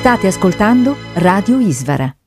State ascoltando Radio Isvara.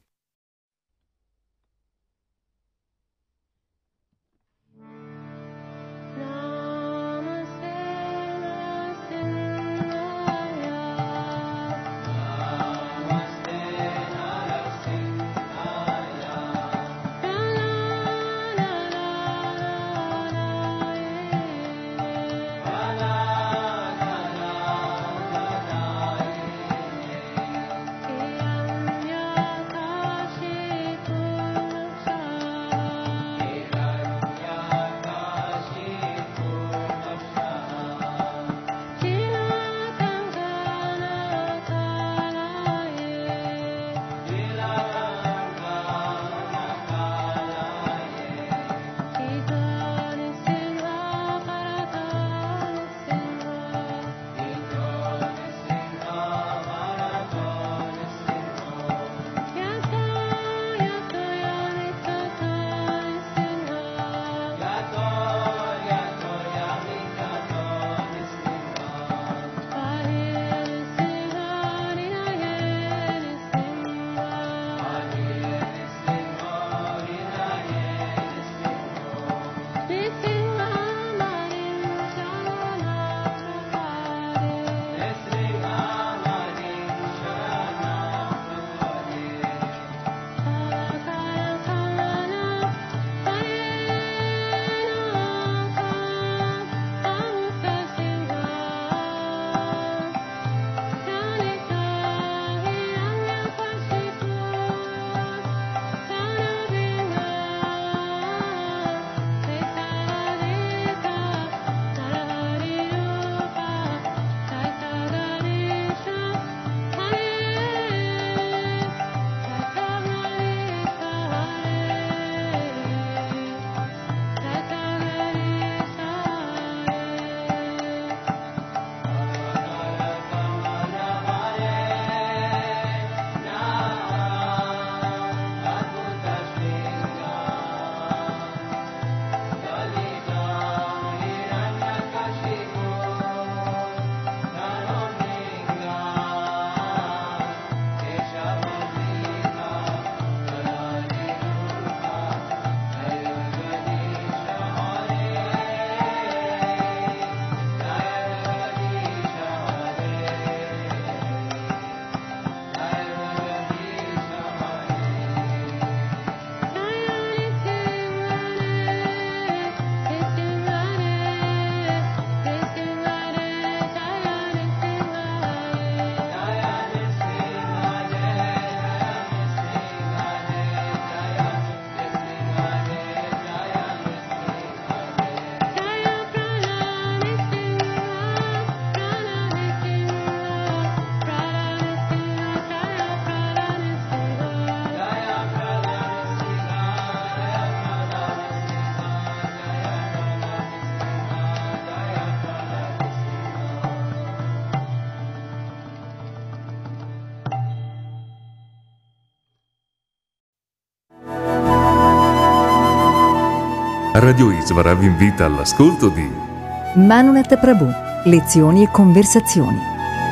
Radio Isvara vi invita all'ascolto di Manunet Prabhu, lezioni e conversazioni.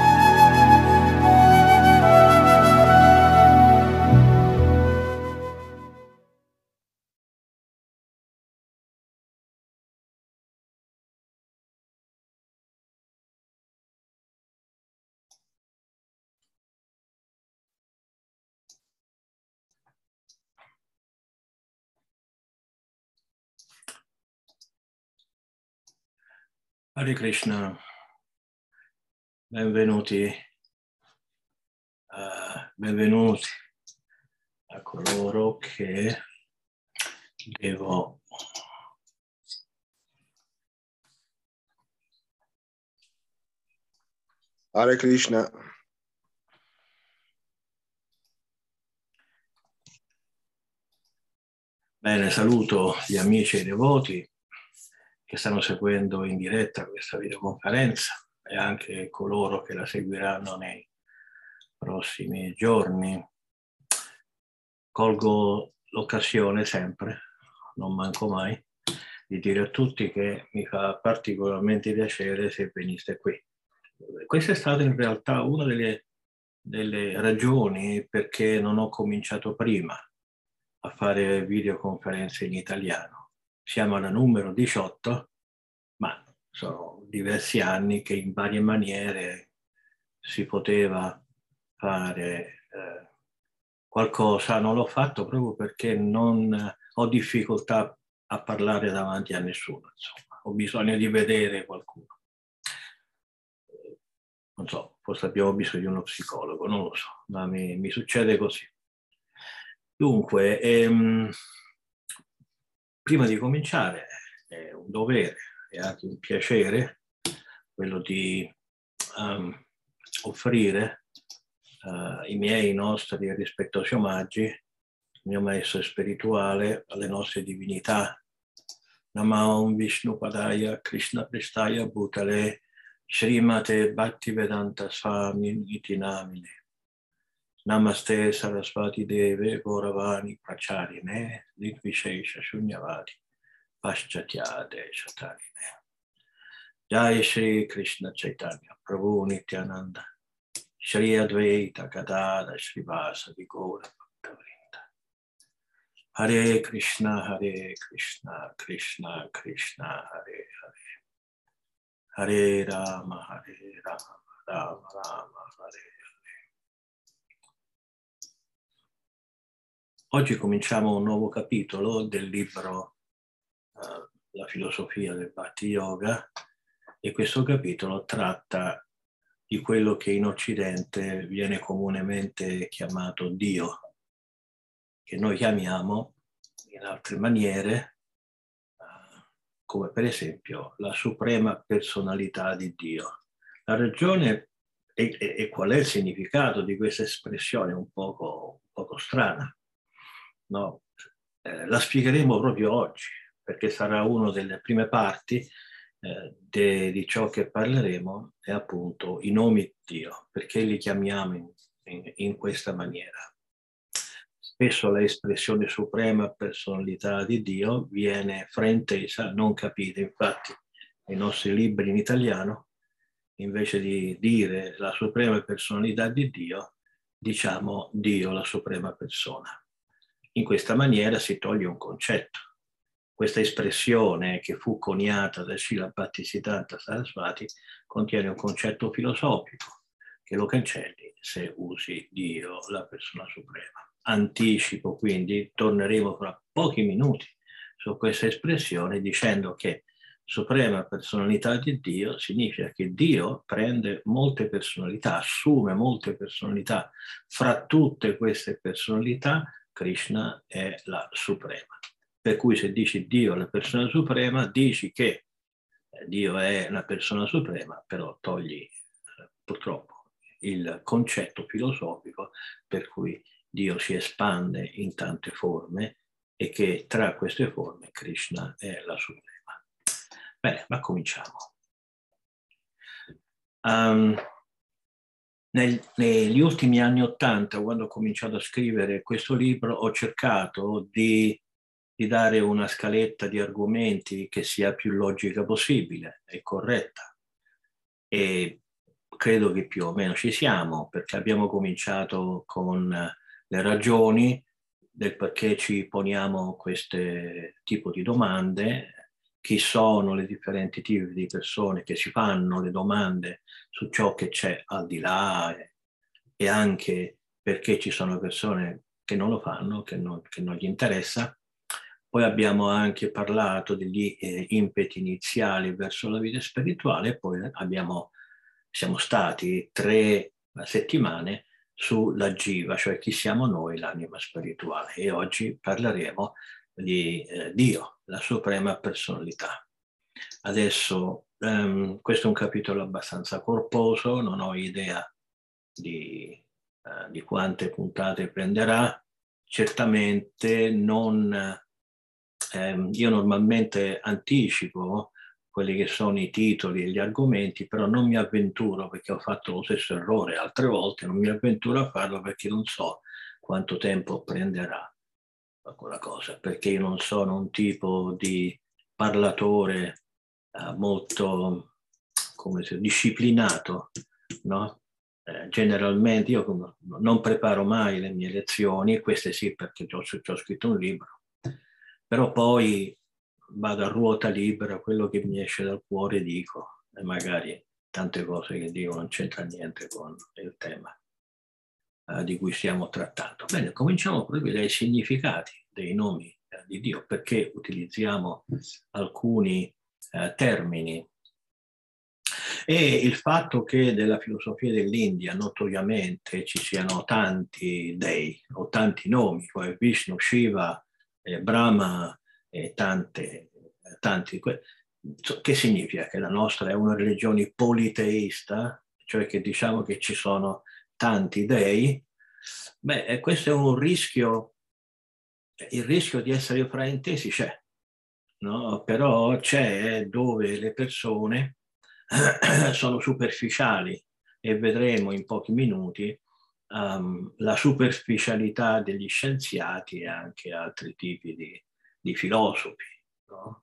Hare Krishna, benvenuti, benvenuti a coloro che devo Hare Krishna. Bene, saluto gli amici e i devoti che stanno seguendo in diretta questa videoconferenza e anche coloro che la seguiranno nei prossimi giorni. Colgo l'occasione sempre, non manco mai, di dire a tutti che mi fa particolarmente piacere se veniste qui. Questa è stata in realtà una delle delle ragioni perché non ho cominciato prima a fare videoconferenze in italiano. Siamo alla numero 18, ma sono diversi anni che in varie maniere si poteva fare qualcosa. Non l'ho fatto proprio perché non ho difficoltà a parlare davanti a nessuno, insomma. Ho bisogno di vedere qualcuno. Non so, forse abbiamo bisogno di uno psicologo, non lo so, ma mi succede così. Dunque, prima di cominciare è un dovere e anche un piacere quello di offrire i nostri rispettosi omaggi, il mio maestro spirituale, alle nostre divinità. Namah Vishnu Padaya Krishna Prestaya Bhutale Srimate Bhaktivedanta Swami Iti Namine. Namaste Sarasvati Deve Gauravani Pracharine Nirvishesha Shunyavadi Paschatya Shatarine. Jai Shri Krishna Chaitanya Prabhu Nityananda Shri Advaita Gadada Srivasadi Gaura Bhaktavrinda. Hare Krishna, Krishna Krishna, Hare Hare. Hare Rama, Rama Rama, Hare Hare. Oggi cominciamo un nuovo capitolo del libro La filosofia del Bhakti Yoga, e questo capitolo tratta di quello che in Occidente viene comunemente chiamato Dio, che noi chiamiamo in altre maniere, come per esempio la suprema personalità di Dio. La ragione e qual è il significato di questa espressione un poco strana, no? La spiegheremo proprio oggi, perché sarà una delle prime parti di ciò che parleremo, è appunto i nomi di Dio, perché li chiamiamo in questa maniera. Spesso l'espressione suprema personalità di Dio viene fraintesa, non capita. Infatti nei nostri libri in italiano, invece di dire la suprema personalità di Dio, diciamo Dio la suprema persona. In questa maniera si toglie un concetto. Questa espressione, che fu coniata da Srila Bhaktisiddhanta Sarasvati, contiene un concetto filosofico che lo cancelli se usi Dio, la persona suprema. Anticipo, quindi torneremo fra pochi minuti su questa espressione dicendo che suprema personalità di Dio significa che Dio prende molte personalità, assume molte personalità. Fra tutte queste personalità, Krishna è la suprema. Per cui se dici Dio è la persona suprema, dici che Dio è la persona suprema, però togli purtroppo il concetto filosofico per cui Dio si espande in tante forme e che tra queste forme Krishna è la suprema. Bene, ma cominciamo. Negli ultimi anni '80, quando ho cominciato a scrivere questo libro, ho cercato di dare una scaletta di argomenti che sia più logica possibile e corretta. E credo che più o meno ci siamo, perché abbiamo cominciato con le ragioni del perché ci poniamo questo tipo di domande, chi sono le differenti tipi di persone che si fanno le domande su ciò che c'è al di là, e anche perché ci sono persone che non lo fanno, che non gli interessa. Poi abbiamo anche parlato degli impeti iniziali verso la vita spirituale, e poi siamo stati 3 settimane sulla Jiva, cioè chi siamo noi, l'anima spirituale, e oggi parleremo di Dio, la suprema personalità. Adesso questo è un capitolo abbastanza corposo, non ho idea di quante puntate prenderà, certamente non... io normalmente anticipo quelli che sono i titoli e gli argomenti, però non mi avventuro, perché ho fatto lo stesso errore altre volte, non mi avventuro a farlo perché non so quanto tempo prenderà quella cosa, perché io non sono un tipo di parlatore molto, come si dice, disciplinato, no? generalmente io non preparo mai le mie lezioni, queste sì perché ho scritto un libro, però poi vado a ruota libera, quello che mi esce dal cuore dico, e magari tante cose che dico non c'entra niente con il tema di cui stiamo trattando. Bene, cominciamo proprio dai significati dei nomi di Dio, perché utilizziamo alcuni termini. E il fatto che nella filosofia dell'India notoriamente ci siano tanti dei o tanti nomi, come Vishnu, Shiva, Brahma e tanti, che significa? Che la nostra è una religione politeista, cioè che diciamo che ci sono tanti dei? Beh, questo è un rischio, il rischio di essere fraintesi c'è, no? Però c'è dove le persone sono superficiali e vedremo in pochi minuti la superficialità degli scienziati e anche altri tipi di filosofi, no?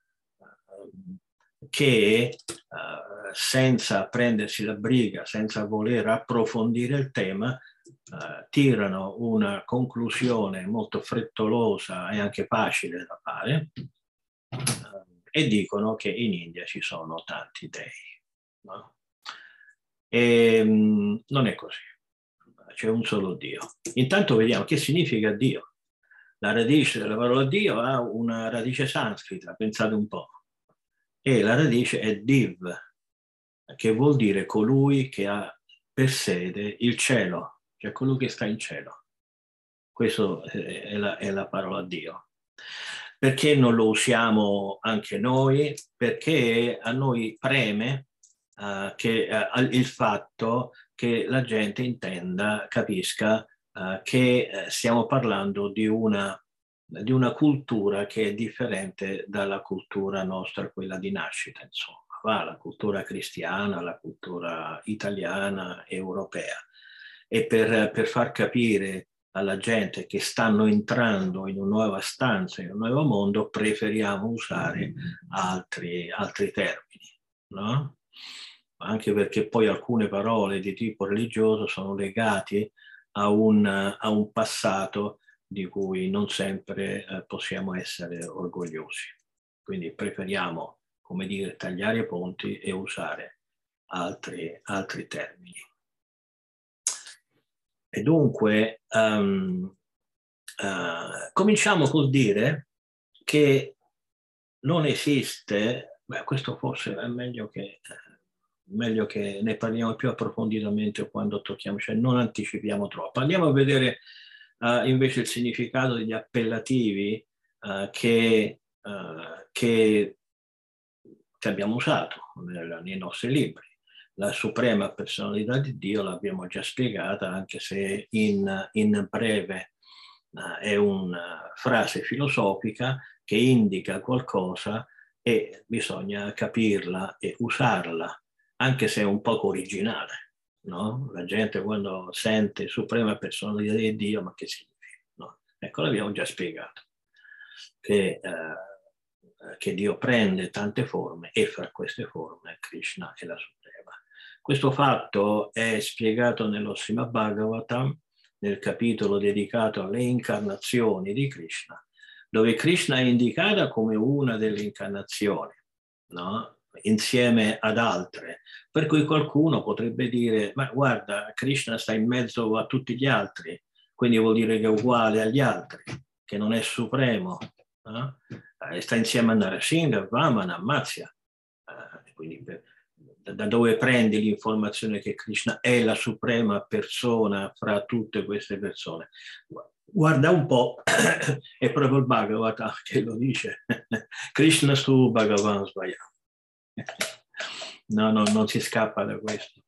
Che senza prendersi la briga, senza voler approfondire il tema, tirano una conclusione molto frettolosa e anche facile da fare e dicono che in India ci sono tanti dei. No? E, non è così, c'è un solo Dio. Intanto vediamo che significa Dio. La radice della parola Dio ha una radice sanscrita, pensate un po', e la radice è Div, che vuol dire colui che ha per sede il cielo, cioè colui che sta in cielo. Questa è la parola Dio. Perché non lo usiamo anche noi? Perché a noi preme il fatto che la gente intenda, capisca che stiamo parlando di una cultura che è differente dalla cultura nostra, quella di nascita, insomma, la cultura cristiana, la cultura italiana, europea. E per far capire alla gente che stanno entrando in una nuova stanza, in un nuovo mondo, preferiamo usare altri termini, no? Anche perché poi alcune parole di tipo religioso sono legate a un passato di cui non sempre possiamo essere orgogliosi. Quindi preferiamo, come dire, tagliare i ponti e usare altri termini. E dunque cominciamo col dire che non esiste, questo forse è meglio che ne parliamo più approfonditamente quando tocchiamo, cioè non anticipiamo troppo. Andiamo a vedere invece il significato degli appellativi che abbiamo usato nei nostri libri. La suprema personalità di Dio l'abbiamo già spiegata, anche se in breve è una frase filosofica che indica qualcosa e bisogna capirla e usarla, anche se è un poco originale. No? La gente quando sente suprema personalità di Dio, ma che significa? No? Ecco, l'abbiamo già spiegato, che Dio prende tante forme e fra queste forme Krishna è la suprema. Questo fatto è spiegato nello Srimad Bhagavatam, nel capitolo dedicato alle incarnazioni di Krishna, dove Krishna è indicata come una delle incarnazioni, no? Insieme ad altre, per cui qualcuno potrebbe dire, ma guarda, Krishna sta in mezzo a tutti gli altri, quindi vuol dire che è uguale agli altri, che non è supremo, no? Sta insieme a Narasingha, Vamana, Matsya, quindi da dove prendi l'informazione che Krishna è la suprema persona fra tutte queste persone? Guarda un po', è proprio il Bhagavata che lo dice, Krishna su Bhagavan Svayam. No, non si scappa da questo.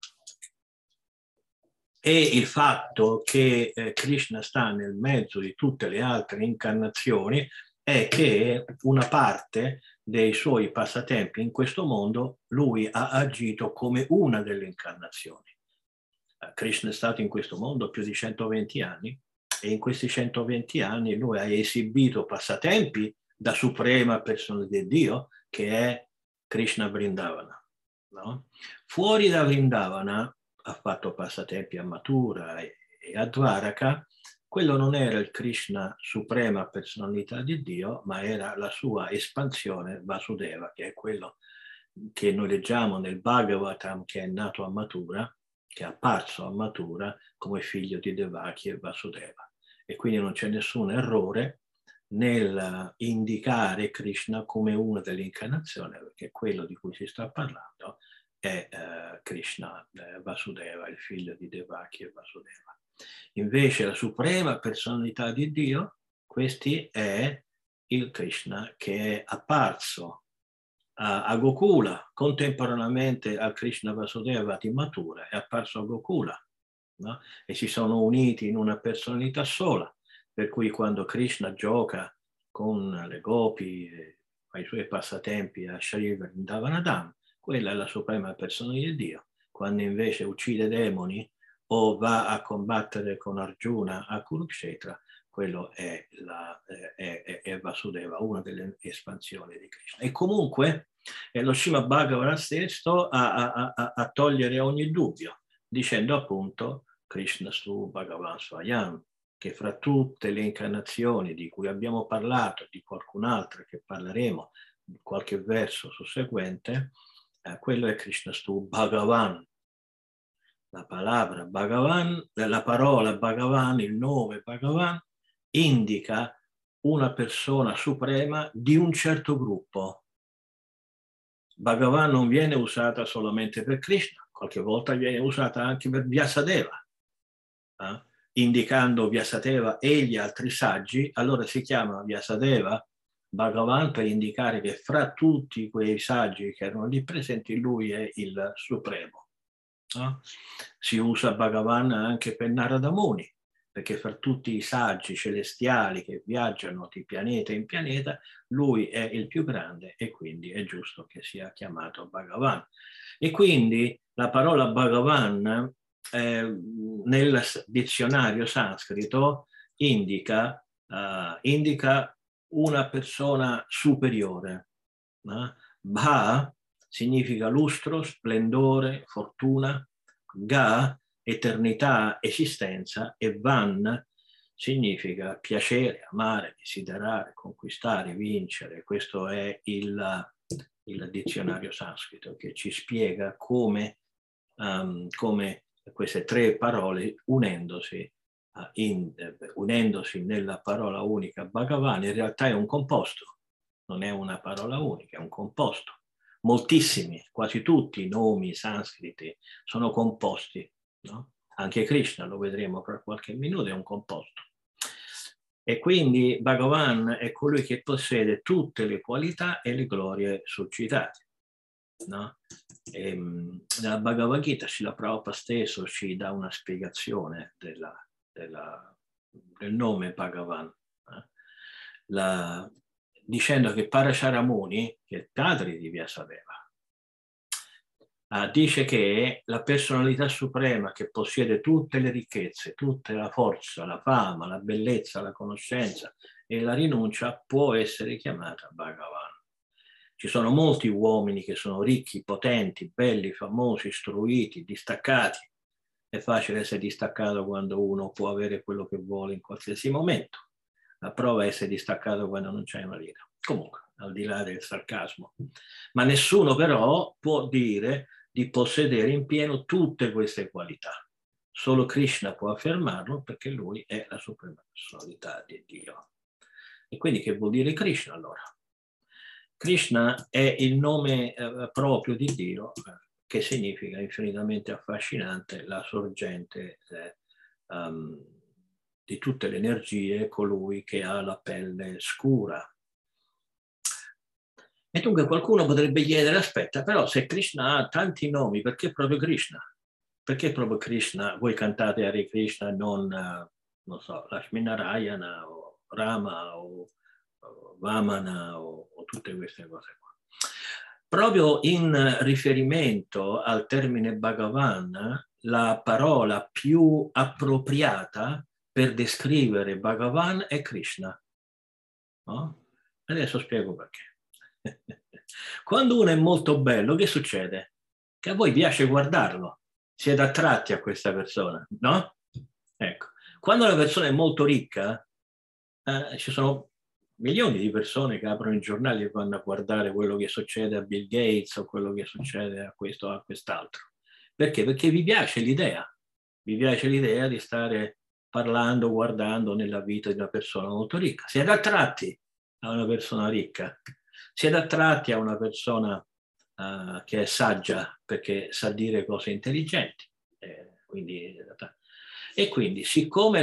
E il fatto che Krishna sta nel mezzo di tutte le altre incarnazioni è che una parte dei suoi passatempi in questo mondo lui ha agito come una delle incarnazioni. Krishna è stato in questo mondo più di 120 anni e in questi 120 anni lui ha esibito passatempi da suprema persona di Dio, che è Krishna Vrindavana. No? Fuori da Vrindavana ha fatto passatempi a Mathura e a Dvaraka, quello non era il Krishna suprema personalità di Dio, ma era la sua espansione Vasudeva, che è quello che noi leggiamo nel Bhagavatam, che è nato a Mathura, che è apparso a Mathura come figlio di Devaki e Vasudeva. E quindi non c'è nessun errore nel indicare Krishna come una delle incarnazioni, perché quello di cui si sta parlando è Krishna, Vasudeva, il figlio di Devaki e Vasudeva. Invece la suprema personalità di Dio, questi è il Krishna che è apparso a Gokula, contemporaneamente al Krishna Vasudeva di Mathura, è apparso a Gokula, no? E si sono uniti in una personalità sola, per cui quando Krishna gioca con le gopi, ai suoi passatempi a Shri Vrindavanadam, quella è la suprema personalità di Dio. Quando invece uccide demoni o va a combattere con Arjuna a Kurukshetra, quello è Vasudeva, una delle espansioni di Krishna. E comunque è lo Srimad Bhagavatam stesso a togliere ogni dubbio, dicendo appunto Krishna Stu Bhagavan Swayam, che fra tutte le incarnazioni di cui abbiamo parlato, di qualcun'altra che parleremo, qualche verso susseguente, quello è Krishna Stu Bhagavan. La parola Bhagavan, il nome Bhagavan, indica una persona suprema di un certo gruppo. Bhagavan non viene usata solamente per Krishna, qualche volta viene usata anche per Vyasadeva, indicando Vyasadeva e gli altri saggi. Allora si chiama Vyasadeva Bhagavan per indicare che fra tutti quei saggi che erano lì presenti lui è il supremo. Si usa Bhagavan anche per Narada Muni, perché fra tutti i saggi celestiali che viaggiano di pianeta in pianeta, lui è il più grande e quindi è giusto che sia chiamato Bhagavan. E quindi la parola Bhagavan nel dizionario sanscrito indica una persona superiore. Bha significa lustro, splendore, fortuna, Ga, eternità, esistenza, e Van significa piacere, amare, desiderare, conquistare, vincere. Questo è il dizionario sanscrito che ci spiega come queste tre parole unendosi nella parola unica Bhagavan, in realtà è un composto, non è una parola unica, è un composto. Moltissimi, quasi tutti i nomi sanscriti sono composti, no? Anche Krishna, lo vedremo fra qualche minuto, è un composto. E quindi Bhagavan è colui che possiede tutte le qualità e le glorie suscitate, no? Nella Bhagavad Gita Srila Prabhupada stesso ci dà una spiegazione del nome Bhagavan, dicendo che Parasharamuni, che è il padre di Vyasadeva, dice che la personalità suprema che possiede tutte le ricchezze, tutta la forza, la fama, la bellezza, la conoscenza e la rinuncia può essere chiamata Bhagavan. Ci sono molti uomini che sono ricchi, potenti, belli, famosi, istruiti, distaccati. È facile essere distaccato quando uno può avere quello che vuole in qualsiasi momento. La prova è essere distaccato quando non c'è una lira. Comunque, al di là del sarcasmo. Ma nessuno però può dire di possedere in pieno tutte queste qualità. Solo Krishna può affermarlo perché lui è la suprema personalità di Dio. E quindi che vuol dire Krishna allora? Krishna è il nome proprio di Dio, che significa infinitamente affascinante, la sorgente di tutte le energie, colui che ha la pelle scura. E dunque qualcuno potrebbe chiedere, aspetta, però se Krishna ha tanti nomi, perché proprio Krishna? Perché proprio Krishna? Voi cantate Hare Krishna e non so, Lakshmi Narayana o Rama o Vamana o tutte queste cose qua. Proprio in riferimento al termine Bhagavan, la parola più appropriata per descrivere Bhagavan è Krishna. No? Adesso spiego perché. Quando uno è molto bello, che succede? Che a voi piace guardarlo. siete attratti a questa persona, no? Ecco, quando una persona è molto ricca, ci sono milioni di persone che aprono i giornali e vanno a guardare quello che succede a Bill Gates o quello che succede a questo o a quest'altro. Perché? Perché vi piace l'idea di stare parlando, guardando nella vita di una persona molto ricca. Siete attratti a una persona ricca, siete attratti a una persona che è saggia perché sa dire cose intelligenti. Quindi, siccome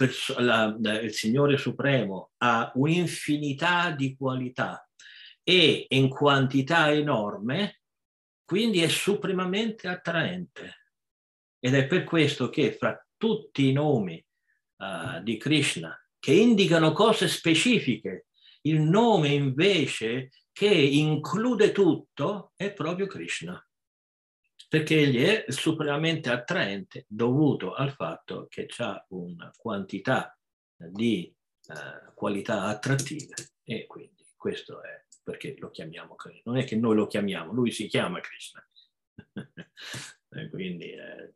il Signore Supremo ha un'infinità di qualità e in quantità enorme, quindi è supremamente attraente. Ed è per questo che fra tutti i nomi di Krishna che indicano cose specifiche, il nome invece che include tutto è proprio Krishna, perché egli è supremamente attraente dovuto al fatto che ha una quantità di qualità attrattive, e quindi questo è perché lo chiamiamo Krishna. Non è che noi lo chiamiamo, lui si chiama Krishna. Quindi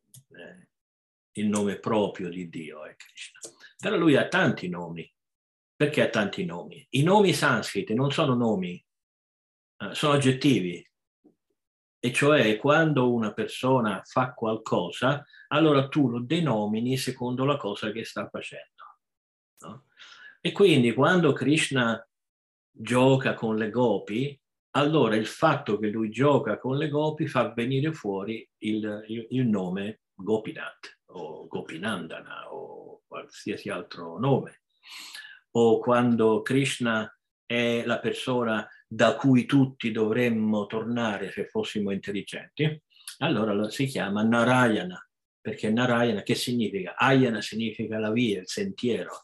il nome proprio di Dio è Krishna. Però lui ha tanti nomi. Perché ha tanti nomi? I nomi sanscriti non sono nomi, sono aggettivi. E cioè quando una persona fa qualcosa, allora tu lo denomini secondo la cosa che sta facendo. No? E quindi quando Krishna gioca con le gopi, allora il fatto che lui gioca con le gopi fa venire fuori il nome Gopinath o Gopinandana o qualsiasi altro nome. O quando Krishna è la persona da cui tutti dovremmo tornare se fossimo intelligenti, allora si chiama Narayana, perché Narayana che significa? Ayana significa la via, il sentiero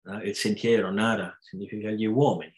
Nara significa gli uomini.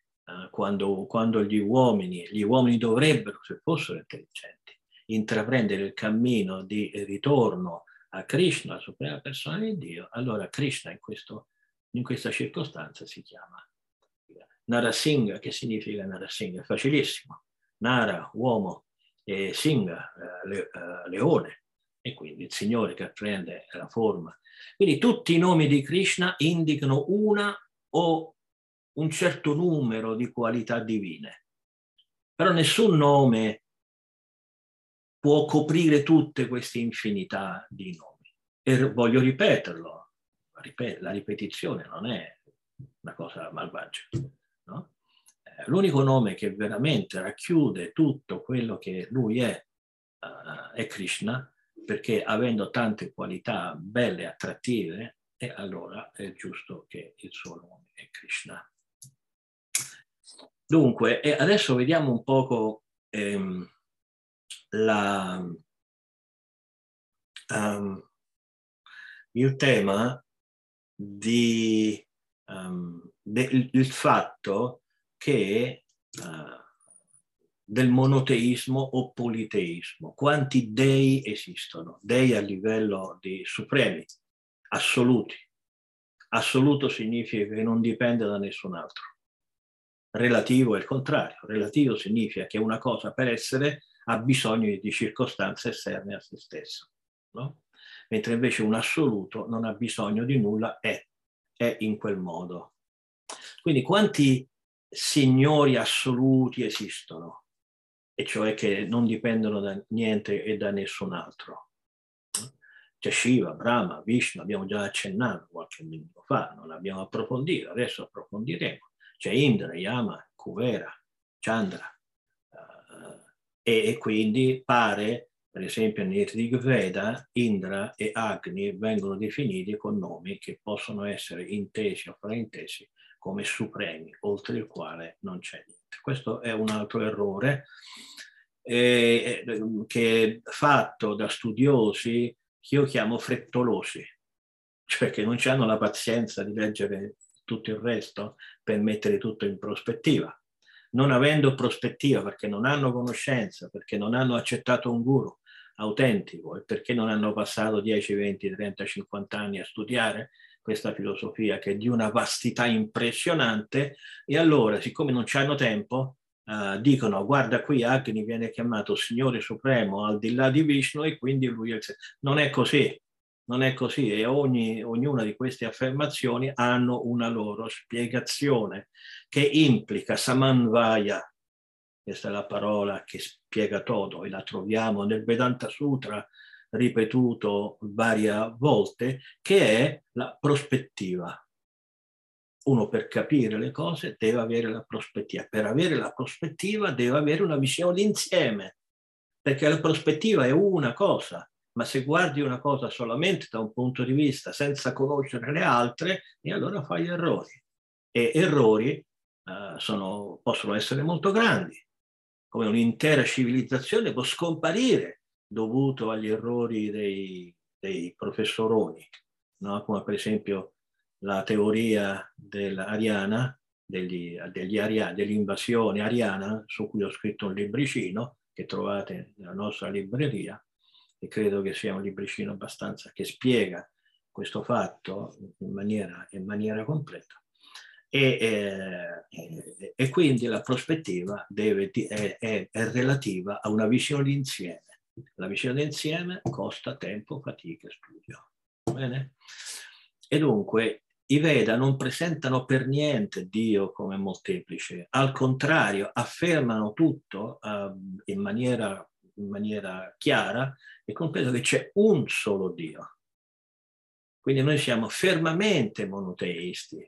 Quando gli uomini dovrebbero, se fossero intelligenti, intraprendere il cammino di ritorno a Krishna, la suprema persona di Dio, allora Krishna in questa circostanza si chiama Narasingha, che significa Narasingha, è facilissimo. Nara, uomo, e Singha, leone, e quindi il Signore che prende la forma. Quindi tutti i nomi di Krishna indicano una o un certo numero di qualità divine, però nessun nome può coprire tutte queste infinità di nomi. E voglio ripeterlo, la ripetizione non è una cosa malvagia, no? L'unico nome che veramente racchiude tutto quello che lui è Krishna, perché avendo tante qualità belle e attrattive, e allora è giusto che il suo nome è Krishna. Dunque, adesso vediamo un poco il tema il fatto che del monoteismo o politeismo. Quanti dei esistono? Dei a livello di supremi, assoluti. Assoluto significa che non dipende da nessun altro. Relativo è il contrario. Relativo significa che una cosa per essere ha bisogno di circostanze esterne a se stesso, no? Mentre invece un assoluto non ha bisogno di nulla, è in quel modo. Quindi quanti signori assoluti esistono? E cioè che non dipendono da niente e da nessun altro. C'è Shiva, Brahma, Vishnu, abbiamo già accennato qualche minuto fa, non abbiamo approfondito, adesso approfondiremo. C'è Indra, Yama, Kuvera, Chandra. E quindi pare, per esempio nel Rig Veda, Indra e Agni vengono definiti con nomi che possono essere intesi o fraintesi come supremi, oltre il quale non c'è niente. Questo è un altro errore che è fatto da studiosi che io chiamo frettolosi, cioè che non hanno la pazienza di leggere tutto il resto per mettere tutto in prospettiva. Non avendo prospettiva perché non hanno conoscenza, perché non hanno accettato un guru autentico e perché non hanno passato 10, 20, 30, 50 anni a studiare questa filosofia che è di una vastità impressionante, e allora, siccome non hanno tempo, dicono guarda qui Agni viene chiamato Signore Supremo al di là di Vishnu e quindi lui è il... Non è così, non è così, e ognuna di queste affermazioni hanno una loro spiegazione che implica samanvaya. Questa è la parola che spiega tutto e la troviamo nel Vedanta Sutra ripetuto varie volte, che è la prospettiva. Uno per capire le cose deve avere la prospettiva. Per avere la prospettiva deve avere una visione d'insieme, perché la prospettiva è una cosa, ma se guardi una cosa solamente da un punto di vista senza conoscere le altre, e allora fai errori. E errori possono essere molto grandi, come un'intera civilizzazione può scomparire dovuto agli errori dei professoroni, no? Come per esempio la teoria dell'ariana, dell'invasione ariana, su cui ho scritto un libricino che trovate nella nostra libreria, e credo che sia un libricino abbastanza che spiega questo fatto in maniera completa. E quindi la prospettiva è relativa a una visione d'insieme. La visione d'insieme costa tempo, fatica e studio. Bene? E dunque i Veda non presentano per niente Dio come molteplice, al contrario affermano tutto in maniera chiara e comprendo che c'è un solo Dio. Quindi noi siamo fermamente monoteisti.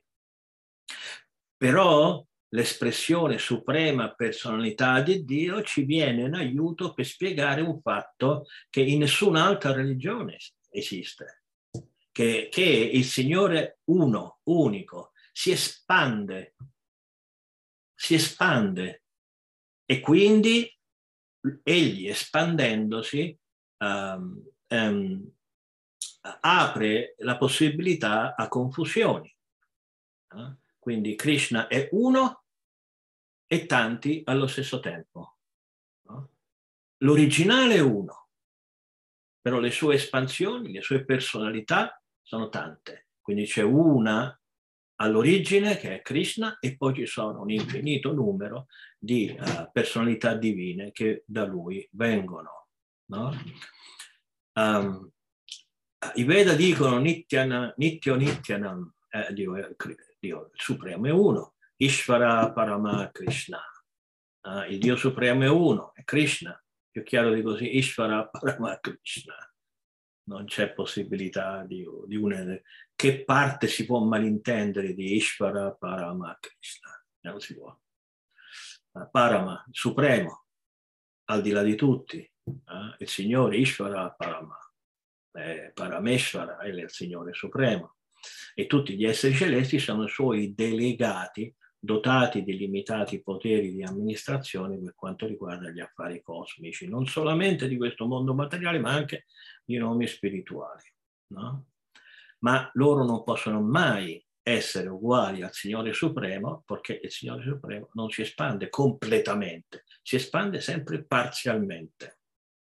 Però l'espressione suprema personalità di Dio ci viene in aiuto per spiegare un fatto che in nessun'altra religione esiste, che il Signore uno, unico, si espande e quindi egli espandendosi apre la possibilità a confusioni. Quindi Krishna è uno e tanti allo stesso tempo. L'originale è uno, però le sue espansioni, le sue personalità sono tante. Quindi c'è una all'origine che è Krishna e poi ci sono un infinito numero di personalità divine che da lui vengono. No? I Veda dicono Nityanam, Dio Supremo è uno, Ishvara Parama Krishna. Il Dio Supremo è uno, è Krishna. Più chiaro di così, Ishvara Parama Krishna. Non c'è possibilità di una... Che parte si può malintendere di Ishvara Parama Krishna? Non si può. Parama, Supremo, al di là di tutti. Il Signore Ishvara Parama. Parameshvara è il Signore Supremo. E tutti gli esseri celesti sono suoi delegati dotati di limitati poteri di amministrazione per quanto riguarda gli affari cosmici, non solamente di questo mondo materiale, ma anche di nomi spirituali. No? Ma loro non possono mai essere uguali al Signore Supremo, perché il Signore Supremo non si espande completamente, si espande sempre parzialmente.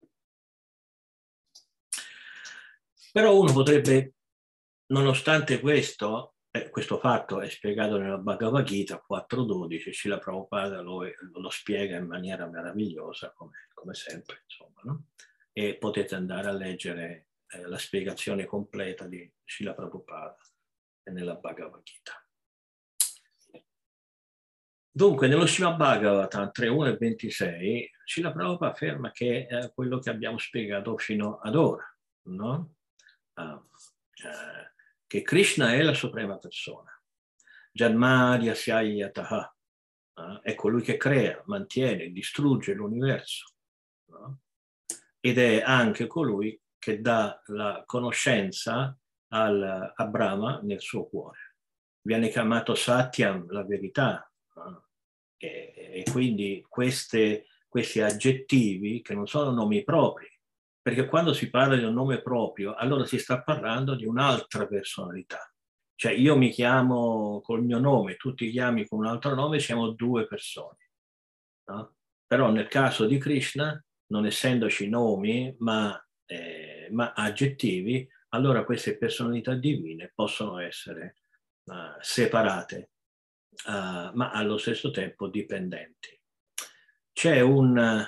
Però uno potrebbe, nonostante questo fatto è spiegato nella Bhagavad Gita 4.12, Srila Prabhupada lo spiega in maniera meravigliosa, come sempre, insomma, no? E potete andare a leggere la spiegazione completa di Srila Prabhupada nella Bhagavad Gita. Dunque, nello Srimad Bhagavatam 3.1 e 26, Srila Prabhupada afferma che è quello che abbiamo spiegato fino ad ora, no? Che Krishna è la suprema persona. Janmadya Syayataha, è colui che crea, mantiene, distrugge l'universo, no? Ed è anche colui che dà la conoscenza a Brahma nel suo cuore. Viene chiamato Satyam, la verità, no? E quindi questi aggettivi, che non sono nomi propri, perché quando si parla di un nome proprio, allora si sta parlando di un'altra personalità. Cioè io mi chiamo col mio nome, tu ti chiami con un altro nome, siamo due persone. No? Però nel caso di Krishna, non essendoci nomi, ma aggettivi, allora queste personalità divine possono essere separate, ma allo stesso tempo dipendenti. c'è una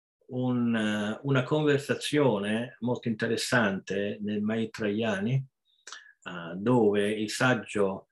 conversazione molto interessante nel Maitrayani, dove il saggio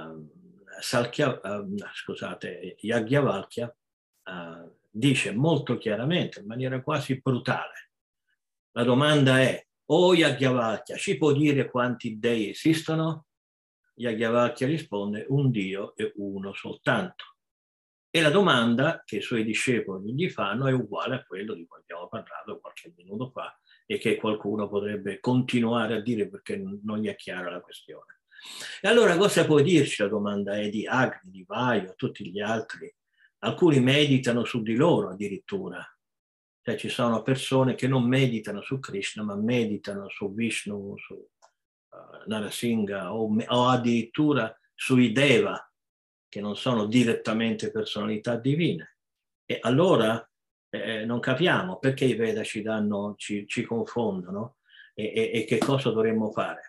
Yagyavalkya dice molto chiaramente, in maniera quasi brutale, la domanda è: o Yagyavalkya ci può dire quanti dei esistono? Yagyavalkya risponde: un Dio e uno soltanto. E la domanda che i suoi discepoli gli fanno è uguale a quello di cui abbiamo parlato qualche minuto fa e che qualcuno potrebbe continuare a dire perché non gli è chiara la questione. E allora cosa può dirci? La domanda è di Agni, di Vayu, tutti gli altri. Alcuni meditano su di loro addirittura. Cioè, ci sono persone che non meditano su Krishna, ma meditano su Vishnu, su Narasingha o addirittura sui Deva, che non sono direttamente personalità divine. E allora non capiamo perché i Veda ci confondono e che cosa dovremmo fare.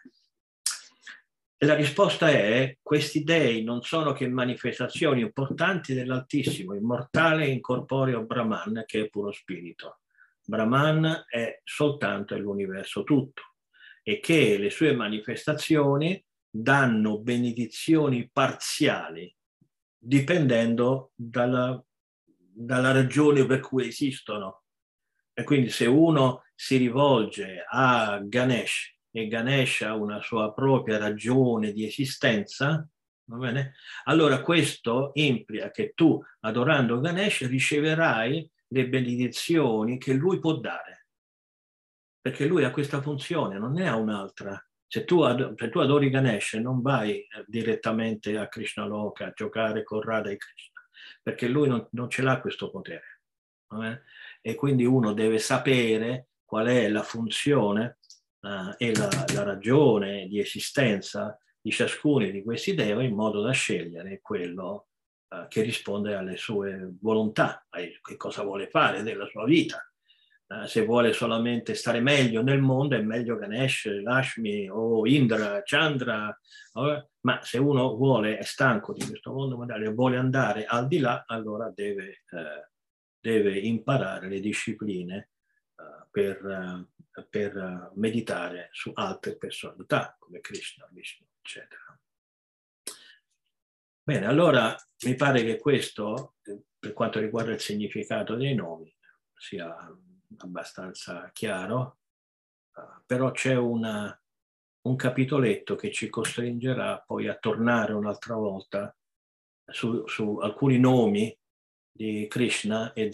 E la risposta è: questi dei non sono che manifestazioni importanti dell'Altissimo, immortale e incorporeo Brahman, che è puro spirito. Brahman è soltanto l'universo tutto e che le sue manifestazioni danno benedizioni parziali dipendendo dalla ragione per cui esistono. E quindi se uno si rivolge a Ganesh e Ganesh ha una sua propria ragione di esistenza, va bene? Allora questo implica che tu, adorando Ganesh, riceverai le benedizioni che lui può dare, perché lui ha questa funzione, non ne ha un'altra. Se tu adori Ganesh, non vai direttamente a Krishna Loka a giocare con Radha e Krishna, perché lui non ce l'ha questo potere. E quindi uno deve sapere qual è la funzione e la ragione di esistenza di ciascuno di questi deva, in modo da scegliere quello che risponde alle sue volontà, che cosa vuole fare della sua vita. Se vuole solamente stare meglio nel mondo è meglio Ganesh, Lakshmi o Indra, Chandra, ma se uno è stanco di questo mondo materiale e vuole andare al di là, allora deve imparare le discipline per meditare su altre personalità come Krishna, Vishnu, eccetera. Bene, allora mi pare che questo, per quanto riguarda il significato dei nomi, sia abbastanza chiaro, però c'è un capitoletto che ci costringerà poi a tornare un'altra volta su alcuni nomi di Krishna e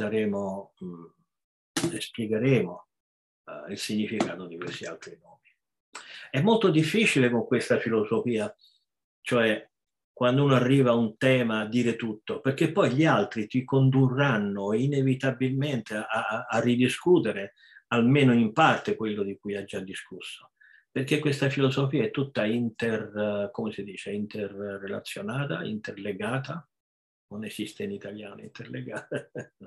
spiegheremo il significato di questi altri nomi. È molto difficile con questa filosofia, cioè quando uno arriva a un tema a dire tutto, perché poi gli altri ti condurranno inevitabilmente a ridiscutere almeno in parte quello di cui ha già discusso, perché questa filosofia è tutta interrelazionata, interlegata, non esiste in italiano interlegata.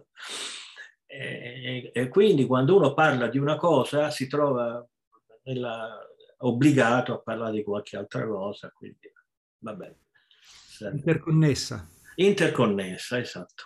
E quindi quando uno parla di una cosa si trova obbligato a parlare di qualche altra cosa, quindi va bene. Interconnessa, esatto.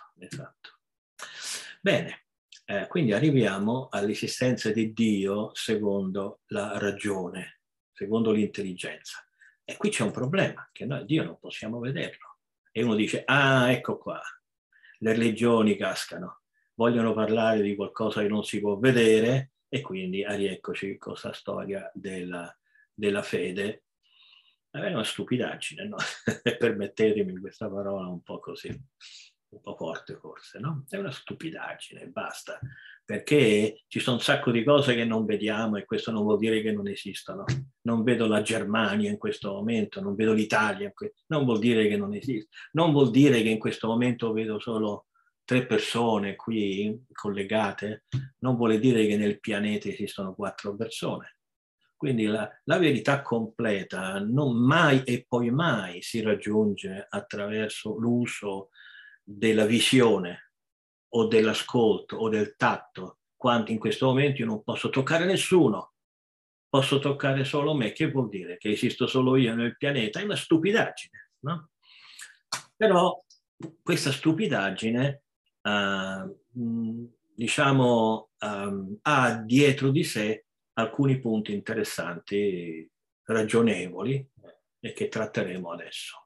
Bene, quindi arriviamo all'esistenza di Dio secondo la ragione, secondo l'intelligenza. E qui c'è un problema, che noi Dio non possiamo vederlo. E uno dice: ecco qua, le religioni cascano, vogliono parlare di qualcosa che non si può vedere, e quindi rieccoci questa storia della fede. È una stupidaggine, no? Permettetemi questa parola un po' così, un po' forte forse, no? È una stupidaggine, basta, perché ci sono un sacco di cose che non vediamo e questo non vuol dire che non esistano. Non vedo la Germania in questo momento, non vedo l'Italia, non vuol dire che non esiste. Non vuol dire che in questo momento vedo solo 3 persone qui collegate, non vuole dire che nel pianeta esistono 4 persone. Quindi la verità completa non mai e poi mai si raggiunge attraverso l'uso della visione o dell'ascolto o del tatto, quando in questo momento io non posso toccare nessuno, posso toccare solo me. Che vuol dire? Che esisto solo io nel pianeta? È una stupidaggine, no? Però questa stupidaggine diciamo, ha dietro di sé alcuni punti interessanti, ragionevoli, e che tratteremo adesso.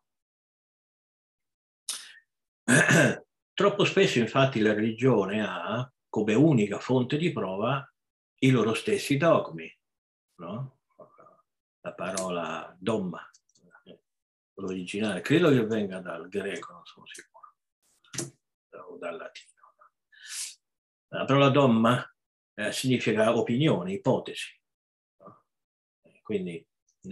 Troppo spesso, infatti, la religione ha come unica fonte di prova i loro stessi dogmi, no? La parola dogma, l'originale, credo che venga dal greco, non sono sicuro, o dal latino. La parola dogma significa opinione, ipotesi. No? Quindi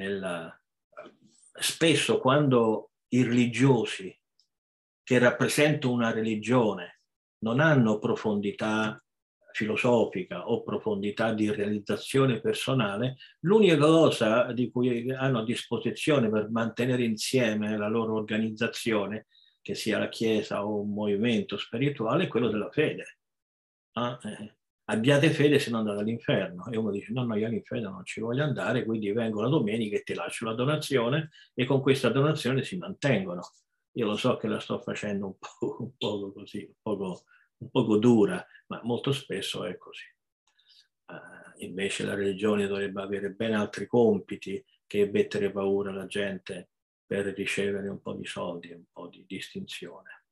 spesso quando i religiosi che rappresentano una religione non hanno profondità filosofica o profondità di realizzazione personale, l'unica cosa di cui hanno a disposizione per mantenere insieme la loro organizzazione, che sia la Chiesa o un movimento spirituale, è quello della fede. Abbiate fede se non andate all'inferno. E uno dice no, io all'inferno non ci voglio andare, quindi vengo la domenica e ti lascio la donazione, e con questa donazione si mantengono. Io lo so che la sto facendo un poco così, un poco dura, ma molto spesso è così. Invece la religione dovrebbe avere ben altri compiti che mettere paura alla gente per ricevere un po' di soldi, un po' di distinzione.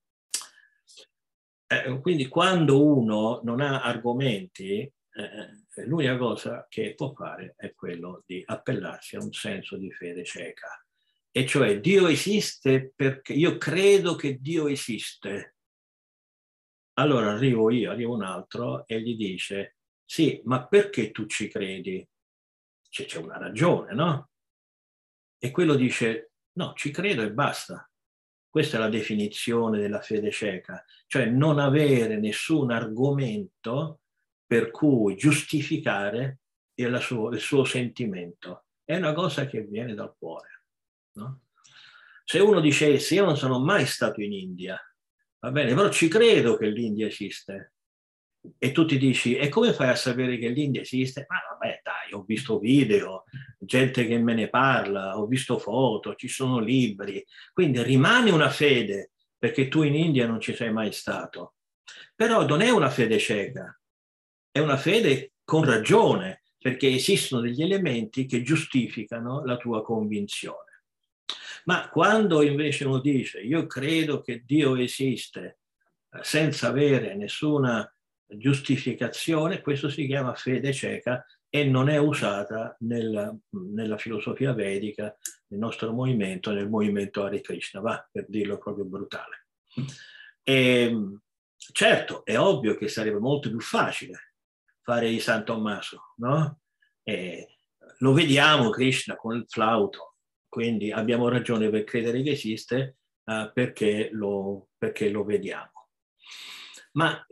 Quindi quando uno non ha argomenti, l'unica cosa che può fare è quello di appellarsi a un senso di fede cieca. E cioè Dio esiste perché io credo che Dio esiste. Allora arrivo un altro e gli dice sì, ma perché tu ci credi? C'è una ragione, no? E quello dice no, ci credo e basta. Questa è la definizione della fede cieca, cioè non avere nessun argomento per cui giustificare il suo sentimento. È una cosa che viene dal cuore. No? Se uno dicesse io non sono mai stato in India, va bene, però ci credo che l'India esiste, e tu ti dici e come fai a sapere che l'India esiste? Ma vabbè dai, ho visto video, gente che me ne parla, ho visto foto, ci sono libri, quindi rimane una fede perché tu in India non ci sei mai stato, però non è una fede cieca, è una fede con ragione, perché esistono degli elementi che giustificano la tua convinzione. Ma quando invece uno dice io credo che Dio esiste senza avere nessuna giustificazione, questo si chiama fede cieca e non è usata nella filosofia vedica, nel nostro movimento, nel movimento Hare Krishna, va, per dirlo proprio brutale. E, certo, è ovvio che sarebbe molto più facile fare i San Tommaso, no? Lo vediamo Krishna con il flauto, quindi abbiamo ragione per credere che esiste perché lo vediamo. Ma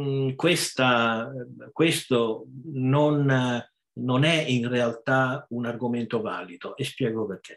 questo non è in realtà un argomento valido, e spiego perché.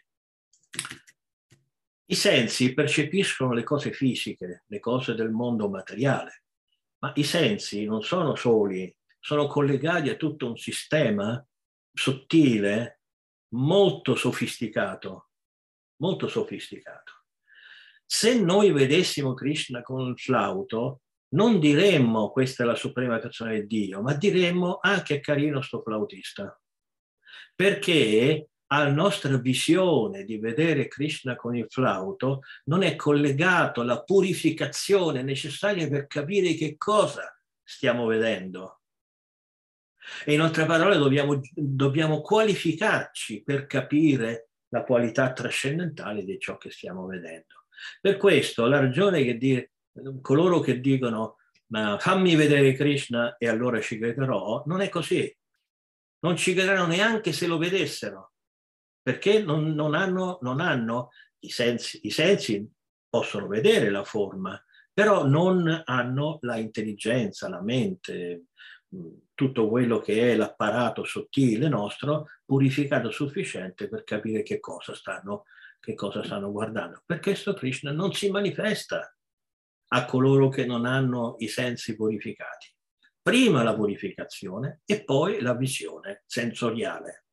I sensi percepiscono le cose fisiche, le cose del mondo materiale, ma i sensi non sono soli, sono collegati a tutto un sistema sottile, molto sofisticato, molto sofisticato. Se noi vedessimo Krishna con il flauto, non diremmo questa è la suprema persona di Dio, ma diremmo che è carino sto flautista, perché alla nostra visione di vedere Krishna con il flauto non è collegato alla purificazione necessaria per capire che cosa stiamo vedendo. E in altre parole dobbiamo qualificarci per capire la qualità trascendentale di ciò che stiamo vedendo. Per questo la ragione che coloro che dicono fammi vedere Krishna e allora ci crederò, non è così. Non ci crederanno neanche se lo vedessero, perché non hanno i sensi. I sensi possono vedere la forma, però non hanno la intelligenza, la mente, tutto quello che è l'apparato sottile nostro, purificato sufficiente per capire che cosa stanno guardando. Per questo Krishna non si manifesta a coloro che non hanno i sensi purificati. Prima la purificazione e poi la visione sensoriale.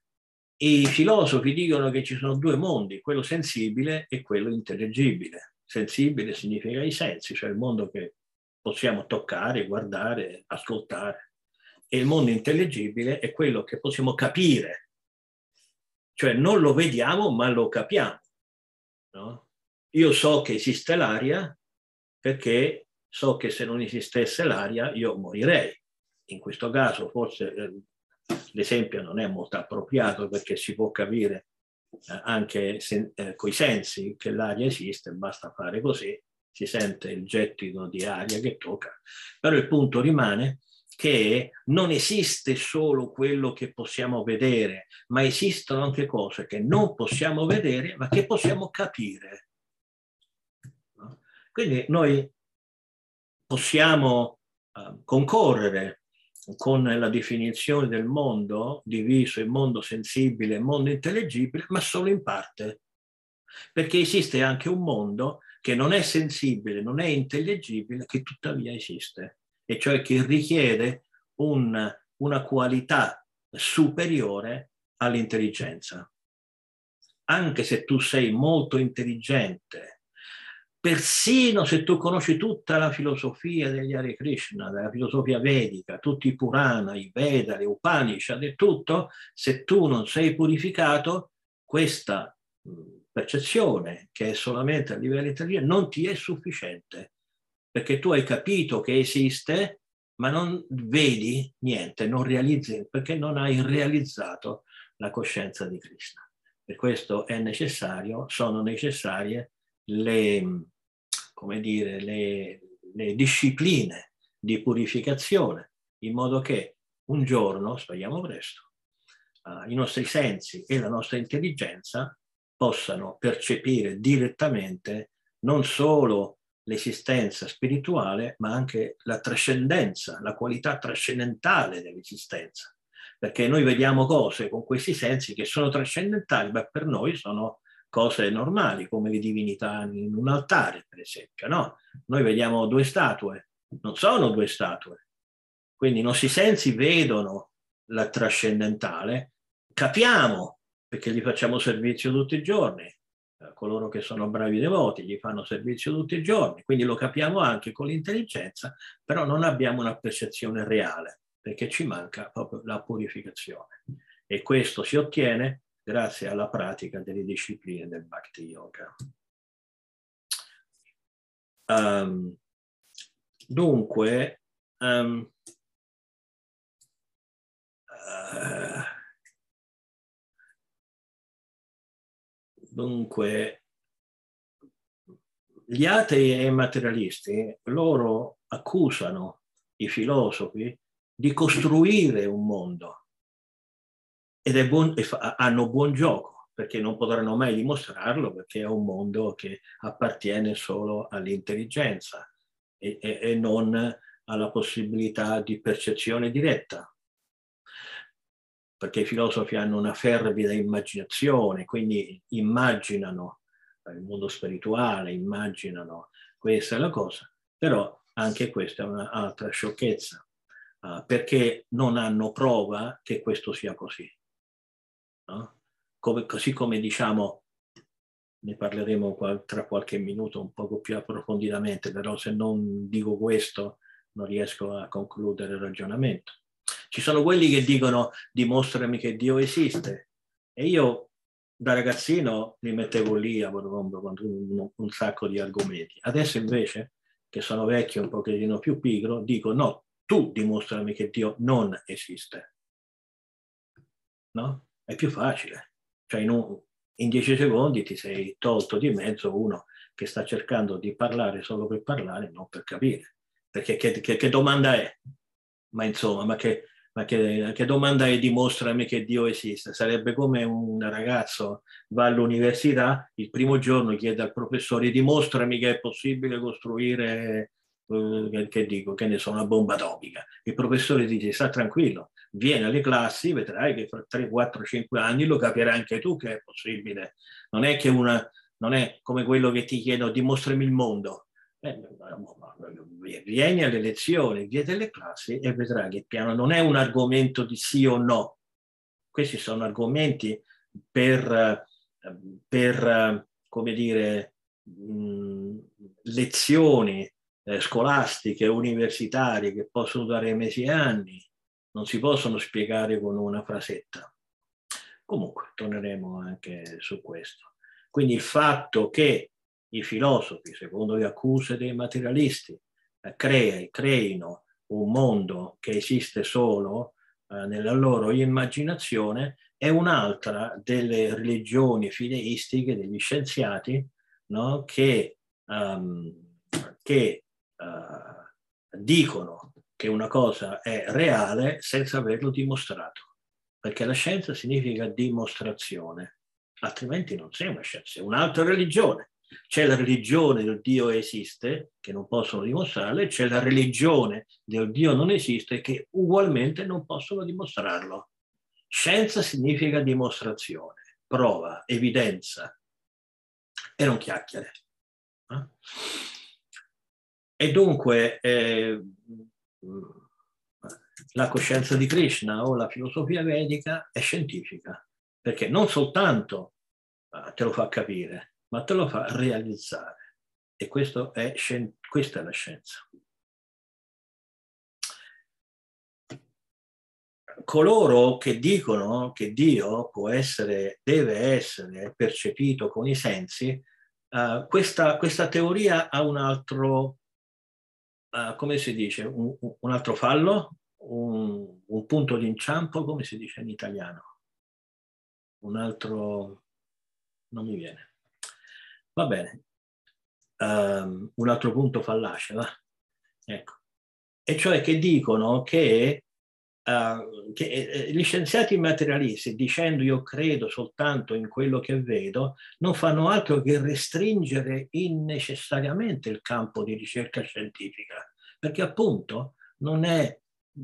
I filosofi dicono che ci sono due mondi, quello sensibile e quello intellegibile. sensibile significa i sensi, cioè il mondo che possiamo toccare, guardare, ascoltare. E il mondo intelligibile è quello che possiamo capire, cioè non lo vediamo ma lo capiamo. No? Io so che esiste l'aria perché so che se non esistesse l'aria io morirei. In questo caso forse l'esempio non è molto appropriato perché si può capire anche coi sensi che l'aria esiste, basta fare così, si sente il gettito di aria che tocca. Però il punto rimane che non esiste solo quello che possiamo vedere, ma esistono anche cose che non possiamo vedere, ma che possiamo capire. No? Quindi noi possiamo concorrere con la definizione del mondo diviso in mondo sensibile e mondo intelligibile, ma solo in parte, perché esiste anche un mondo che non è sensibile, non è intelligibile, che tuttavia esiste, e cioè che richiede una qualità superiore all'intelligenza. Anche se tu sei molto intelligente, persino se tu conosci tutta la filosofia degli Hare Krishna, della filosofia vedica, tutti i Purana, i Veda, le Upanishad e tutto, se tu non sei purificato, questa percezione, che è solamente a livello intelligente, non ti è sufficiente, perché tu hai capito che esiste, ma non vedi niente, non realizzi, perché non hai realizzato la coscienza di Krishna. Per questo è necessario, sono necessarie le discipline di purificazione, in modo che un giorno, speriamo presto, i nostri sensi e la nostra intelligenza possano percepire direttamente non solo l'esistenza spirituale, ma anche la trascendenza, la qualità trascendentale dell'esistenza. Perché noi vediamo cose con questi sensi che sono trascendentali, ma per noi sono cose normali, come le divinità in un altare, per esempio. No? Noi vediamo due statue, non sono due statue. Quindi i nostri sensi vedono la trascendentale, capiamo, perché gli facciamo servizio tutti i giorni, coloro che sono bravi devoti gli fanno servizio tutti i giorni, quindi lo capiamo anche con l'intelligenza, però non abbiamo una percezione reale, perché ci manca proprio la purificazione. E questo si ottiene grazie alla pratica delle discipline del Bhakti Yoga. Dunque, gli atei e i materialisti, loro accusano i filosofi di costruire un mondo ed hanno buon gioco, perché non potranno mai dimostrarlo, perché è un mondo che appartiene solo all'intelligenza e non alla possibilità di percezione diretta. Perché i filosofi hanno una fervida immaginazione, quindi immaginano il mondo spirituale, immaginano questa è la cosa, però anche questa è un'altra sciocchezza, perché non hanno prova che questo sia così. No? Così come diciamo, ne parleremo tra qualche minuto un poco più approfonditamente, però se non dico questo non riesco a concludere il ragionamento. Ci sono quelli che dicono dimostrami che Dio esiste, e io da ragazzino mi mettevo lì a un sacco di argomenti. Adesso invece, che sono vecchio, un pochettino più pigro, dico no, tu dimostrami che Dio non esiste. No? È più facile. Cioè in 10 secondi ti sei tolto di mezzo uno che sta cercando di parlare solo per parlare, non per capire. Perché che domanda è? Ma insomma, ma che domanda è dimostrami che Dio esiste? Sarebbe come un ragazzo va all'università, il primo giorno chiede al professore dimostrami che è possibile costruire, che ne so, una bomba atomica. Il professore dice sta tranquillo, vieni alle classi, vedrai che fra 3, 4, 5 anni lo capirai anche tu che è possibile. Non è come quello che ti chiedo dimostrami il mondo. Vieni alle lezioni, via delle classi e vedrai che il piano non è un argomento di sì o no. Questi sono argomenti per come dire, lezioni scolastiche, universitarie che possono durare mesi e anni, non si possono spiegare con una frasetta. Comunque, torneremo anche su questo. Quindi il fatto che i filosofi, secondo le accuse dei materialisti, creino un mondo che esiste solo nella loro immaginazione è un'altra delle religioni fideistiche degli scienziati, no? che dicono che una cosa è reale senza averlo dimostrato, perché la scienza significa dimostrazione, altrimenti non sei una scienza, è un'altra religione. C'è la religione del Dio esiste, che non possono dimostrarlo, e c'è la religione del Dio non esiste, che ugualmente non possono dimostrarlo. Scienza significa dimostrazione, prova, evidenza, e non chiacchiere. E dunque la coscienza di Krishna o la filosofia vedica è scientifica, perché non soltanto te lo fa capire, ma te lo fa realizzare. E questa è la scienza. Coloro che dicono che Dio deve essere percepito con i sensi, questa teoria ha un altro, come si dice, un altro fallo, un punto di inciampo, come si dice in italiano? Un altro, non mi viene. Va bene. Un altro punto fallace, va? Ecco. E cioè che dicono che gli scienziati materialisti, dicendo io credo soltanto in quello che vedo, non fanno altro che restringere innecessariamente il campo di ricerca scientifica, perché appunto non è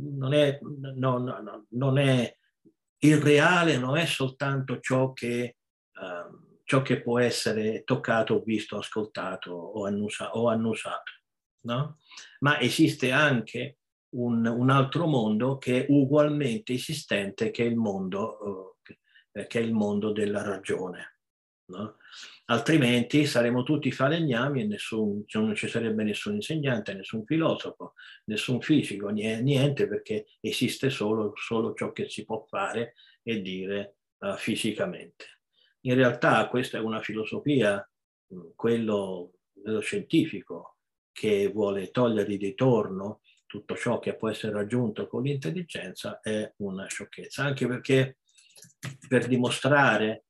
il reale, non è soltanto ciò che può essere toccato, visto, ascoltato o annusato, no? Ma esiste anche un altro mondo che è ugualmente esistente, che è il mondo della ragione, no? Altrimenti saremo tutti falegnami e non ci sarebbe nessun insegnante, nessun filosofo, nessun fisico, niente, perché esiste solo ciò che si può fare e dire fisicamente. In realtà questa è una filosofia, quello scientifico, che vuole togliere di torno tutto ciò che può essere raggiunto con l'intelligenza, è una sciocchezza, anche perché per dimostrare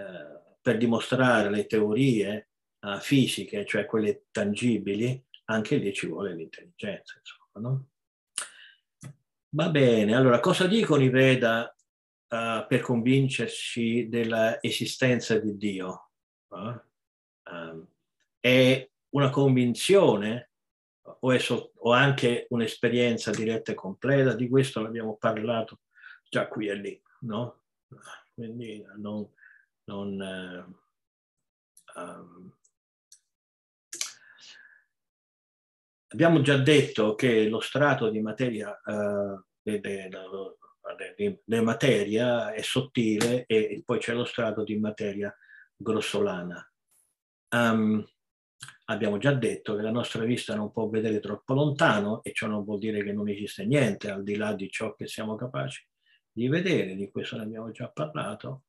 le teorie fisiche, cioè quelle tangibili, anche lì ci vuole l'intelligenza, insomma, no? Va bene, allora cosa dicono i Veda per convincerci dell'esistenza di Dio? È una convinzione o anche un'esperienza diretta e completa? Di questo l'abbiamo parlato già qui e lì, no? Quindi abbiamo già detto che lo strato di materia materia è sottile e poi c'è lo strato di materia grossolana. Abbiamo già detto che la nostra vista non può vedere troppo lontano, e ciò non vuol dire che non esiste niente al di là di ciò che siamo capaci di vedere, di questo ne abbiamo già parlato.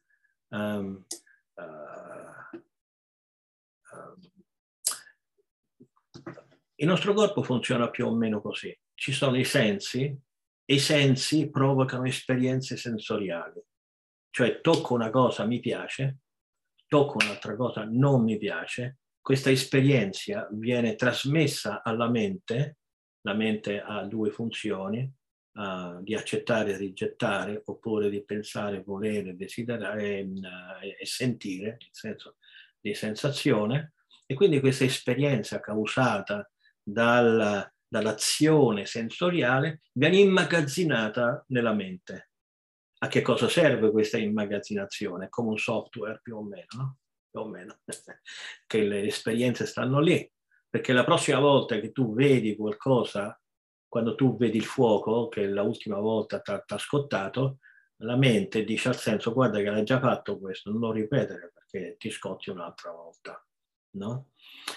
Il nostro corpo funziona più o meno così. Ci sono i sensi, e i sensi provocano esperienze sensoriali. Cioè tocco una cosa, mi piace, tocco un'altra cosa, non mi piace. Questa esperienza viene trasmessa alla mente. La mente ha due funzioni, di accettare e rigettare, oppure di pensare, volere, desiderare e sentire, nel senso di sensazione. E quindi questa esperienza causata dall'azione sensoriale viene immagazzinata nella mente. A che cosa serve questa immagazzinazione? Come un software più o meno, no? Più o meno. Che le esperienze stanno lì, perché la prossima volta che tu vedi qualcosa, quando tu vedi il fuoco, che l'ultima volta ti ha scottato, la mente dice al senso: guarda che l'hai già fatto questo, non lo ripetere perché ti scotti un'altra volta. no?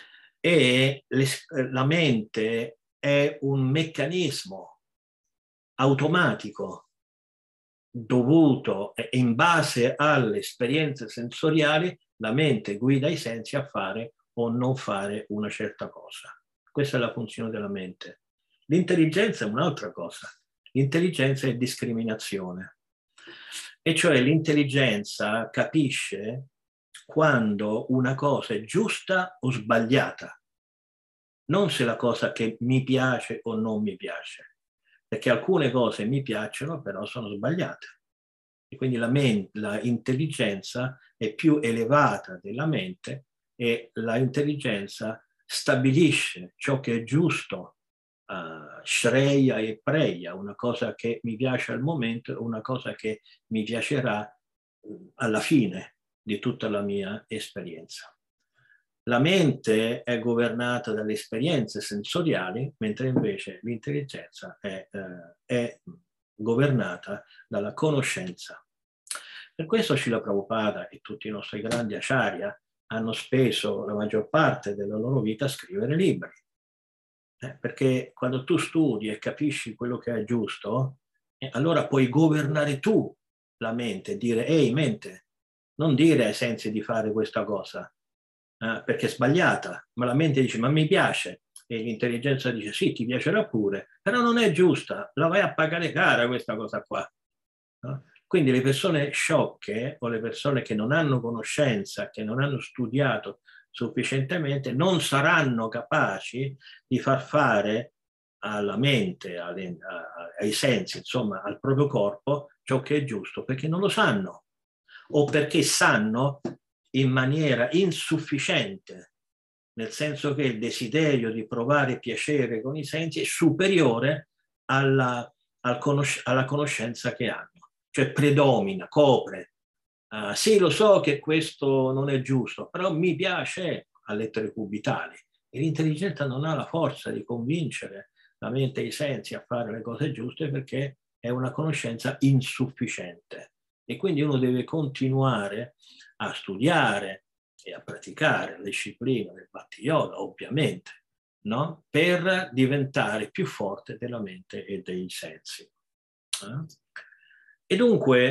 E la mente è un meccanismo automatico dovuto in base alle esperienze sensoriali. La mente guida i sensi a fare o non fare una certa cosa. Questa è la funzione della mente. L'intelligenza è un'altra cosa. L'intelligenza è discriminazione, e cioè l'intelligenza capisce quando una cosa è giusta o sbagliata, non se la cosa che mi piace o non mi piace, perché alcune cose mi piacciono però sono sbagliate. E quindi la intelligenza è più elevata della mente, e la intelligenza stabilisce ciò che è giusto, shreya e preya, una cosa che mi piace al momento e una cosa che mi piacerà alla fine di tutta la mia esperienza. La mente è governata dalle esperienze sensoriali, mentre invece l'intelligenza è governata dalla conoscenza. Per questo Srila Prabhupada e tutti i nostri grandi acharya hanno speso la maggior parte della loro vita a scrivere libri. Perché quando tu studi e capisci quello che è giusto, allora puoi governare tu la mente, dire: ehi mente, non dire ai sensi di fare questa cosa, perché è sbagliata, ma la mente dice: ma mi piace, e l'intelligenza dice: sì, ti piacerà pure, però non è giusta, la vai a pagare cara questa cosa qua. No? Quindi le persone sciocche o le persone che non hanno conoscenza, che non hanno studiato sufficientemente, non saranno capaci di far fare alla mente, ai sensi, insomma al proprio corpo, ciò che è giusto, perché non lo sanno, o perché sanno in maniera insufficiente, nel senso che il desiderio di provare piacere con i sensi è superiore alla conoscenza che hanno, cioè predomina, copre. Sì, lo so che questo non è giusto, però mi piace a lettere cubitali, e l'intelligenza non ha la forza di convincere la mente e i sensi a fare le cose giuste, perché è una conoscenza insufficiente, e quindi uno deve continuare a studiare e a praticare la disciplina del Bhakti Yoga, ovviamente, no? Per diventare più forte della mente e dei sensi. E dunque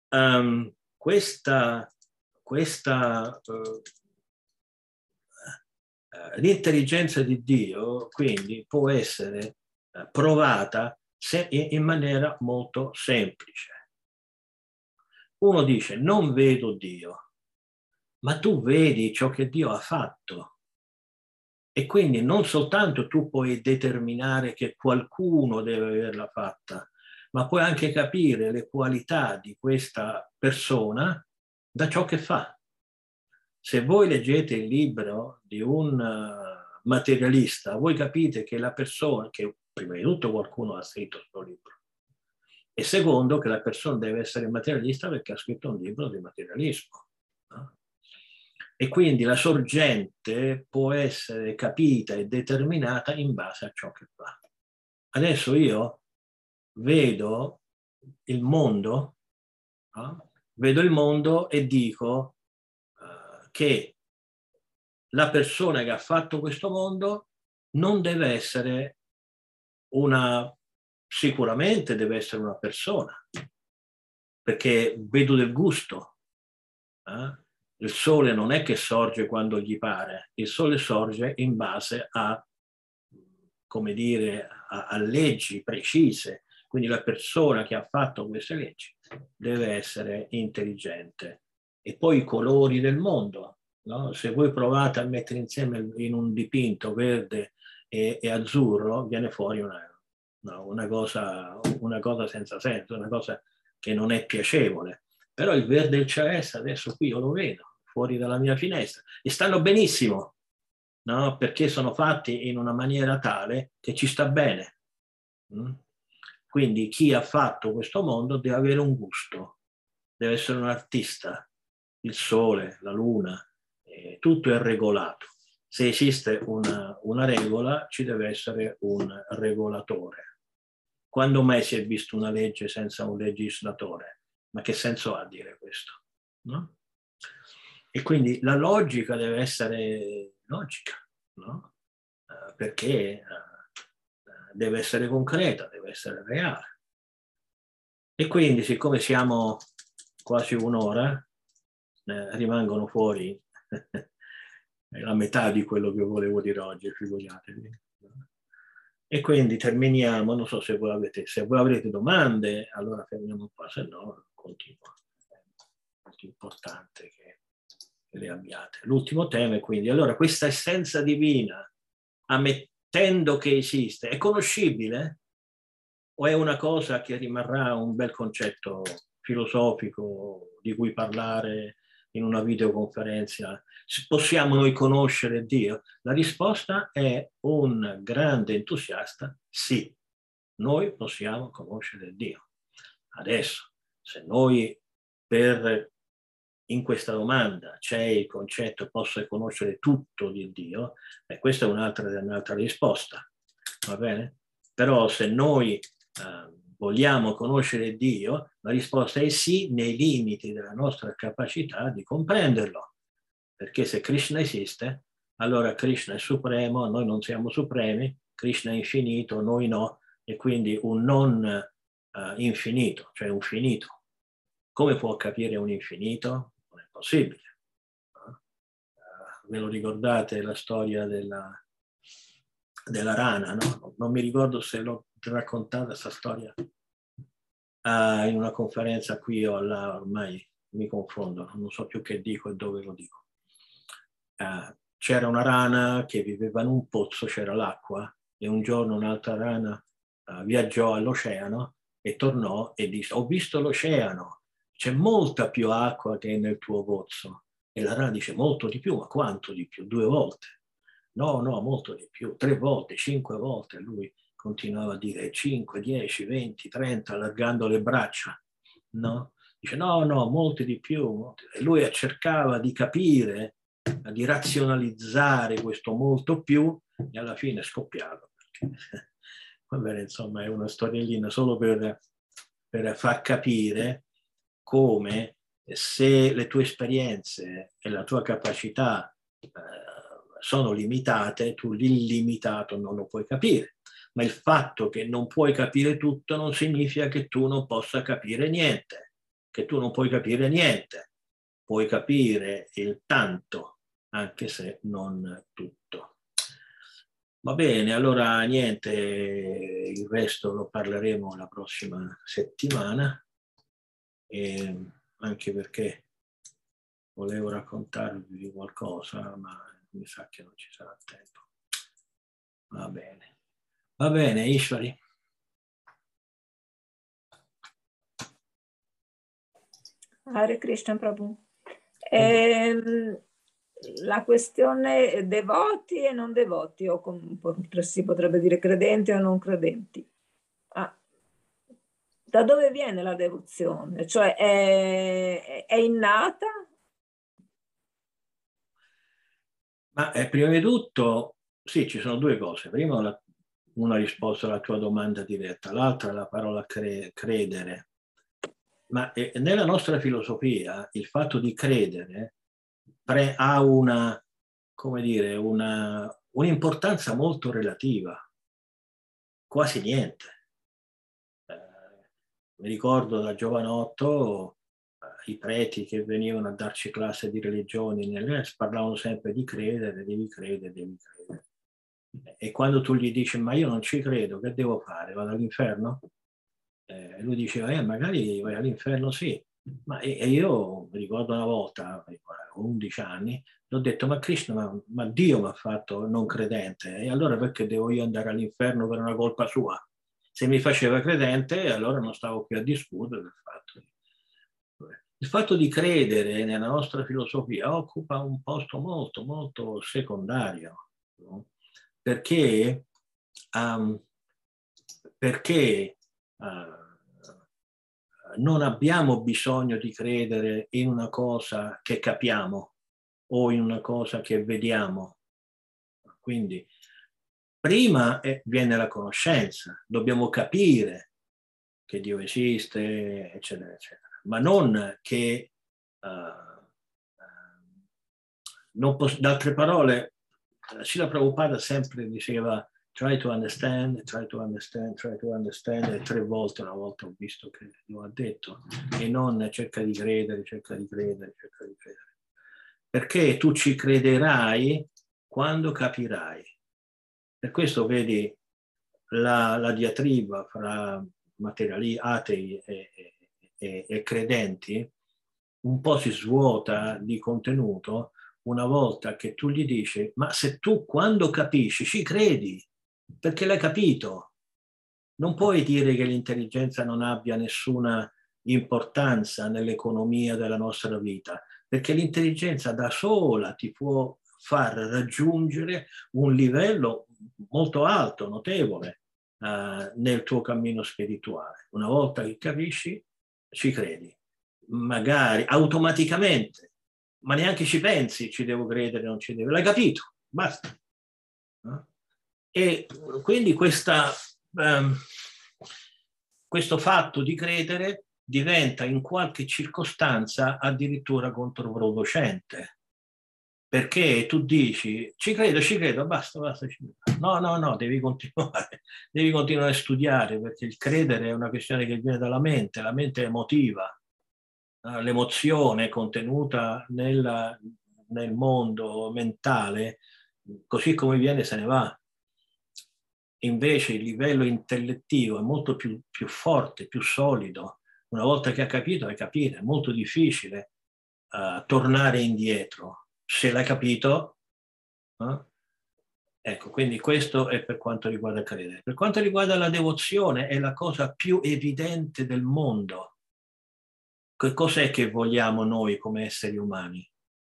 l'intelligenza di Dio quindi può essere provata in maniera molto semplice. Uno dice: non vedo Dio, ma tu vedi ciò che Dio ha fatto, e quindi non soltanto tu puoi determinare che qualcuno deve averla fatta, ma puoi anche capire le qualità di questa persona da ciò che fa. Se voi leggete il libro di un materialista, voi capite che la persona, che prima di tutto qualcuno ha scritto questo libro, e secondo che la persona deve essere materialista perché ha scritto un libro di materialismo. No? E quindi la sorgente può essere capita e determinata in base a ciò che fa. Adesso io vedo il mondo, no? Vedo il mondo e dico che la persona che ha fatto questo mondo non deve essere sicuramente deve essere una persona, perché vedo del gusto. Il sole non è che sorge quando gli pare, il sole sorge in base a, come dire, a leggi precise. Quindi la persona che ha fatto queste leggi deve essere intelligente. E poi i colori del mondo, no? Se voi provate a mettere insieme in un dipinto verde e azzurro, viene fuori una cosa senza senso, una cosa che non è piacevole. Però il verde e il celeste adesso qui io lo vedo fuori dalla mia finestra e stanno benissimo, no? Perché sono fatti in una maniera tale che ci sta bene. Quindi chi ha fatto questo mondo deve avere un gusto, deve essere un artista. Il sole, la luna, tutto è regolato. Se esiste una regola, ci deve essere un regolatore. Quando mai si è visto una legge senza un legislatore? Ma che senso ha dire questo? No? E quindi la logica deve essere logica, no? Perché deve essere concreta, deve essere reale. E quindi, siccome siamo quasi un'ora, rimangono fuori la metà di quello che volevo dire oggi, figuratevi. E quindi terminiamo, non so se voi avrete domande, allora fermiamo qua, se no continuo. È molto importante che le abbiate. L'ultimo tema è quindi, allora, questa essenza divina, ammettendo che esiste, è conoscibile? O è una cosa che rimarrà un bel concetto filosofico di cui parlare in una videoconferenza? Possiamo noi conoscere Dio? La risposta è un grande entusiasta, sì, noi possiamo conoscere Dio. Adesso, se noi in questa domanda c'è il concetto posso conoscere tutto di Dio, questa è un'altra risposta, va bene? Però se noi vogliamo conoscere Dio, la risposta è sì, nei limiti della nostra capacità di comprenderlo. Perché se Krishna esiste, allora Krishna è supremo, noi non siamo supremi, Krishna è infinito, noi no, e quindi un non infinito, cioè un finito. Come può capire un infinito? Non è possibile. Ve lo ricordate la storia della rana, no? Non mi ricordo se l'ho raccontata questa storia in una conferenza qui o là, ormai mi confondo, non so più che dico e dove lo dico. C'era una rana che viveva in un pozzo, c'era l'acqua, e un giorno un'altra rana viaggiò all'oceano e tornò e disse: ho visto l'oceano, c'è molta più acqua che nel tuo pozzo. E la rana dice: molto di più, ma quanto di più? 2 volte? No, molto di più, 3 volte, 5 volte. Lui continuava a dire 5, 10, 20, 30, allargando le braccia, no? Dice no, molti di più. E lui cercava di capire, di razionalizzare questo molto più, e alla fine scoppiava. Va bene, insomma, è una storiellina solo per far capire come se le tue esperienze e la tua capacità sono limitate, tu l'illimitato non lo puoi capire. Ma il fatto che non puoi capire tutto non significa che tu non possa capire niente, che tu non puoi capire niente. Puoi capire il tanto, anche se non tutto. Va bene, allora niente, il resto lo parleremo la prossima settimana, e anche perché volevo raccontarvi qualcosa, ma mi sa che non ci sarà tempo. Va bene, Ishvari. Hare Krishna Prabhu. La questione devoti e non devoti, o si potrebbe dire credenti o non credenti. Da dove viene la devozione? Cioè è innata? Ma prima di tutto, sì, ci sono 2 cose. Prima una risposta alla tua domanda diretta, l'altra la parola credere. Ma nella nostra filosofia il fatto di credere ha un'importanza molto relativa, quasi niente. Mi ricordo da giovanotto i preti che venivano a darci classe di religioni parlavano sempre di credere, devi credere, devi credere. E quando tu gli dici ma io non ci credo, che devo fare? Vado all'inferno? Lui diceva magari vai all'inferno, sì. Ma io mi ricordo una volta, ho 11 anni, gli ho detto ma Krishna, ma Dio mi ha fatto non credente, e allora perché devo io andare all'inferno per una colpa sua? Se mi faceva credente, allora non stavo più a discutere del fatto. Il fatto di credere nella nostra filosofia occupa un posto molto, molto secondario, no? Perché non abbiamo bisogno di credere in una cosa che capiamo o in una cosa che vediamo. Quindi prima viene la conoscenza, dobbiamo capire che Dio esiste, eccetera, eccetera, ma non che, in altre parole, Srila Prabhupada sempre diceva try to understand, try to understand, try to understand, e 3 volte, una volta ho visto che lo ha detto, e non cerca di credere, cerca di credere, cerca di credere. Perché tu ci crederai quando capirai. Per questo vedi la diatriba fra materiali atei e credenti un po' si svuota di contenuto una volta che tu gli dici ma se tu quando capisci ci credi perché l'hai capito. Non puoi dire che l'intelligenza non abbia nessuna importanza nell'economia della nostra vita, perché l'intelligenza da sola ti può far raggiungere un livello molto alto, notevole, nel tuo cammino spirituale. Una volta che capisci, ci credi. Magari automaticamente, ma neanche ci pensi, ci devo credere, non ci devo. L'hai capito, basta. E quindi questo fatto di credere diventa in qualche circostanza addirittura controproducente, perché tu dici ci credo, basta, no, devi continuare a studiare, perché il credere è una questione che viene dalla mente, la mente è emotiva, l'emozione contenuta nel mondo mentale, così come viene se ne va. Invece il livello intellettivo è molto più forte, più solido. Una volta che hai capito, è molto difficile tornare indietro. Se l'hai capito, ecco, quindi questo è per quanto riguarda il credere. Per quanto riguarda la devozione, è la cosa più evidente del mondo. Che cos'è che vogliamo noi come esseri umani?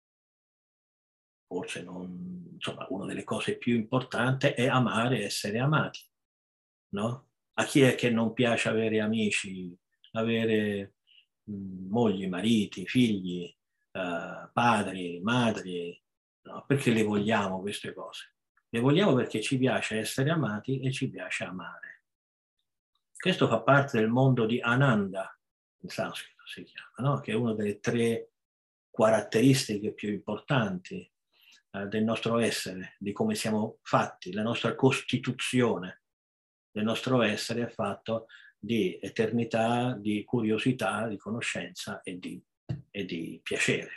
Forse non, insomma, una delle cose più importanti è amare e essere amati, no? A chi è che non piace avere amici, avere mogli, mariti, figli, padri, madri, no? Perché le vogliamo queste cose? Le vogliamo perché ci piace essere amati e ci piace amare. Questo fa parte del mondo di Ananda, in sanscrito si chiama, no? Che è una delle 3 caratteristiche più importanti del nostro essere, di come siamo fatti. La nostra costituzione del nostro essere è fatto di eternità, di curiosità, di conoscenza e di piacere.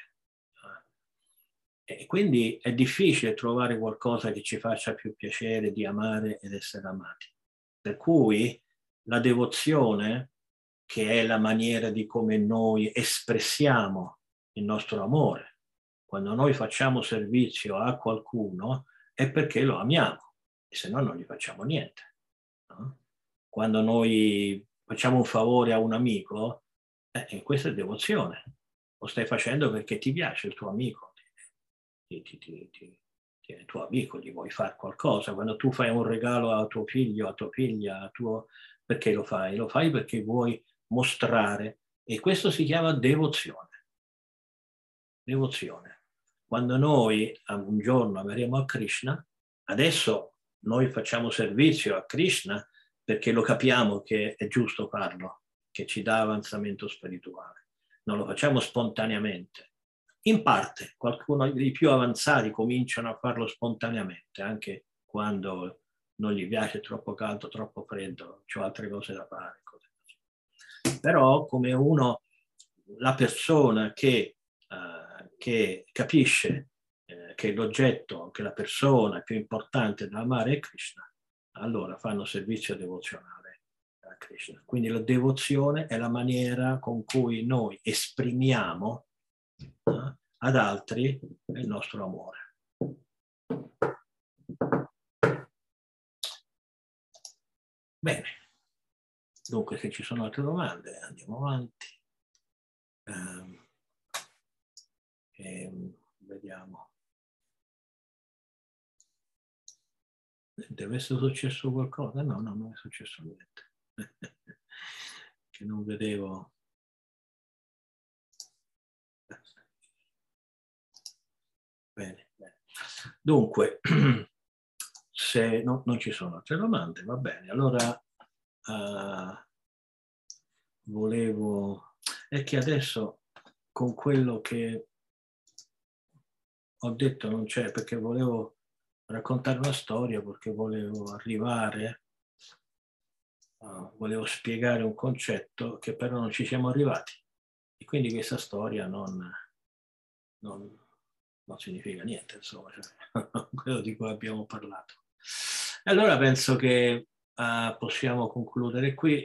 E quindi è difficile trovare qualcosa che ci faccia più piacere di amare ed essere amati. Per cui la devozione, che è la maniera di come noi espressiamo il nostro amore, quando noi facciamo servizio a qualcuno è perché lo amiamo, e se no non gli facciamo niente. No? Quando noi facciamo un favore a un amico, questa è devozione. Lo stai facendo perché ti piace il tuo amico, il tuo amico, gli vuoi fare qualcosa. Quando tu fai un regalo a tuo figlio, a tua figlia, perché lo fai? Lo fai perché vuoi mostrare, e questo si chiama devozione. Devozione. Quando noi un giorno ameremo a Krishna, adesso noi facciamo servizio a Krishna perché lo capiamo che è giusto farlo, che ci dà avanzamento spirituale. Non lo facciamo spontaneamente. In parte, qualcuno dei più avanzati cominciano a farlo spontaneamente, anche quando non gli piace troppo caldo, troppo freddo, c'ho altre cose da fare. Cose così. Però come la persona che capisce che l'oggetto, che la persona più importante da amare è Krishna, allora fanno servizio devozionale a Krishna. Quindi la devozione è la maniera con cui noi esprimiamo ad altri il nostro amore. Bene, dunque se ci sono altre domande andiamo avanti. Vediamo. Deve essere successo qualcosa? No, non è successo niente. Che non vedevo. Bene. Dunque, se non ci sono altre domande, va bene. Allora, volevo... È che adesso con quello che ho detto non c'è, perché volevo raccontare una storia perché volevo spiegare un concetto che però non ci siamo arrivati. E quindi questa storia non significa niente, insomma, cioè, quello di cui abbiamo parlato. E allora penso che possiamo concludere qui.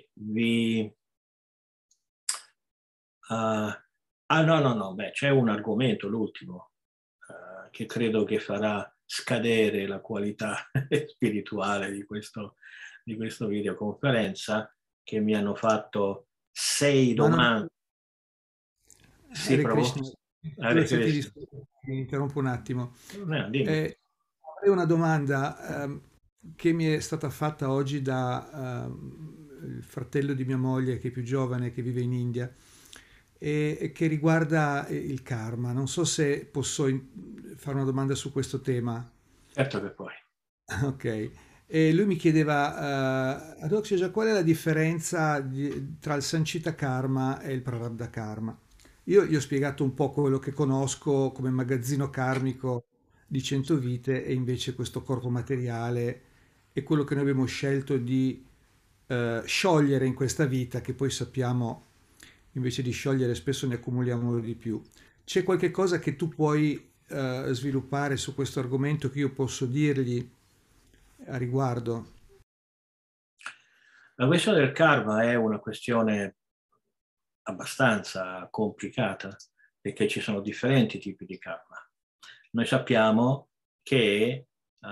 No, c'è un argomento, l'ultimo, che credo che farà scadere la qualità spirituale di questo videoconferenza, che mi hanno fatto 6 domande. Sì, Hare Krishna. Mi interrompo un attimo. È una domanda che mi è stata fatta oggi da il fratello di mia moglie, che è più giovane, che vive in India, e che riguarda il karma. Non so se posso fare una domanda su questo tema. Certo che puoi. Ok. E lui mi chiedeva, Adokshaja, qual è la differenza tra il Sanchita Karma e il Prarabdha Karma? Io gli ho spiegato un po' quello che conosco come magazzino karmico di 100 vite, e invece questo corpo materiale è quello che noi abbiamo scelto di sciogliere in questa vita, che poi sappiamo invece di sciogliere spesso ne accumuliamo di più. C'è qualche cosa che tu puoi sviluppare su questo argomento, che io posso dirgli a riguardo? La questione del karma è una questione abbastanza complicata, perché ci sono differenti tipi di karma. Noi sappiamo che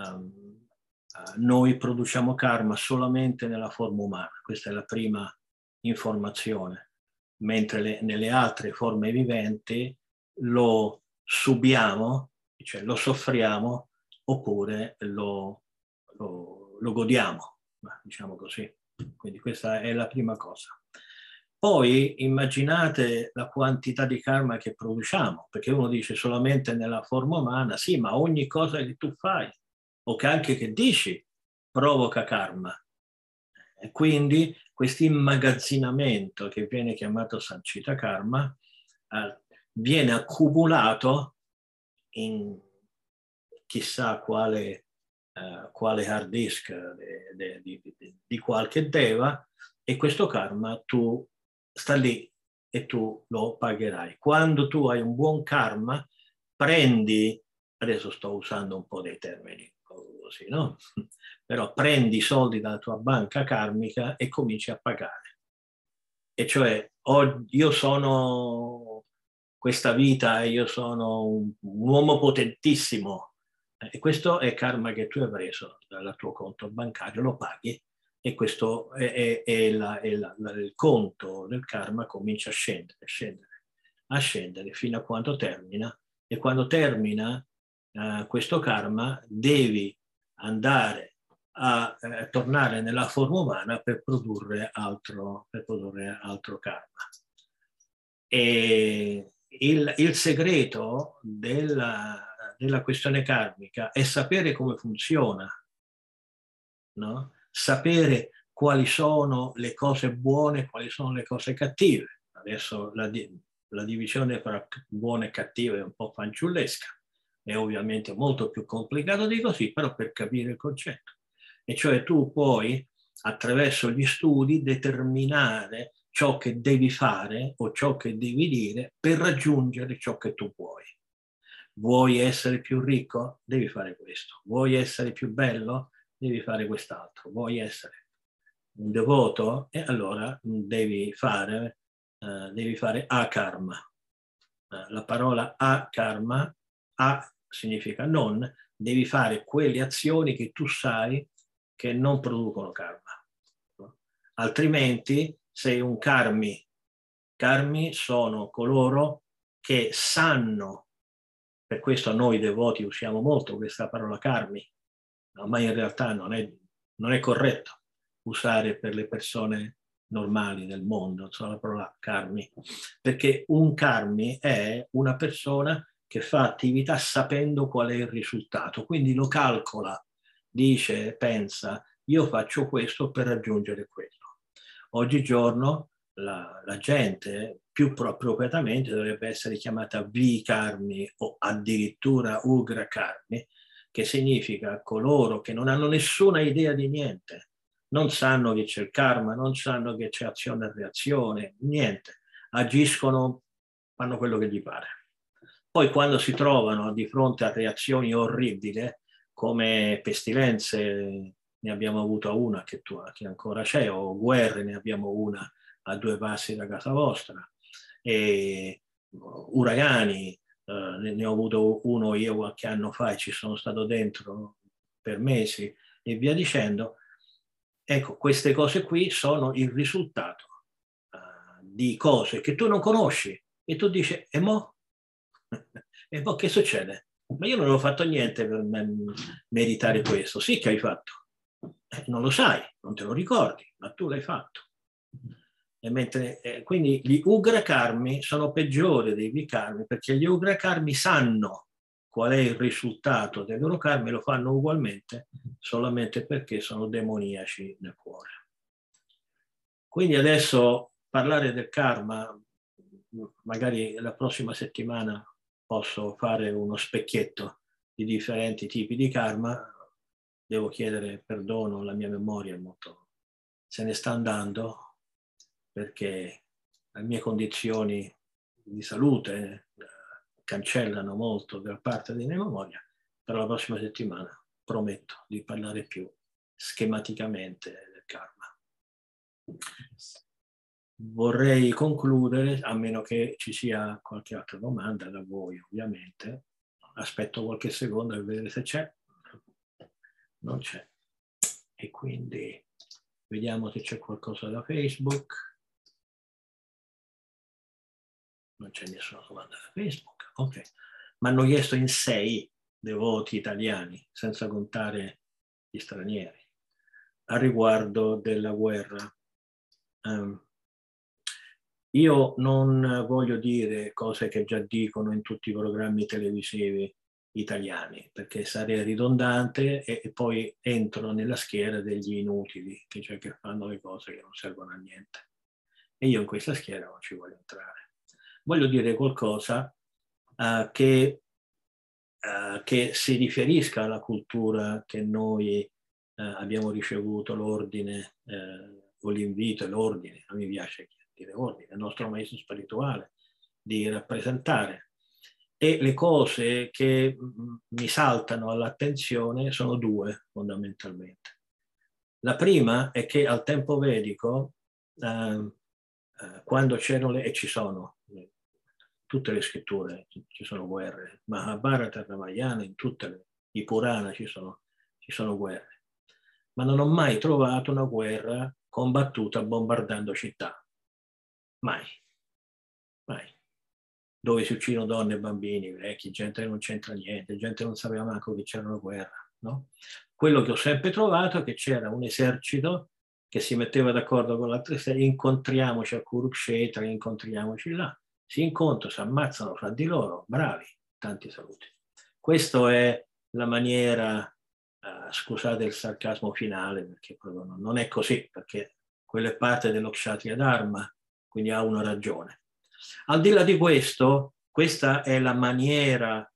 noi produciamo karma solamente nella forma umana, questa è la prima informazione, mentre nelle altre forme viventi lo subiamo, cioè lo soffriamo, oppure lo godiamo, diciamo così. Quindi questa è la prima cosa. Poi immaginate la quantità di karma che produciamo, perché uno dice solamente nella forma umana, sì, ma ogni cosa che tu fai o che anche che dici provoca karma. E quindi questo immagazzinamento, che viene chiamato Sanchita Karma, viene accumulato in chissà quale hard disk di qualche deva, e questo karma tu sta lì e tu lo pagherai. Quando tu hai un buon karma, prendi, adesso sto usando un po' dei termini così, no? Però prendi i soldi dalla tua banca karmica e cominci a pagare. E cioè, io sono questa vita e io sono un uomo potentissimo, e questo è karma che tu hai preso dal tuo conto bancario, lo paghi, e questo il conto del karma comincia a scendere fino a quando termina, e quando termina questo karma devi andare a tornare nella forma umana per produrre altro karma. E il segreto della questione karmica è sapere come funziona, no? Sapere quali sono le cose buone e quali sono le cose cattive. Adesso la divisione tra buone e cattive è un po' fanciullesca, è ovviamente molto più complicato di così, però per capire il concetto. E cioè tu puoi, attraverso gli studi, determinare ciò che devi fare o ciò che devi dire per raggiungere ciò che tu vuoi. Vuoi essere più ricco? Devi fare questo. Vuoi essere più bello? Devi fare quest'altro. Vuoi essere un devoto? E allora devi fare akarma. La parola akarma, a significa non, devi fare quelle azioni che tu sai che non producono karma. Altrimenti sei un karmi. Karmi sono coloro che sanno, per questo noi devoti usiamo molto questa parola karmi, no, ma in realtà non è corretto usare per le persone normali del mondo la parola karmi, perché un karmi è una persona che fa attività sapendo qual è il risultato, quindi lo calcola, dice, pensa, io faccio questo per raggiungere quello. Oggigiorno la gente più appropriatamente dovrebbe essere chiamata vikarmi o addirittura ugra karmi, che significa coloro che non hanno nessuna idea di niente, non sanno che c'è il karma, non sanno che c'è azione e reazione, niente, agiscono, fanno quello che gli pare. Poi quando si trovano di fronte a reazioni orribili, come pestilenze, ne abbiamo avuta una che ancora c'è, o guerre, ne abbiamo una a 2 passi da casa vostra, e uragani, ne ho avuto uno io qualche anno fa e ci sono stato dentro per mesi e via dicendo. Ecco, queste cose qui sono il risultato di cose che tu non conosci e tu dici, e mo? E mo che succede? Ma io non ho fatto niente per meritare questo. Sì che hai fatto. Non lo sai, non te lo ricordi, ma tu l'hai fatto. E mentre, quindi gli ugrakarmi sono peggiori dei vikarmi, perché gli ugrakarmi sanno qual è il risultato dei loro karmi, lo fanno ugualmente, solamente perché sono demoniaci nel cuore. Quindi adesso parlare del karma, magari la prossima settimana posso fare uno specchietto di differenti tipi di karma. Devo chiedere perdono, la mia memoria molto se ne sta andando, perché le mie condizioni di salute cancellano molto gran parte della mia memoria, però la prossima settimana prometto di parlare più schematicamente del karma. Vorrei concludere, a meno che ci sia qualche altra domanda da voi, ovviamente. Aspetto qualche secondo per vedere se c'è. Non c'è. E quindi vediamo se c'è qualcosa da Facebook. Non c'è nessuna domanda da Facebook. Ok. Mi hanno chiesto in 6 devoti italiani, senza contare gli stranieri, a riguardo della guerra. Io non voglio dire cose che già dicono in tutti i programmi televisivi italiani, perché sarei ridondante e poi entro nella schiera degli inutili, cioè che fanno le cose che non servono a niente. E io in questa schiera non ci voglio entrare. Voglio dire qualcosa che si riferisca alla cultura che noi abbiamo ricevuto, l'ordine o l'invito, l'ordine, a me piace dire ordine, il nostro maestro spirituale, di rappresentare. E le cose che mi saltano all'attenzione sono 2 fondamentalmente. La prima è che al tempo vedico, quando c'erano e ci sono tutte le scritture, ci sono guerre, Mahabharata, Ramayana, in tutte i Purana ci sono guerre, ma non ho mai trovato una guerra combattuta bombardando città. Mai. Dove si uccidono donne e bambini, vecchi, gente che non c'entra niente, gente che non sapeva manco che c'era una guerra, no? Quello che ho sempre trovato è che c'era un esercito che si metteva d'accordo con l'altra sera, incontriamoci a Kurukshetra, incontriamoci là, si incontrano, si ammazzano fra di loro, bravi, tanti saluti. Questa è la maniera, scusate il sarcasmo finale, perché proprio non è così, perché quella è parte dello Kshatriya Dharma, quindi ha una ragione. Al di là di questo, questa è la maniera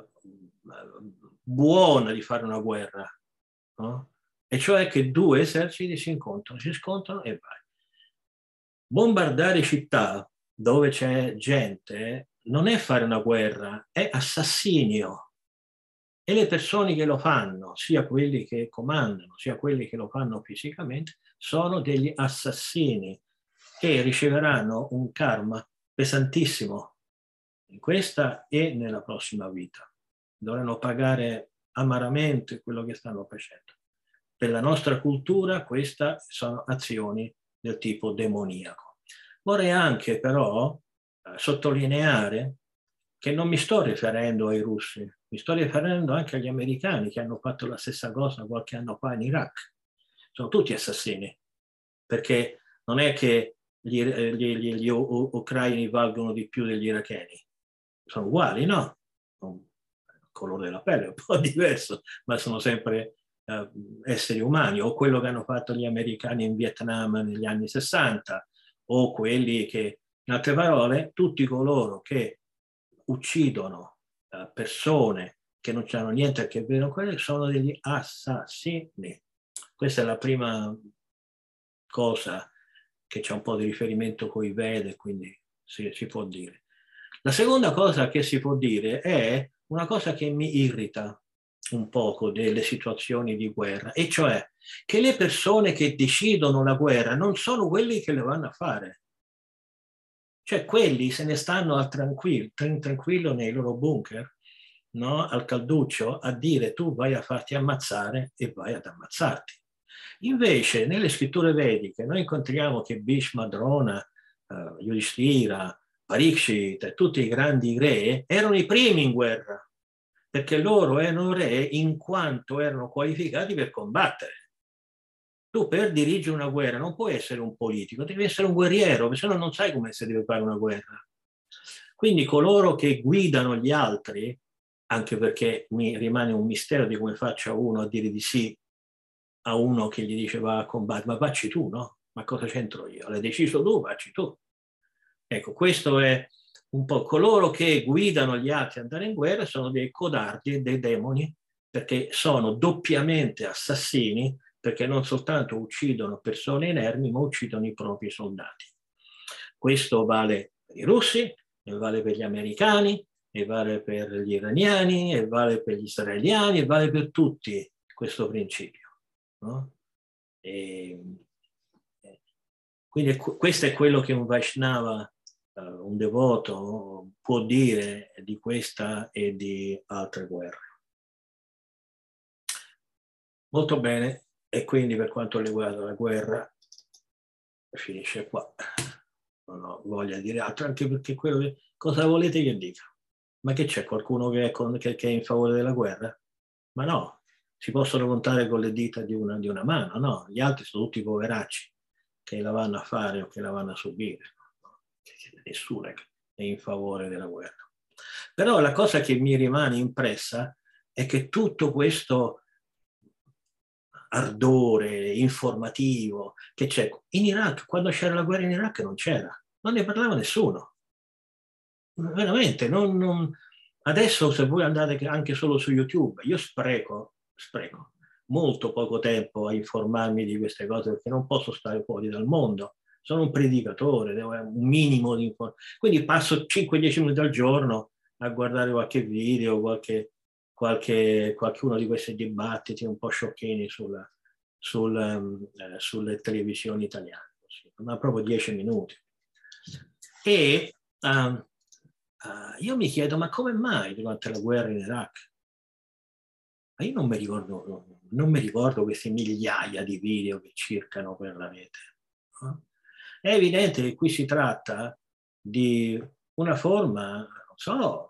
buona di fare una guerra, no? E cioè che 2 eserciti si incontrano, si scontrano e vai. Bombardare città dove c'è gente non è fare una guerra, è assassinio. E le persone che lo fanno, sia quelli che comandano, sia quelli che lo fanno fisicamente, sono degli assassini che riceveranno un karma pesantissimo in questa e nella prossima vita. Dovranno pagare amaramente quello che stanno facendo. Per la nostra cultura queste sono azioni del tipo demoniaco. Vorrei anche però sottolineare che non mi sto riferendo ai russi, mi sto riferendo anche agli americani che hanno fatto la stessa cosa qualche anno fa in Iraq. Sono tutti assassini, perché non è che gli ucraini valgono di più degli iracheni. Sono uguali, no? Il colore della pelle è un po' diverso, ma sono sempre esseri umani, o quello che hanno fatto gli americani in Vietnam negli anni 60, o quelli che, in altre parole, tutti coloro che uccidono persone che non hanno niente a che vedere con quelli, sono degli assassini. Questa è la prima cosa che c'è un po' di riferimento con i Veda, quindi si può dire. La seconda cosa che si può dire è una cosa che mi irrita un poco delle situazioni di guerra, e cioè che le persone che decidono la guerra non sono quelli che le vanno a fare. Cioè quelli se ne stanno al tranquillo nei loro bunker, no? Al calduccio, a dire tu vai a farti ammazzare e vai ad ammazzarti. Invece nelle scritture vediche noi incontriamo che Bhishma, Drona, Yudhishthira, Parikshit e tutti i grandi re erano i primi in guerra, perché loro erano re in quanto erano qualificati per combattere. Tu per dirigere una guerra non puoi essere un politico, devi essere un guerriero, perché se no non sai come si deve fare una guerra. Quindi coloro che guidano gli altri, anche perché mi rimane un mistero di come faccia uno a dire di sì a uno che gli dice va a combattere, ma facci tu, no? Ma cosa c'entro io? L'hai deciso tu, facci tu. Ecco, questo è un po' coloro che guidano gli altri ad andare in guerra sono dei codardi, dei demoni, perché sono doppiamente assassini, perché non soltanto uccidono persone inermi, ma uccidono i propri soldati. Questo vale per i russi, e vale per gli americani, e vale per gli iraniani, e vale per gli israeliani, e vale per tutti questo principio. No? Quindi questo è quello che un Vaishnava, un devoto, può dire di questa e di altre guerre. Molto bene, e quindi per quanto riguarda la guerra finisce qua. Non ho voglia di dire altro, anche perché quello che cosa volete che dica? Ma che c'è qualcuno che è in favore della guerra? Ma no, si possono contare con le dita di una mano, no? Gli altri sono tutti poveracci che la vanno a fare o che la vanno a subire. Nessuno è in favore della guerra. Però la cosa che mi rimane impressa è che tutto questo ardore informativo che c'è in Iraq, quando c'era la guerra in Iraq non c'era, non ne parlava nessuno. Veramente, adesso se voi andate anche solo su YouTube, io spreco molto poco tempo a informarmi di queste cose perché non posso stare fuori dal mondo. Sono un predicatore, devo avere un minimo di informazione. Quindi passo 5-10 minuti al giorno a guardare qualche video, qualcuno di questi dibattiti un po' sciocchini sulle televisioni italiane. Ma proprio 10 minuti. E io mi chiedo, ma come mai durante la guerra in Iraq? Ma io non mi ricordo queste migliaia di video che circano per la rete. No? È evidente che qui si tratta di una forma, non so,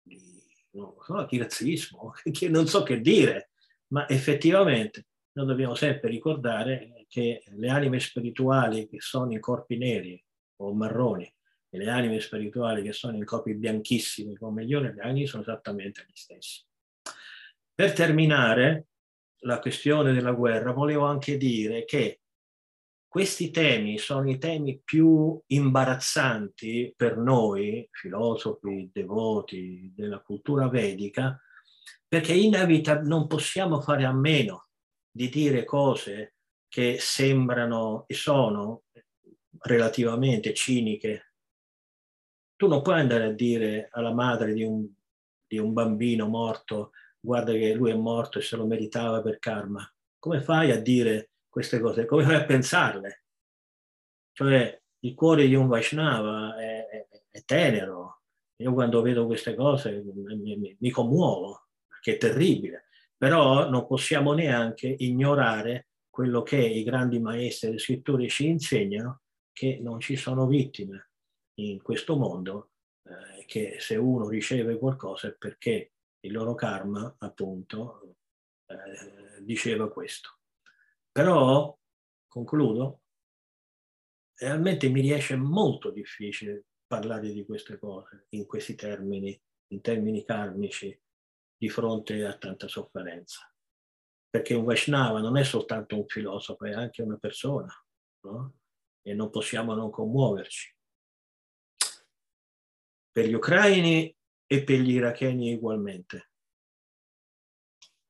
di razzismo, che non so che dire, ma effettivamente noi dobbiamo sempre ricordare che le anime spirituali che sono in corpi neri o marroni e le anime spirituali che sono in corpi bianchissimi come gli organi sono esattamente gli stessi. Per terminare la questione della guerra, volevo anche dire che questi temi sono i temi più imbarazzanti per noi, filosofi, devoti della cultura vedica, perché non possiamo fare a meno di dire cose che sembrano e sono relativamente ciniche. Tu non puoi andare a dire alla madre di un bambino morto: guarda che lui è morto e se lo meritava per karma. Come fai a dire queste cose? Come fai a pensarle? Cioè, il cuore di un Vaishnava è tenero. Io quando vedo queste cose mi commuovo, perché è terribile. Però non possiamo neanche ignorare quello che i grandi maestri e scrittori ci insegnano, che non ci sono vittime in questo mondo, che se uno riceve qualcosa è perché il loro karma, appunto, diceva questo. Però, concludo, realmente mi riesce molto difficile parlare di queste cose in questi termini, in termini karmici, di fronte a tanta sofferenza. Perché un Vaishnava non è soltanto un filosofo, è anche una persona, no? E non possiamo non commuoverci. Per gli ucraini e per gli iracheni ugualmente.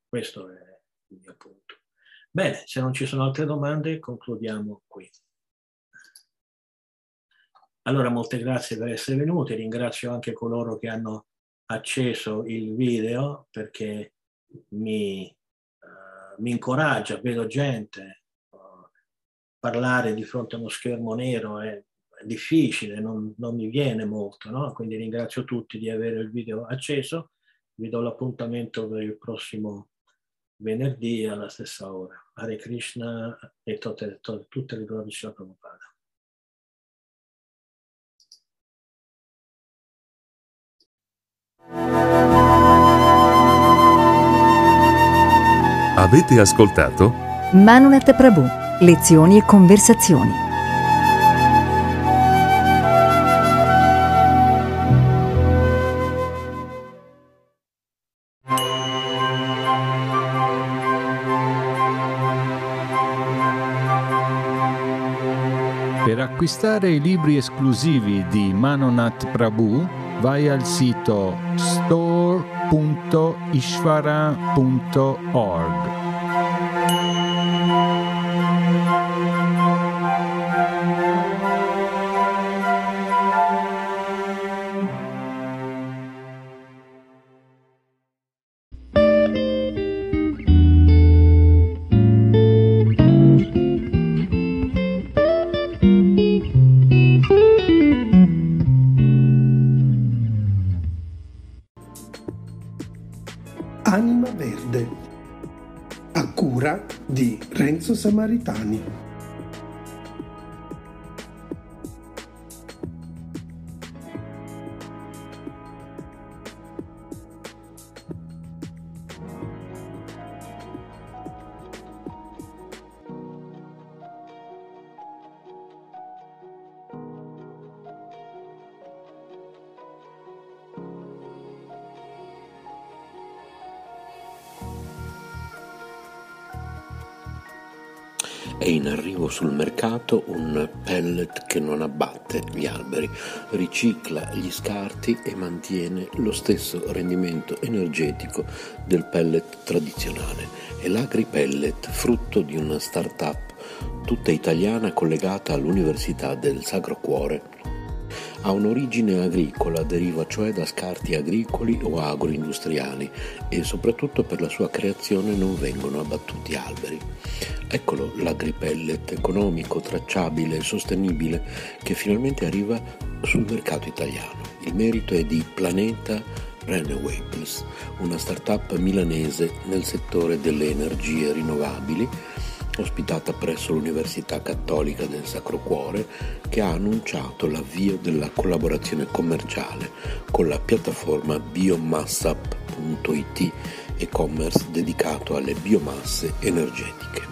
Questo è il mio punto. Bene, se non ci sono altre domande, concludiamo qui. Allora, molte grazie per essere venuti, ringrazio anche coloro che hanno acceso il video, perché mi incoraggia, vedo gente, parlare di fronte a uno schermo nero è difficile, non mi viene molto, no? Quindi ringrazio tutti di avere il video acceso, vi do l'appuntamento per il prossimo venerdì alla stessa ora. Hare Krishna e tutte le glorie di Srila Prabhupada. Avete ascoltato? Manonath Prabhu, lezioni e conversazioni. Per acquistare i libri esclusivi di Manonath Prabhu, vai al sito store.ishvara.org. Anima Verde, a cura di Renzo Samaritani. È in arrivo sul mercato un pellet che non abbatte gli alberi, ricicla gli scarti e mantiene lo stesso rendimento energetico del pellet tradizionale. È l'AgriPellet, frutto di una start-up tutta italiana collegata all'Università del Sacro Cuore. Ha un'origine agricola, deriva cioè da scarti agricoli o agroindustriali e soprattutto per la sua creazione non vengono abbattuti alberi. Eccolo l'AgriPellet economico, tracciabile e sostenibile che finalmente arriva sul mercato italiano. Il merito è di Planeta Renewables, una start-up milanese nel settore delle energie rinnovabili, ospitata presso l'Università Cattolica del Sacro Cuore, che ha annunciato l'avvio della collaborazione commerciale con la piattaforma biomassap.it, e-commerce dedicato alle biomasse energetiche.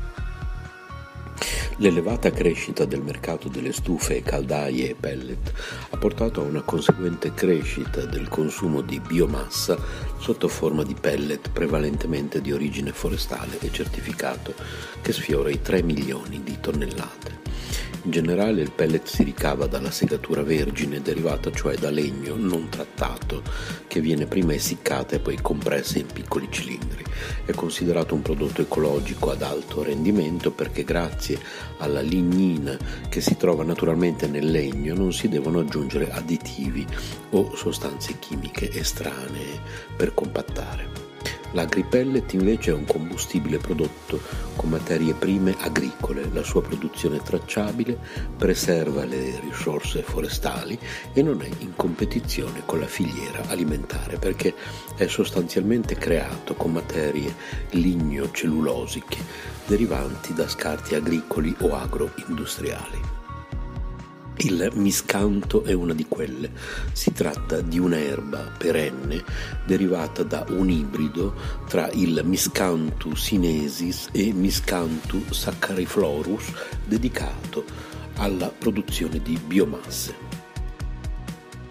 L'elevata crescita del mercato delle stufe e caldaie e pellet ha portato a una conseguente crescita del consumo di biomassa sotto forma di pellet prevalentemente di origine forestale e certificato, che sfiora i 3 milioni di tonnellate. In generale il pellet si ricava dalla segatura vergine, derivata cioè da legno non trattato, che viene prima essiccata e poi compressa in piccoli cilindri. È considerato un prodotto ecologico ad alto rendimento perché grazie alla lignina che si trova naturalmente nel legno non si devono aggiungere additivi o sostanze chimiche estranee per compattare. L'AgriPellet invece è un combustibile prodotto con materie prime agricole, la sua produzione è tracciabile, preserva le risorse forestali e non è in competizione con la filiera alimentare perché è sostanzialmente creato con materie ligno-cellulosiche derivanti da scarti agricoli o agroindustriali. Il miscanto è una di quelle. Si tratta di un'erba perenne derivata da un ibrido tra il Miscanthus sinensis e Miscanthus saccariflorus, dedicato alla produzione di biomasse.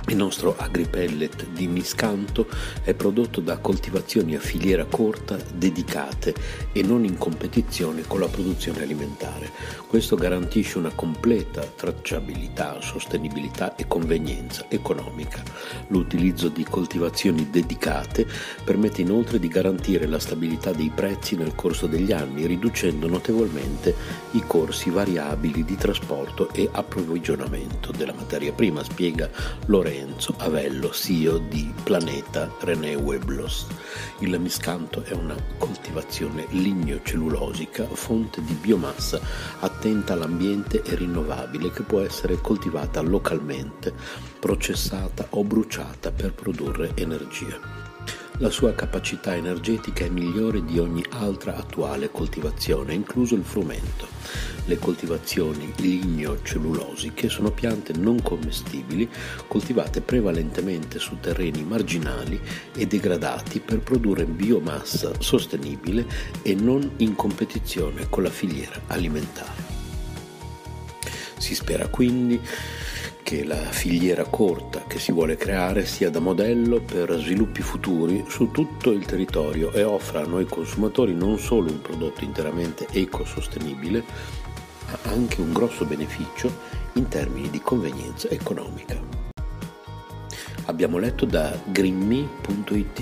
Il nostro agripellet di Miscanto è prodotto da coltivazioni a filiera corta dedicate e non in competizione con la produzione alimentare. Questo garantisce una completa tracciabilità, sostenibilità e convenienza economica. L'utilizzo di coltivazioni dedicate permette inoltre di garantire la stabilità dei prezzi nel corso degli anni, riducendo notevolmente i corsi variabili di trasporto e approvvigionamento della materia prima, spiega Lorenzo Avello, CEO di Planeta René Weblos. Il Miscanto è una coltivazione ligno-cellulosica, fonte di biomassa attenta all'ambiente e rinnovabile, che può essere coltivata localmente, processata o bruciata per produrre energia. La sua capacità energetica è migliore di ogni altra attuale coltivazione, incluso il frumento. Le coltivazioni ligno-cellulosiche sono piante non commestibili coltivate prevalentemente su terreni marginali e degradati per produrre biomassa sostenibile e non in competizione con la filiera alimentare. Si spera quindi che la filiera corta che si vuole creare sia da modello per sviluppi futuri su tutto il territorio e offra a noi consumatori non solo un prodotto interamente ecosostenibile, ma anche un grosso beneficio in termini di convenienza economica. Abbiamo letto da greenme.it.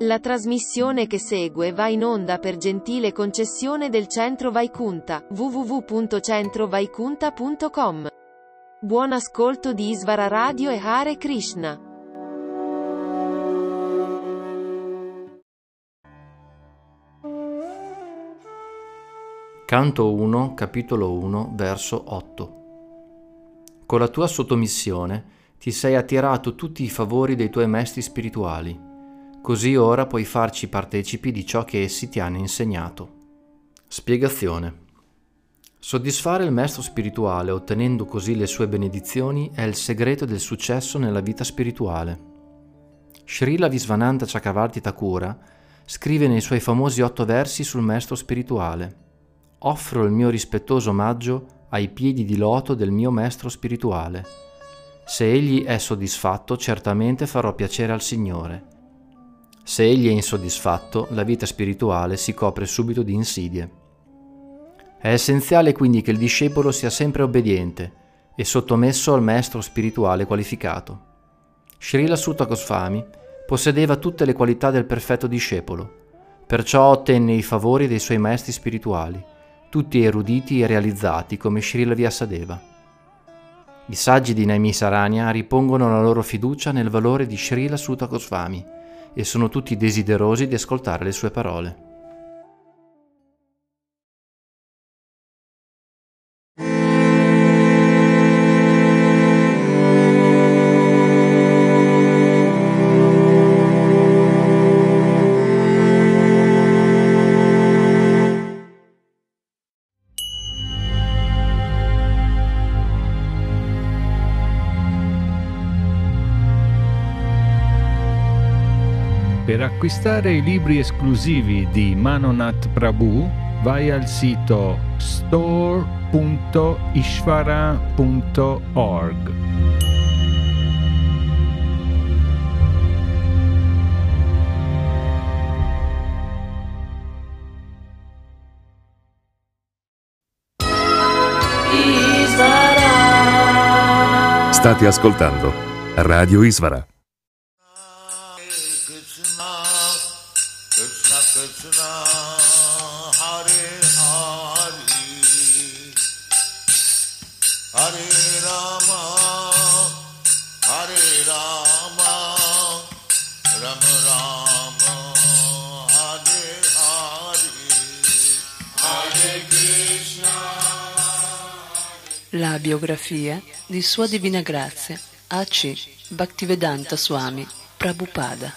La trasmissione che segue va in onda per gentile concessione del Centro Vaikunta, www.centrovaikunta.com. Buon ascolto di Isvara Radio e Hare Krishna. Canto 1, capitolo 1, verso 8. Con la tua sottomissione ti sei attirato tutti i favori dei tuoi maestri spirituali. Così ora puoi farci partecipi di ciò che essi ti hanno insegnato. Spiegazione. Soddisfare il maestro spirituale ottenendo così le sue benedizioni è il segreto del successo nella vita spirituale. Srila Visvananda Chakravarti Thakura scrive nei suoi famosi 8 versi sul maestro spirituale: offro il mio rispettoso omaggio ai piedi di loto del mio maestro spirituale. Se egli è soddisfatto, certamente farò piacere al Signore. Se egli è insoddisfatto, la vita spirituale si copre subito di insidie. È essenziale quindi che il discepolo sia sempre obbediente e sottomesso al maestro spirituale qualificato. Srila Sutta Goswami possedeva tutte le qualità del perfetto discepolo, perciò ottenne i favori dei suoi maestri spirituali, tutti eruditi e realizzati come Srila Vyasadeva. I saggi di Naimisaranya ripongono la loro fiducia nel valore di Srila Sutta Goswami e sono tutti desiderosi di ascoltare le sue parole. Per acquistare i libri esclusivi di Manonath Prabhu, vai al sito store.ishvara.org. State ascoltando Radio Isvara. La biografia di Sua Divina Grazia A.C. Bhaktivedanta Swami Prabhupada.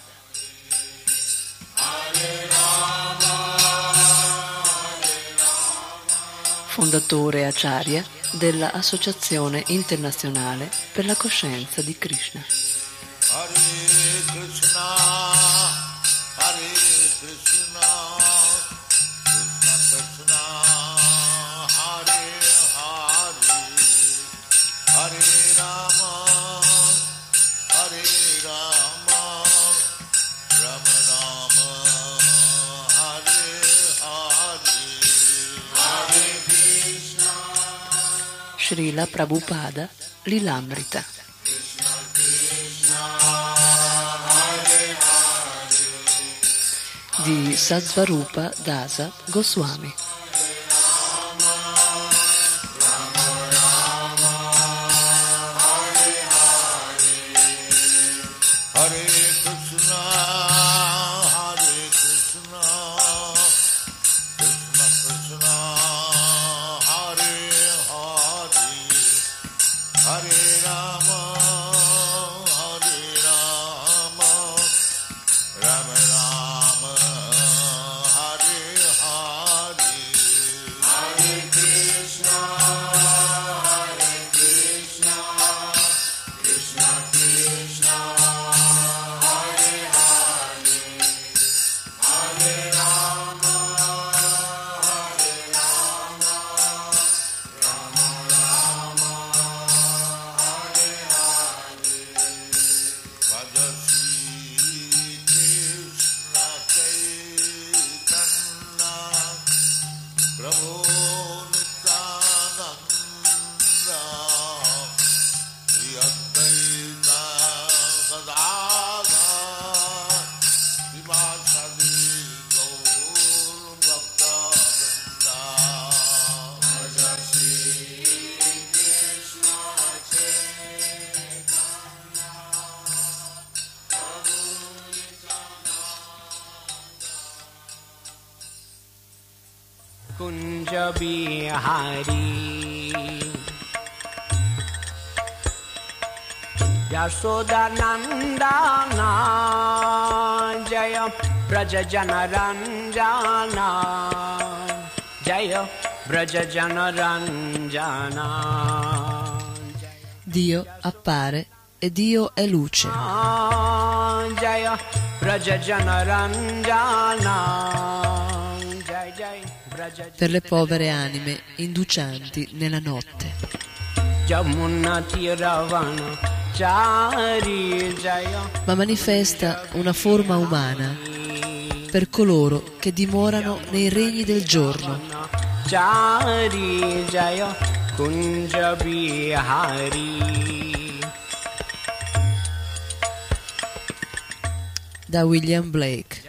Fondatore Acharya della Associazione Internazionale per la Coscienza di Krishna. Srila Prabhupada Lilamrita. Di Satsvarupa Dasa Goswami. Rama Rama Hare Hare Kunja Bihari Yashoda Nandana Jaya Braja Jana Ranjana Jaya Braja Jana Ranjana. Dio appare e Dio è luce. Jaya Braja Jana Ranjana Jaya Jaya Braja Jana. Per le povere anime inducianti nella notte. Jamuna Tiravana ma manifesta una forma umana per coloro che dimorano nei regni del giorno. Da William Blake,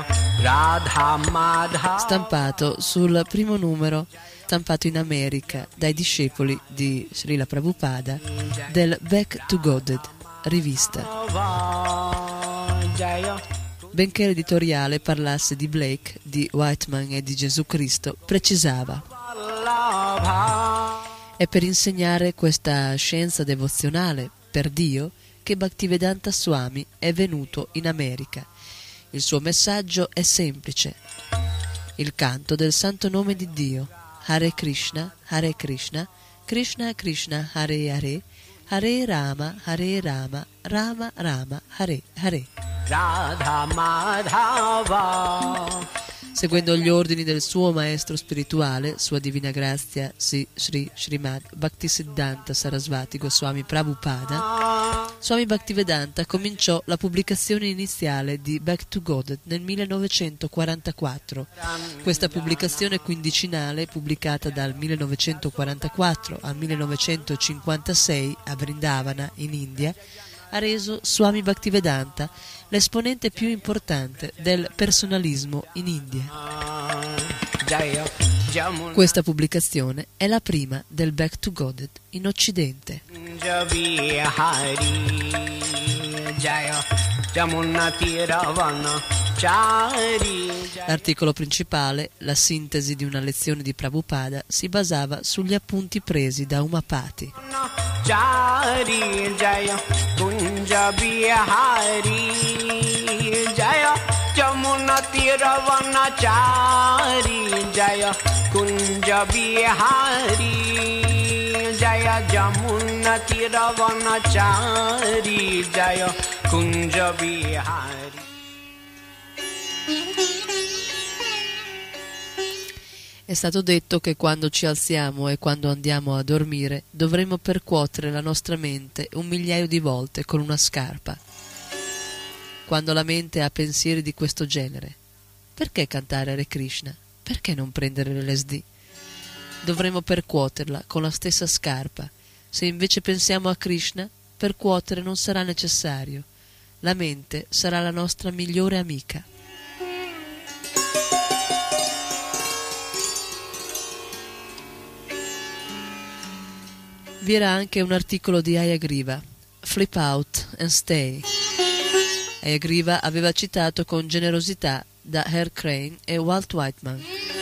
stampato sul primo numero, stampato in America dai discepoli di Srila Prabhupada del Back to Godhead, rivista. Benché l'editoriale parlasse di Blake, di Whiteman e di Gesù Cristo, precisava: è per insegnare questa scienza devozionale per Dio che Bhaktivedanta Swami è venuto in America. Il suo messaggio è semplice: il canto del santo nome di Dio. Hare Krishna, Krishna Krishna, Hare Hare, Hare Rama, Rama Rama, Hare Hare. Radha Madhava. Seguendo gli ordini del suo maestro spirituale, Sua Divina Grazia Sri Srimad Bhaktisiddhanta Sarasvati Goswami Prabhupada, Swami Bhaktivedanta cominciò la pubblicazione iniziale di Back to Godhead nel 1944. Questa pubblicazione quindicinale, pubblicata dal 1944 al 1956 a Vrindavana in India, ha reso Swami Bhaktivedanta l'esponente più importante del personalismo in India. Questa pubblicazione è la prima del Back to Godhead in Occidente. L'articolo principale, la sintesi di una lezione di Prabhupada, si basava sugli appunti presi da Umapati. Jari Jaya Kunja Bihari Jaya Jamuna Tiravana Chari Jaya Kunja Bihari Jaya Jamuna Tiravana Chari Jaya Kunja Bihari. È stato detto che quando ci alziamo e quando andiamo a dormire dovremo percuotere la nostra mente 1.000.000 di volte con una scarpa. Quando la mente ha pensieri di questo genere, perché cantare Hare Krishna? Perché non prendere l'LSD? Dovremo percuoterla con la stessa scarpa. Se invece pensiamo a Krishna, percuotere non sarà necessario. La mente sarà la nostra migliore amica. Vi era anche un articolo di Hayagriva, Flip Out and Stay. Hayagriva aveva citato con generosità da Herr Crane e Walt Whiteman.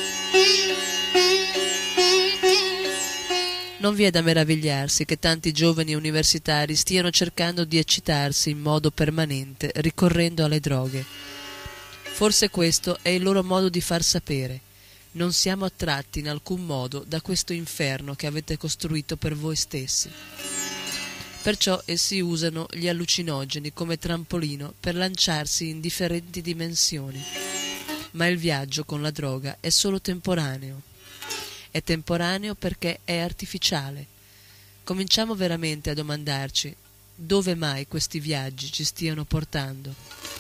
Non vi è da meravigliarsi che tanti giovani universitari stiano cercando di eccitarsi in modo permanente ricorrendo alle droghe. Forse questo è il loro modo di far sapere: non siamo attratti in alcun modo da questo inferno che avete costruito per voi stessi. Perciò essi usano gli allucinogeni come trampolino per lanciarsi in differenti dimensioni. Ma il viaggio con la droga è solo temporaneo. È temporaneo perché è artificiale. Cominciamo veramente a domandarci dove mai questi viaggi ci stiano portando.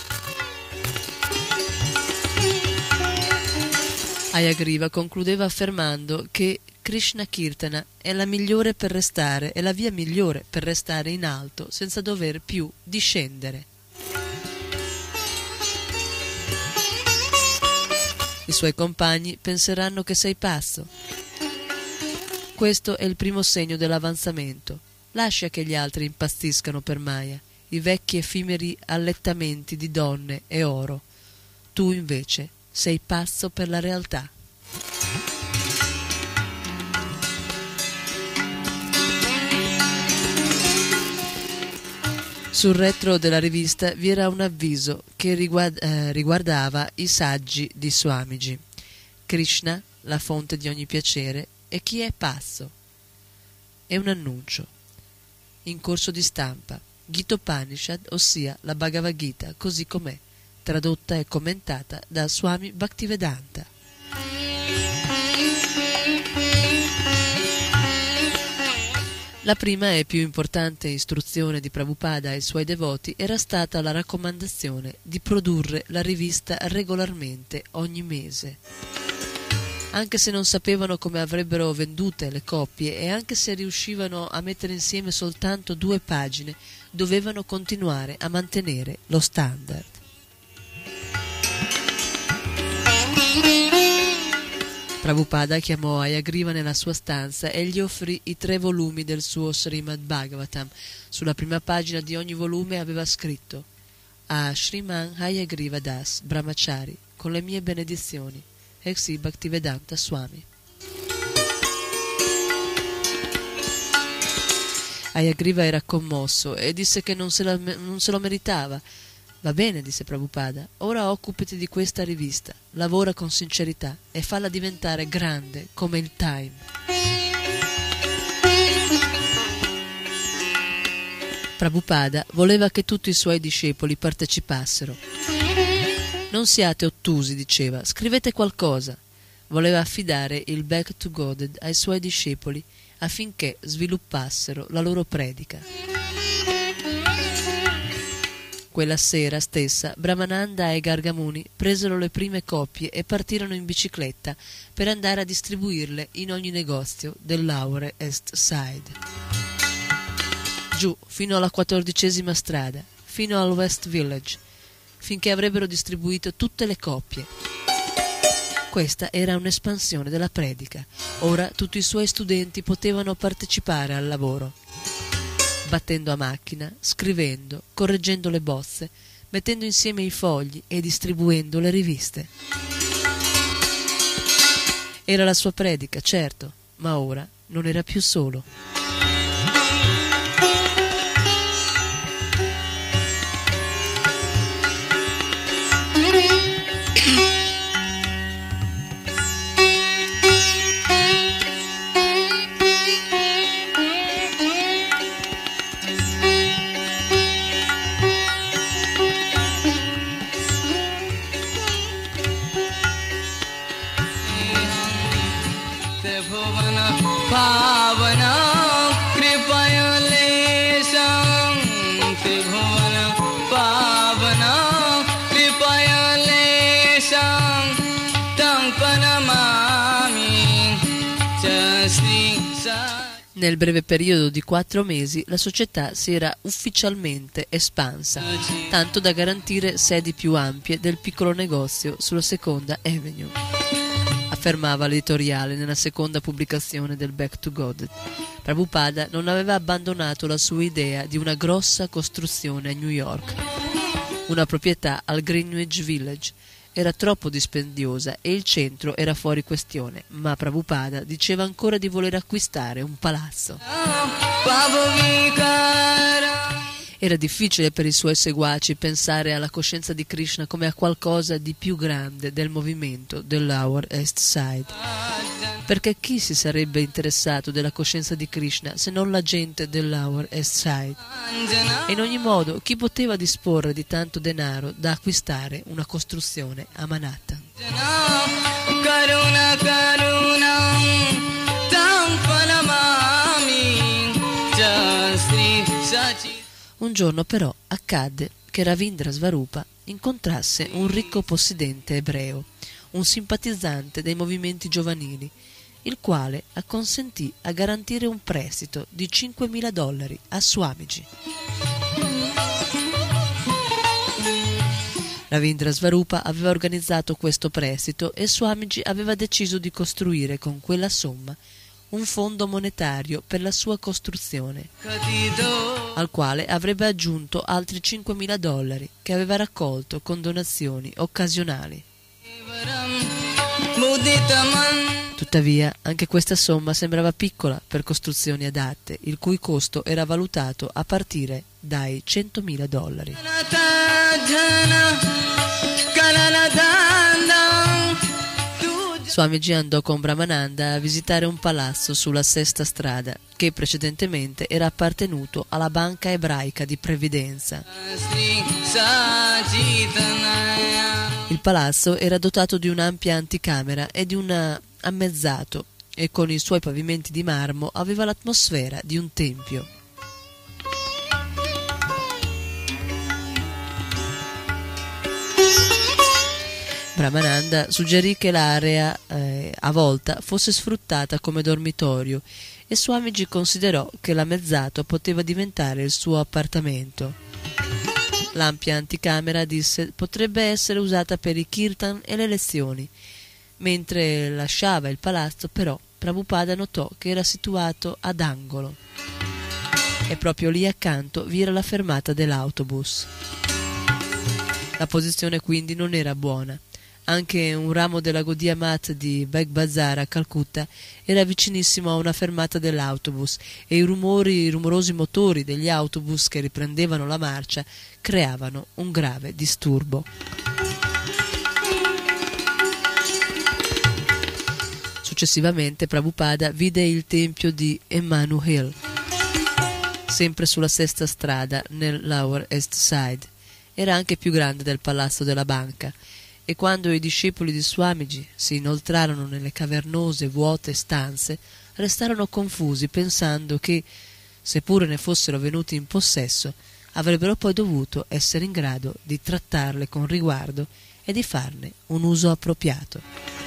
Hayagriva concludeva affermando che Krishna Kirtana è la migliore per restare, è la via migliore per restare in alto senza dover più discendere. I suoi compagni penseranno che sei pazzo. Questo è il primo segno dell'avanzamento. Lascia che gli altri impazziscano per Maya, i vecchi effimeri allettamenti di donne e oro. Tu invece sei pazzo per la realtà. Sul retro della rivista vi era un avviso che riguardava i saggi di Swamiji. Krishna, la fonte di ogni piacere, e chi è pazzo? E un annuncio. In corso di stampa, Gita Upanishad, ossia la Bhagavad Gita, così com'è, tradotta e commentata da Swami Bhaktivedanta. La prima e più importante istruzione di Prabhupada ai suoi devoti era stata la raccomandazione di produrre la rivista regolarmente ogni mese. Anche se non sapevano come avrebbero vendute le copie e anche se riuscivano a mettere insieme soltanto 2 pagine, dovevano continuare a mantenere lo standard. Prabhupada chiamò Hayagriva nella sua stanza e gli offrì i 3 volumi del suo Srimad Bhagavatam. Sulla prima pagina di ogni volume aveva scritto: a Shriman Hayagriva Das Brahmachari, con le mie benedizioni, Ex Bhaktivedanta Swami. Hayagriva era commosso e disse che non se lo meritava. Va bene, disse Prabhupada, ora occupati di questa rivista, lavora con sincerità e falla diventare grande come il Time. Prabhupada voleva che tutti i suoi discepoli partecipassero. Non siate ottusi, diceva, scrivete qualcosa. Voleva affidare il Back to God ai suoi discepoli affinché sviluppassero la loro predica. Quella sera stessa Brahmananda e Gargamuni presero le prime copie e partirono in bicicletta per andare a distribuirle in ogni negozio del Lower East Side. Giù, fino alla 14ª strada, fino al West Village, finché avrebbero distribuito tutte le copie. Questa era un'espansione della predica. Ora tutti i suoi studenti potevano partecipare al lavoro. Battendo a macchina, scrivendo, correggendo le bozze, mettendo insieme i fogli e distribuendo le riviste. Era la sua predica, certo, ma ora non era più solo. Nel breve periodo di 4 mesi la società si era ufficialmente espansa, tanto da garantire sedi più ampie del piccolo negozio sulla Seconda Avenue. Affermava l'editoriale nella seconda pubblicazione del Back to God. Prabhupada non aveva abbandonato la sua idea di una grossa costruzione a New York, una proprietà al Greenwich Village. Era troppo dispendiosa e il centro era fuori questione, ma Prabhupada diceva ancora di voler acquistare un palazzo. Era difficile per i suoi seguaci pensare alla coscienza di Krishna come a qualcosa di più grande del movimento del Lower East Side. Perché chi si sarebbe interessato della coscienza di Krishna se non la gente del Lower East Side? E in ogni modo, chi poteva disporre di tanto denaro da acquistare una costruzione a Manhattan? Un giorno però accadde che Ravindra Svarupa incontrasse un ricco possidente ebreo, un simpatizzante dei movimenti giovanili, il quale acconsentì a garantire un prestito di $5.000 a Swamiji. Ravindra Svarupa aveva organizzato questo prestito e Swamiji aveva deciso di costruire con quella somma un fondo monetario per la sua costruzione, al quale avrebbe aggiunto altri $5.000 che aveva raccolto con donazioni occasionali. Tuttavia, anche questa somma sembrava piccola per costruzioni adatte, il cui costo era valutato a partire dai $100.000. Swamiji andò con Brahmananda a visitare un palazzo sulla Sesta Strada che precedentemente era appartenuto alla Banca Ebraica di Previdenza. Il palazzo era dotato di un'ampia anticamera e di un ammezzato e con i suoi pavimenti di marmo aveva l'atmosfera di un tempio. Brahmananda suggerì che l'area a volta fosse sfruttata come dormitorio e Swamiji considerò che l'ammezzato poteva diventare il suo appartamento. L'ampia anticamera, disse, potrebbe essere usata per i kirtan e le lezioni. Mentre lasciava il palazzo, però, Prabhupada notò che era situato ad angolo e proprio lì accanto vi era la fermata dell'autobus. La posizione quindi non era buona. Anche un ramo della Gaudiya Math di Bag Bazar a Calcutta era vicinissimo a una fermata dell'autobus e i rumorosi motori degli autobus che riprendevano la marcia creavano un grave disturbo. Successivamente Prabhupada vide il tempio di Emmanuel, sempre sulla Sesta Strada nel Lower East Side. Era anche più grande del palazzo della banca. E quando i discepoli di Swamiji si inoltrarono nelle cavernose, vuote stanze, restarono confusi pensando che, seppure ne fossero venuti in possesso, avrebbero poi dovuto essere in grado di trattarle con riguardo e di farne un uso appropriato.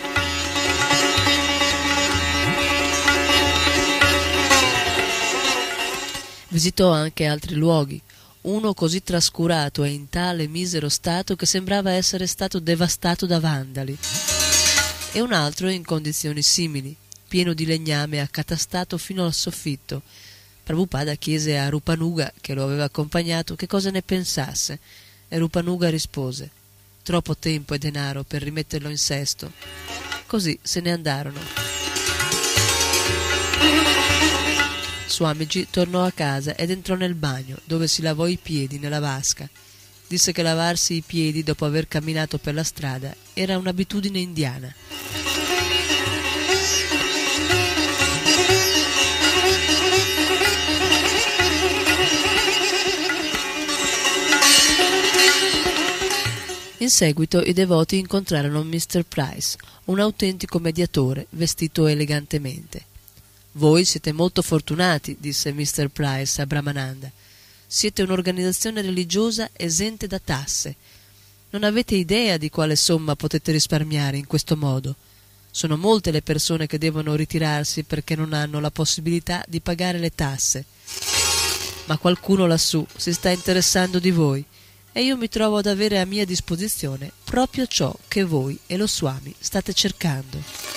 Visitò anche altri luoghi, uno così trascurato e in tale misero stato che sembrava essere stato devastato da vandali, e un altro in condizioni simili, pieno di legname accatastato fino al soffitto. Prabhupada chiese a Rupanuga, che lo aveva accompagnato, che cosa ne pensasse, e Rupanuga rispose: troppo tempo e denaro per rimetterlo in sesto. Così se ne andarono. Swamiji tornò a casa ed entrò nel bagno, dove si lavò i piedi nella vasca. Disse che lavarsi i piedi dopo aver camminato per la strada era un'abitudine indiana. In seguito i devoti incontrarono Mr. Price, un autentico mediatore vestito elegantemente. «Voi siete molto fortunati», disse Mr. Price a Brahmananda. «Siete un'organizzazione religiosa esente da tasse. Non avete idea di quale somma potete risparmiare in questo modo. Sono molte le persone che devono ritirarsi perché non hanno la possibilità di pagare le tasse. Ma qualcuno lassù si sta interessando di voi e io mi trovo ad avere a mia disposizione proprio ciò che voi e lo Swami state cercando».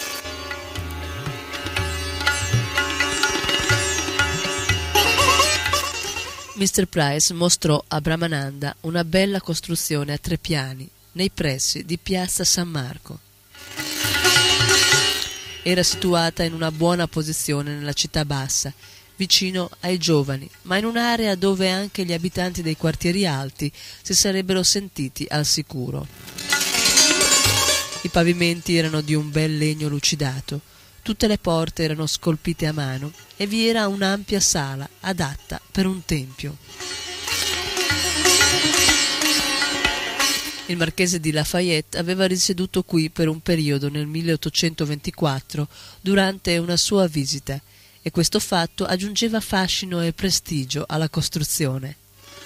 Mr. Price mostrò a Brahmananda una bella costruzione a 3 piani nei pressi di Piazza San Marco. Era situata in una buona posizione nella città bassa, vicino ai giovani, ma in un'area dove anche gli abitanti dei quartieri alti si sarebbero sentiti al sicuro. I pavimenti erano di un bel legno lucidato, tutte le porte erano scolpite a mano e vi era un'ampia sala adatta per un tempio. Il marchese di Lafayette aveva risieduto qui per un periodo nel 1824 durante una sua visita e questo fatto aggiungeva fascino e prestigio alla costruzione.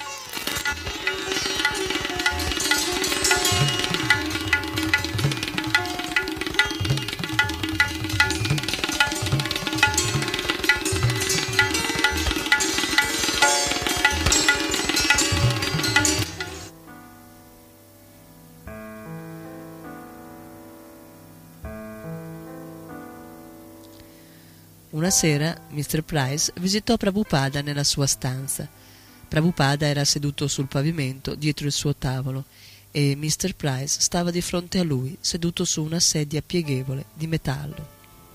Una sera Mr. Price visitò Prabhupada nella sua stanza. Prabhupada era seduto sul pavimento dietro il suo tavolo e Mr. Price stava di fronte a lui, seduto su una sedia pieghevole di metallo.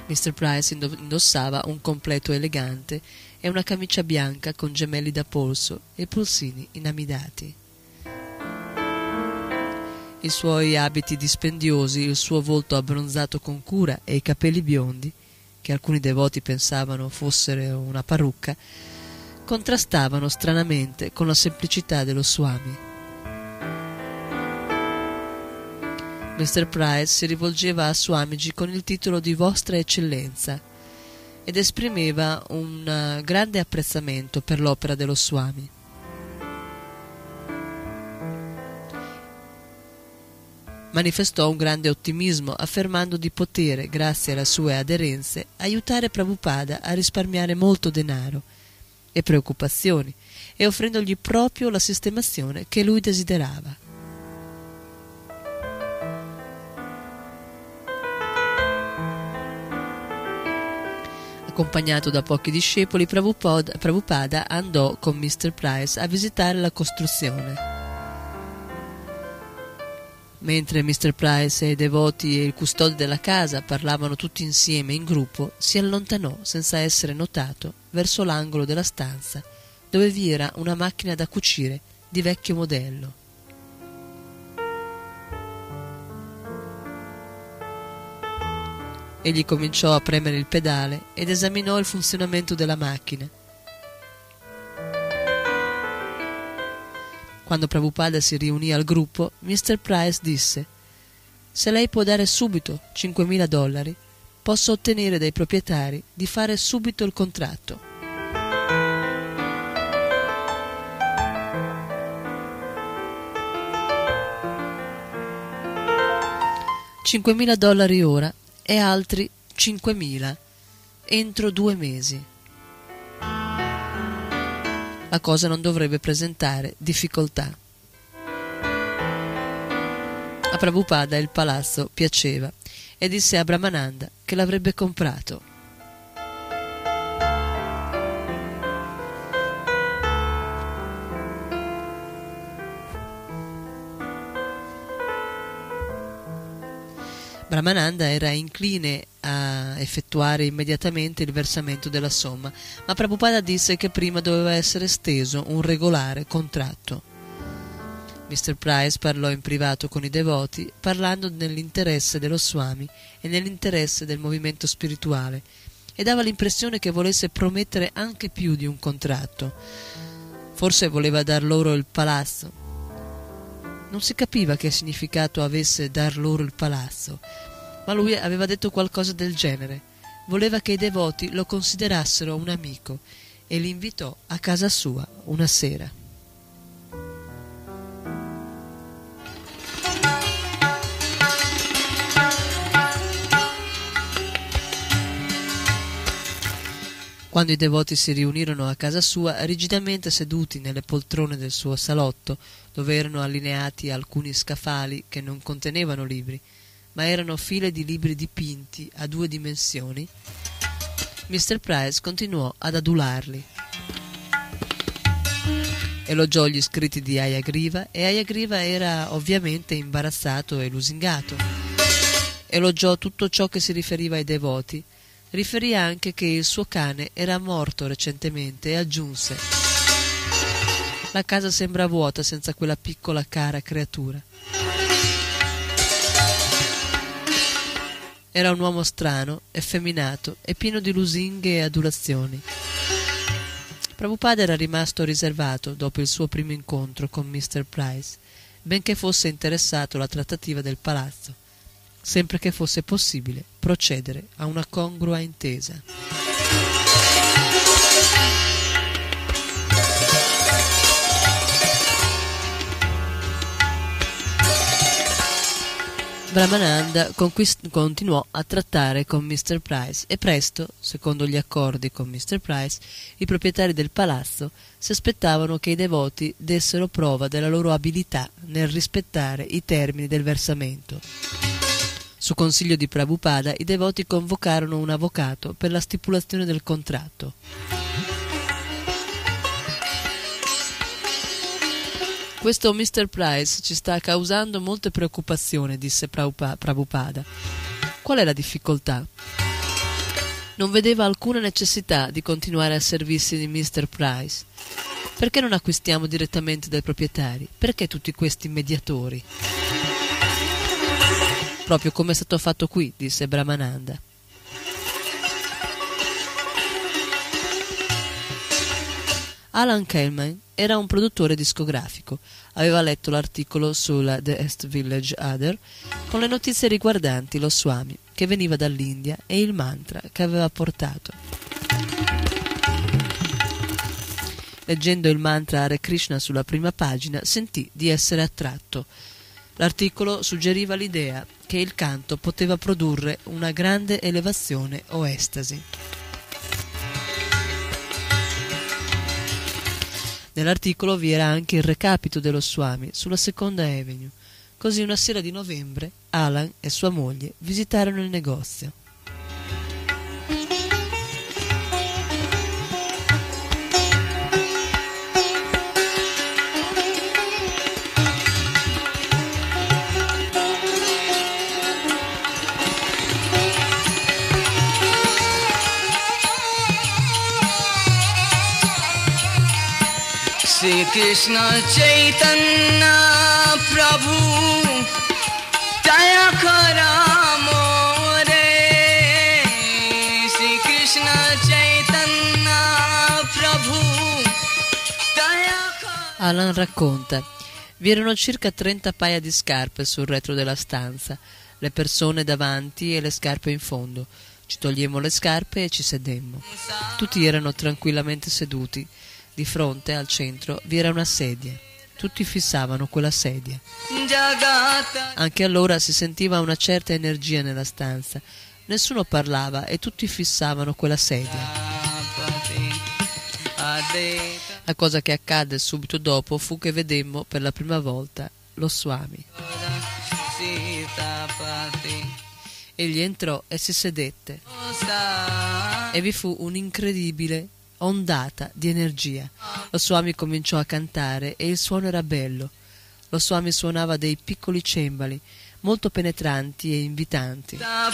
Mr. Price indossava un completo elegante e una camicia bianca con gemelli da polso e polsini inamidati. I suoi abiti dispendiosi, il suo volto abbronzato con cura e i capelli biondi, che alcuni devoti pensavano fossero una parrucca, contrastavano stranamente con la semplicità dello Swami. Mr. Price si rivolgeva a Swamiji con il titolo di Vostra Eccellenza ed esprimeva un grande apprezzamento per l'opera dello Swami. Manifestò un grande ottimismo affermando di potere, grazie alle sue aderenze, aiutare Prabhupada a risparmiare molto denaro e preoccupazioni e offrendogli proprio la sistemazione che lui desiderava. Accompagnato da pochi discepoli, Prabhupada andò con Mr. Price a visitare la costruzione. Mentre Mr. Price e i devoti e il custode della casa parlavano tutti insieme in gruppo, si allontanò senza essere notato verso l'angolo della stanza dove vi era una macchina da cucire di vecchio modello. Egli cominciò a premere il pedale ed esaminò il funzionamento della macchina. Quando Prabhupada si riunì al gruppo, Mr. Price disse: «Se lei può dare subito $5.000, posso ottenere dai proprietari di fare subito il contratto». $5.000 ora e altri 5.000 entro 2 mesi. La cosa non dovrebbe presentare difficoltà. A Prabhupada il palazzo piaceva e disse a Brahmananda che l'avrebbe comprato. Brahmananda era incline a effettuare immediatamente il versamento della somma, ma Prabhupada disse che prima doveva essere steso un regolare contratto. Mr. Price parlò in privato con i devoti, parlando nell'interesse dello Swami e nell'interesse del movimento spirituale, e dava l'impressione che volesse promettere anche più di un contratto. Forse voleva dar loro il palazzo. Non si capiva che significato avesse dar loro il palazzo, ma lui aveva detto qualcosa del genere. Voleva che i devoti lo considerassero un amico e li invitò a casa sua una sera. Quando i devoti si riunirono a casa sua, rigidamente seduti nelle poltrone del suo salotto, dove erano allineati alcuni scaffali che non contenevano libri, ma erano file di libri dipinti a 2 dimensioni, Mr. Price continuò ad adularli. Elogiò gli scritti di Hayagriva e Hayagriva era ovviamente imbarazzato e lusingato. Elogiò tutto ciò che si riferiva ai devoti. Riferì anche che il suo cane era morto recentemente e aggiunse: «La casa sembra vuota senza quella piccola cara creatura». Era un uomo strano, effeminato e pieno di lusinghe e adulazioni. Prabhupada era rimasto riservato dopo il suo primo incontro con Mr. Price, benché fosse interessato alla trattativa del palazzo, sempre che fosse possibile procedere a una congrua intesa. Brahmananda continuò a trattare con Mr. Price e presto, secondo gli accordi con Mr. Price, i proprietari del palazzo si aspettavano che i devoti dessero prova della loro abilità nel rispettare i termini del versamento. Su consiglio di Prabhupada, i devoti convocarono un avvocato per la stipulazione del contratto. «Questo Mr. Price ci sta causando molte preoccupazioni», disse Prabhupada. «Qual è la difficoltà?» Non vedeva alcuna necessità di continuare al servizio di Mr. Price. Perché non acquistiamo direttamente dai proprietari? Perché tutti questi mediatori? Proprio come è stato fatto qui, disse Brahmananda. Alan Kellman era un produttore discografico. Aveva letto l'articolo sulla The East Village Adder con le notizie riguardanti lo Swami che veniva dall'India e il mantra che aveva portato. Leggendo il mantra Hare Krishna sulla prima pagina sentì di essere attratto. L'articolo suggeriva l'idea che il canto poteva produrre una grande elevazione o estasi. Nell'articolo vi era anche il recapito dello Swami sulla Seconda Avenue. Così una sera di novembre Alan e sua moglie visitarono il negozio. Sri Krishna Chaitanya Prabhu Daya Kara More Sri Krishna Chaitanya Prabhu Daya Kara. Alan racconta: vi erano circa 30 paia di scarpe sul retro della stanza, le persone davanti e le scarpe in fondo. Ci togliemmo le scarpe e ci sedemmo. Tutti erano tranquillamente seduti. Di fronte, al centro, vi era una sedia. Tutti fissavano quella sedia. Anche allora si sentiva una certa energia nella stanza. Nessuno parlava e tutti fissavano quella sedia. La cosa che accadde subito dopo fu che vedemmo per la prima volta lo Swami. Egli entrò e si sedette. E vi fu un'incredibile ondata di energia. Lo Swami cominciò a cantare e il suono era bello. Lo Swami suonava dei piccoli cembali molto penetranti e invitanti.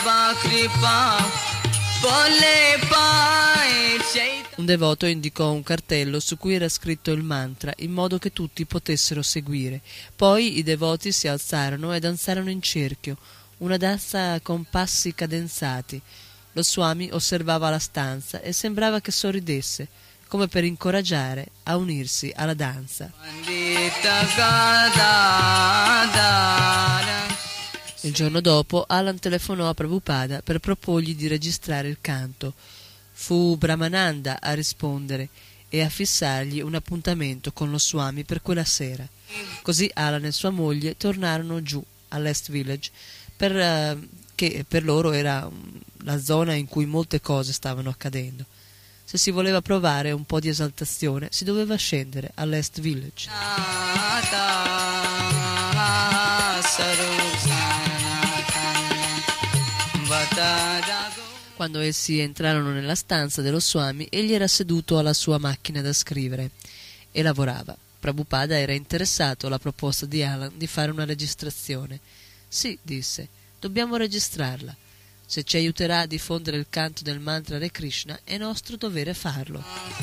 Un devoto indicò un cartello su cui era scritto il mantra in modo che tutti potessero seguire. Poi i devoti si alzarono e danzarono in cerchio, una danza con passi cadenzati. Lo Swami osservava la stanza e sembrava che sorridesse, come per incoraggiare a unirsi alla danza. Il giorno dopo Alan telefonò a Prabhupada per proporgli di registrare il canto. Fu Brahmananda a rispondere e a fissargli un appuntamento con lo Swami per quella sera. Così Alan e sua moglie tornarono giù all'East Village che per loro era la zona in cui molte cose stavano accadendo. Se si voleva provare un po' di esaltazione si doveva scendere all'East Village. Quando essi entrarono nella stanza dello Swami, egli era seduto alla sua macchina da scrivere e lavorava. Prabhupada era interessato alla proposta di Alan di fare una registrazione. Sì, disse, dobbiamo registrarla. Se ci aiuterà a diffondere il canto del mantra Hare Krishna, è nostro dovere farlo.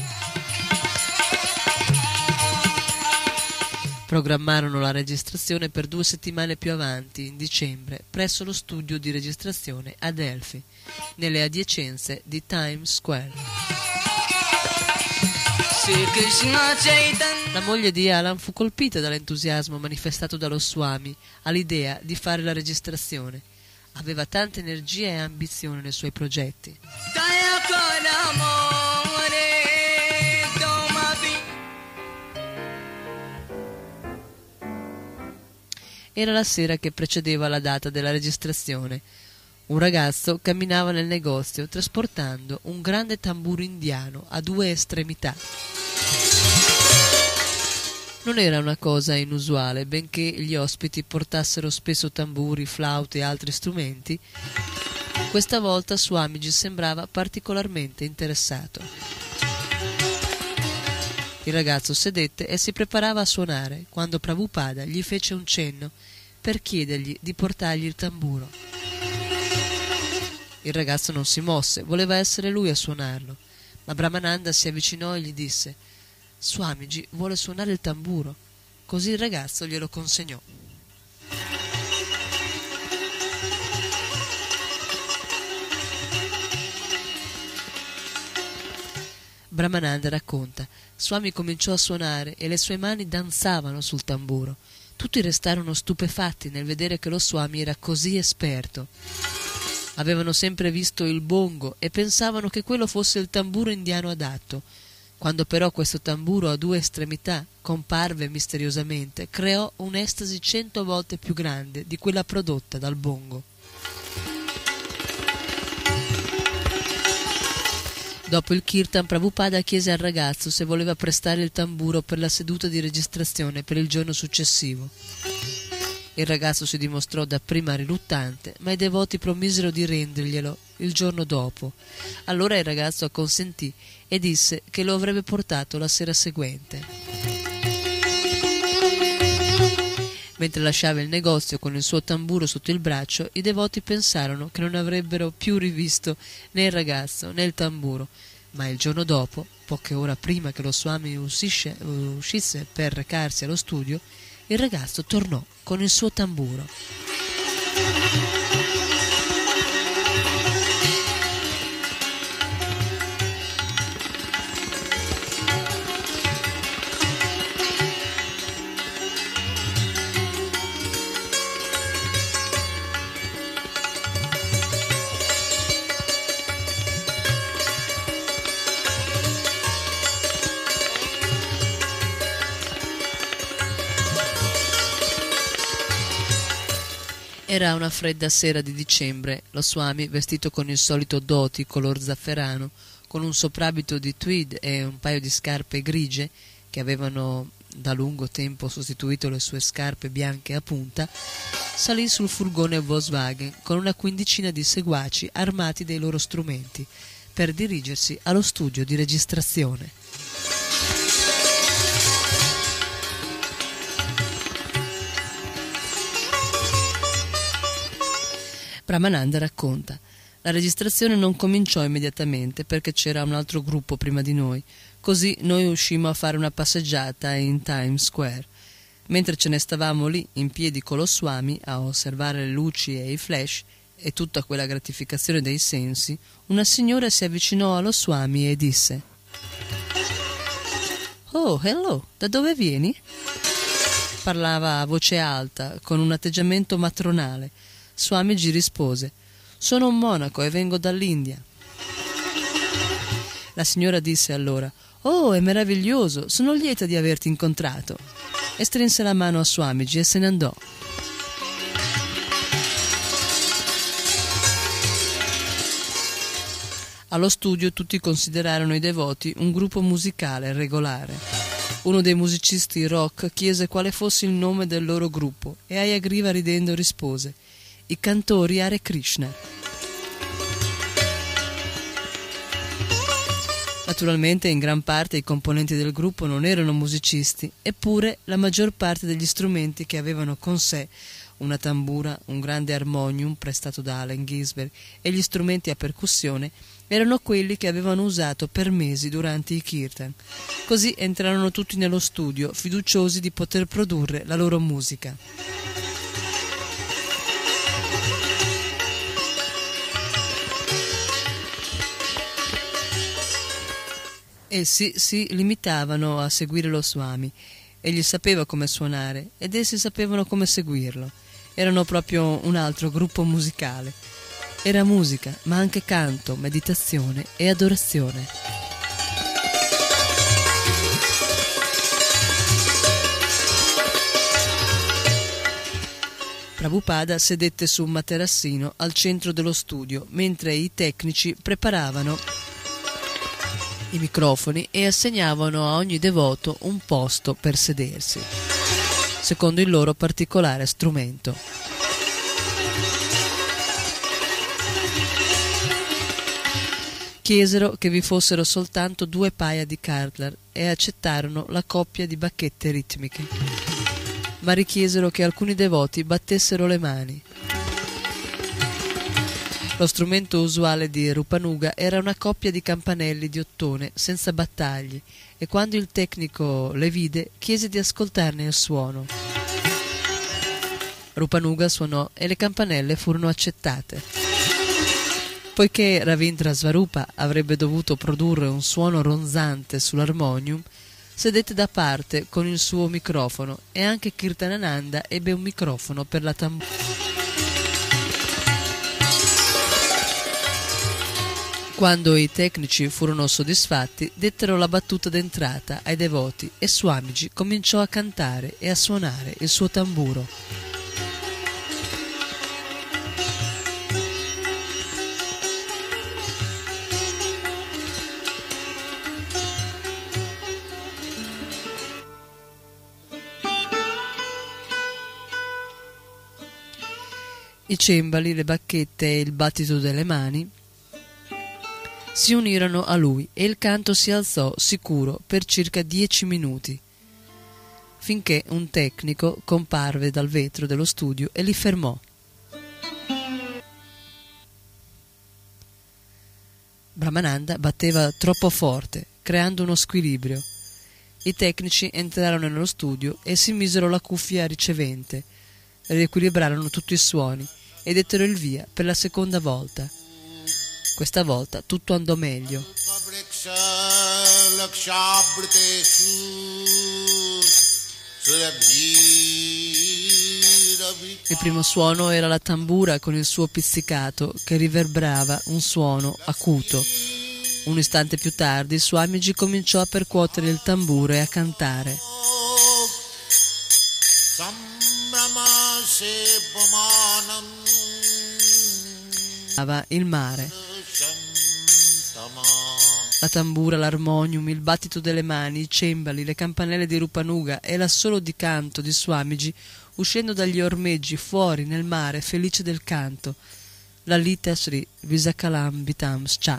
Programmarono la registrazione per 2 settimane più avanti, in dicembre, presso lo studio di registrazione a Delphi, nelle adiacenze di Times Square. La moglie di Alan fu colpita dall'entusiasmo manifestato dallo Swami all'idea di fare la registrazione. Aveva tanta energia e ambizione nei suoi progetti. Era la sera che precedeva la data della registrazione. Un ragazzo camminava nel negozio trasportando un grande tamburo indiano a 2 estremità. Non era una cosa inusuale, benché gli ospiti portassero spesso tamburi, flauti e altri strumenti. Questa volta Swamiji sembrava particolarmente interessato. Il ragazzo sedette e si preparava a suonare quando Prabhupada gli fece un cenno per chiedergli di portargli il tamburo. Il ragazzo non si mosse, voleva essere lui a suonarlo, ma Brahmananda si avvicinò e gli disse: Swamiji vuole suonare il tamburo. Così il ragazzo glielo consegnò. Brahmananda racconta: Swami cominciò a suonare e le sue mani danzavano sul tamburo. Tutti restarono stupefatti nel vedere che lo Swami era così esperto. Avevano sempre visto il bongo e pensavano che quello fosse il tamburo indiano adatto. Quando però questo tamburo a 2 estremità comparve misteriosamente, creò un'estasi 100 volte più grande di quella prodotta dal bongo. Dopo il kirtan, Prabhupada chiese al ragazzo se voleva prestare il tamburo per la seduta di registrazione per il giorno successivo. Il ragazzo si dimostrò dapprima riluttante, ma i devoti promisero di renderglielo il giorno dopo. Allora il ragazzo acconsentì e disse che lo avrebbe portato la sera seguente. Mentre lasciava il negozio con il suo tamburo sotto il braccio, i devoti pensarono che non avrebbero più rivisto né il ragazzo né il tamburo, ma il giorno dopo, poche ore prima che lo Swami uscisse per recarsi allo studio, il ragazzo tornò con il suo tamburo. Era una fredda sera di dicembre. Lo Swami, vestito con il solito dhoti color zafferano, con un soprabito di tweed e un paio di scarpe grigie, che avevano da lungo tempo sostituito le sue scarpe bianche a punta, salì sul furgone Volkswagen con una quindicina di seguaci armati dei loro strumenti, per dirigersi allo studio di registrazione. Brahmananda racconta: la registrazione non cominciò immediatamente perché c'era un altro gruppo prima di noi, così noi uscimmo a fare una passeggiata in Times Square. Mentre ce ne stavamo lì in piedi con lo Swami a osservare le luci e i flash e tutta quella gratificazione dei sensi, una signora si avvicinò allo Swami e disse: "Oh, hello, da dove vieni?" Parlava a voce alta, con un atteggiamento matronale. Swamiji rispose: "Sono un monaco e vengo dall'India." La signora disse allora: "Oh, è meraviglioso, sono lieta di averti incontrato." E strinse la mano a Swamiji e se ne andò. Allo studio tutti considerarono i devoti un gruppo musicale regolare. Uno dei musicisti rock chiese quale fosse il nome del loro gruppo e Ayagriva ridendo rispose: "I cantori Hare Krishna." Naturalmente in gran parte i componenti del gruppo non erano musicisti, eppure la maggior parte degli strumenti che avevano con sé, una tambura, un grande armonium prestato da Allen Ginsberg e gli strumenti a percussione, erano quelli che avevano usato per mesi durante i kirtan. Così entrarono tutti nello studio, fiduciosi di poter produrre la loro musica. Essi si limitavano a seguire lo Swami. Egli sapeva come suonare ed essi sapevano come seguirlo. Erano proprio un altro gruppo musicale. Era musica, ma anche canto, meditazione e adorazione. Prabhupada sedette su un materassino al centro dello studio, mentre i tecnici preparavano i microfoni e assegnavano a ogni devoto un posto per sedersi, secondo il loro particolare strumento. Chiesero che vi fossero soltanto 2 paia di Kartlar e accettarono la coppia di bacchette ritmiche, ma richiesero che alcuni devoti battessero le mani. Lo strumento usuale di Rupanuga era una coppia di campanelli di ottone senza battagli e quando il tecnico le vide chiese di ascoltarne il suono. Rupanuga suonò e le campanelle furono accettate. Poiché Ravindra Svarupa avrebbe dovuto produrre un suono ronzante sull'armonium, sedette da parte con il suo microfono e anche Kirtanananda ebbe un microfono per la tambura. Quando i tecnici furono soddisfatti, dettero la battuta d'entrata ai devoti e Swamiji cominciò a cantare e a suonare il suo tamburo. I cembali, le bacchette e il battito delle mani si unirono a lui e il canto si alzò sicuro per circa 10 minuti, finché un tecnico comparve dal vetro dello studio e li fermò. Brahmananda batteva troppo forte, creando uno squilibrio. I tecnici entrarono nello studio e si misero la cuffia ricevente, riequilibrarono tutti i suoni e dettero il via per la seconda volta. Questa volta tutto andò meglio. Il primo suono era la tambura con il suo pizzicato che riverberava un suono acuto. Un istante più tardi Swamiji cominciò a percuotere il tamburo e a cantare. Il mare. La tambura, l'armonium, il battito delle mani, i cembali, le campanelle di Rupanuga e l'assolo di canto di Swamiji uscendo dagli ormeggi fuori nel mare felice del canto. Lalita Sri Visakalam Vitam Scha.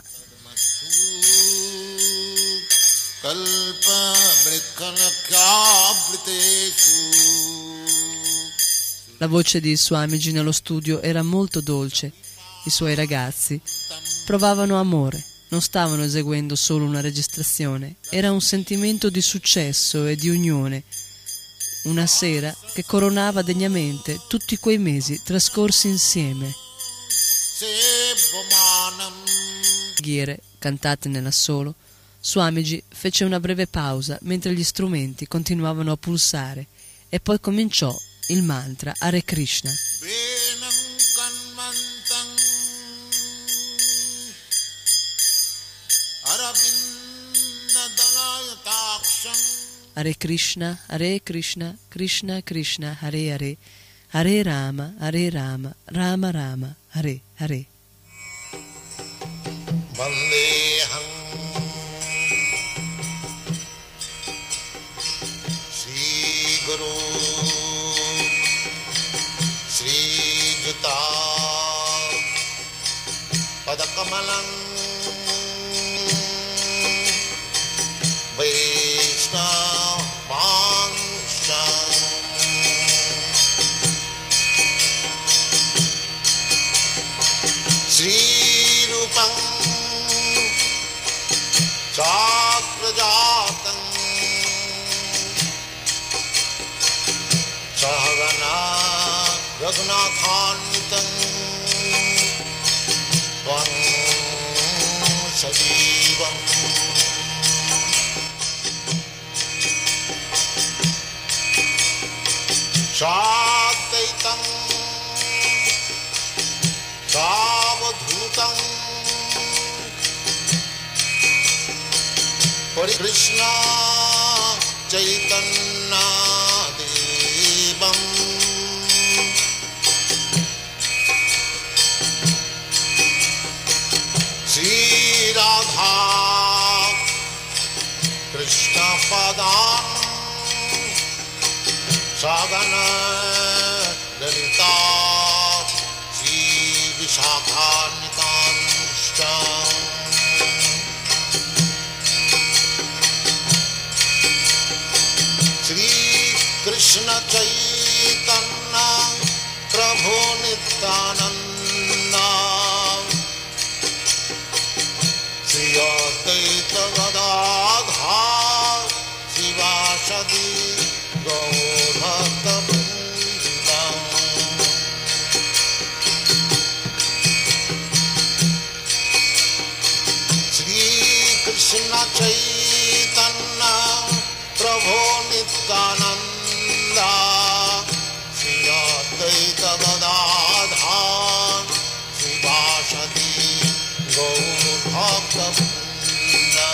La voce di Swamiji nello studio era molto dolce. I suoi ragazzi provavano amore, non stavano eseguendo solo una registrazione, era un sentimento di successo e di unione, una sera che coronava degnamente tutti quei mesi trascorsi insieme. Preghiere cantate nell'assolo, Swamiji fece una breve pausa mentre gli strumenti continuavano a pulsare e poi cominciò il mantra Hare Krishna. Hare Krishna, Krishna Krishna, Hare Hare, Hare Rama, Rama Rama, Hare Hare. Vandeham Sri Guru Sri Juta Padakamalam Sri Rupam Chakrajatam Sahagana Raghunathanvitam Tvam Sajivam Shadaitam Savadhutam Hare Krishna Chaitanya Devam Sri Radha Krishna Padam Sagana Lalita Sri Vishakanitam Shtam Sri Krishna Chaitanya Prabhu Nityananda Prabhu Nityananda Shri Advaita Gadadhar Srivasati Gaur Bhakta Vrinda.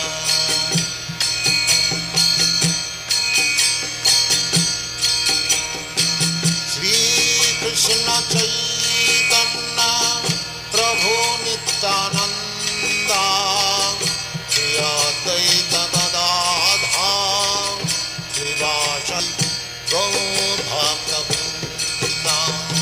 Shri Krishna Chaitanya Prabhu Nityananda Shri Advaita Gadadhar Srivasati Gaur Bhakta Vrinda.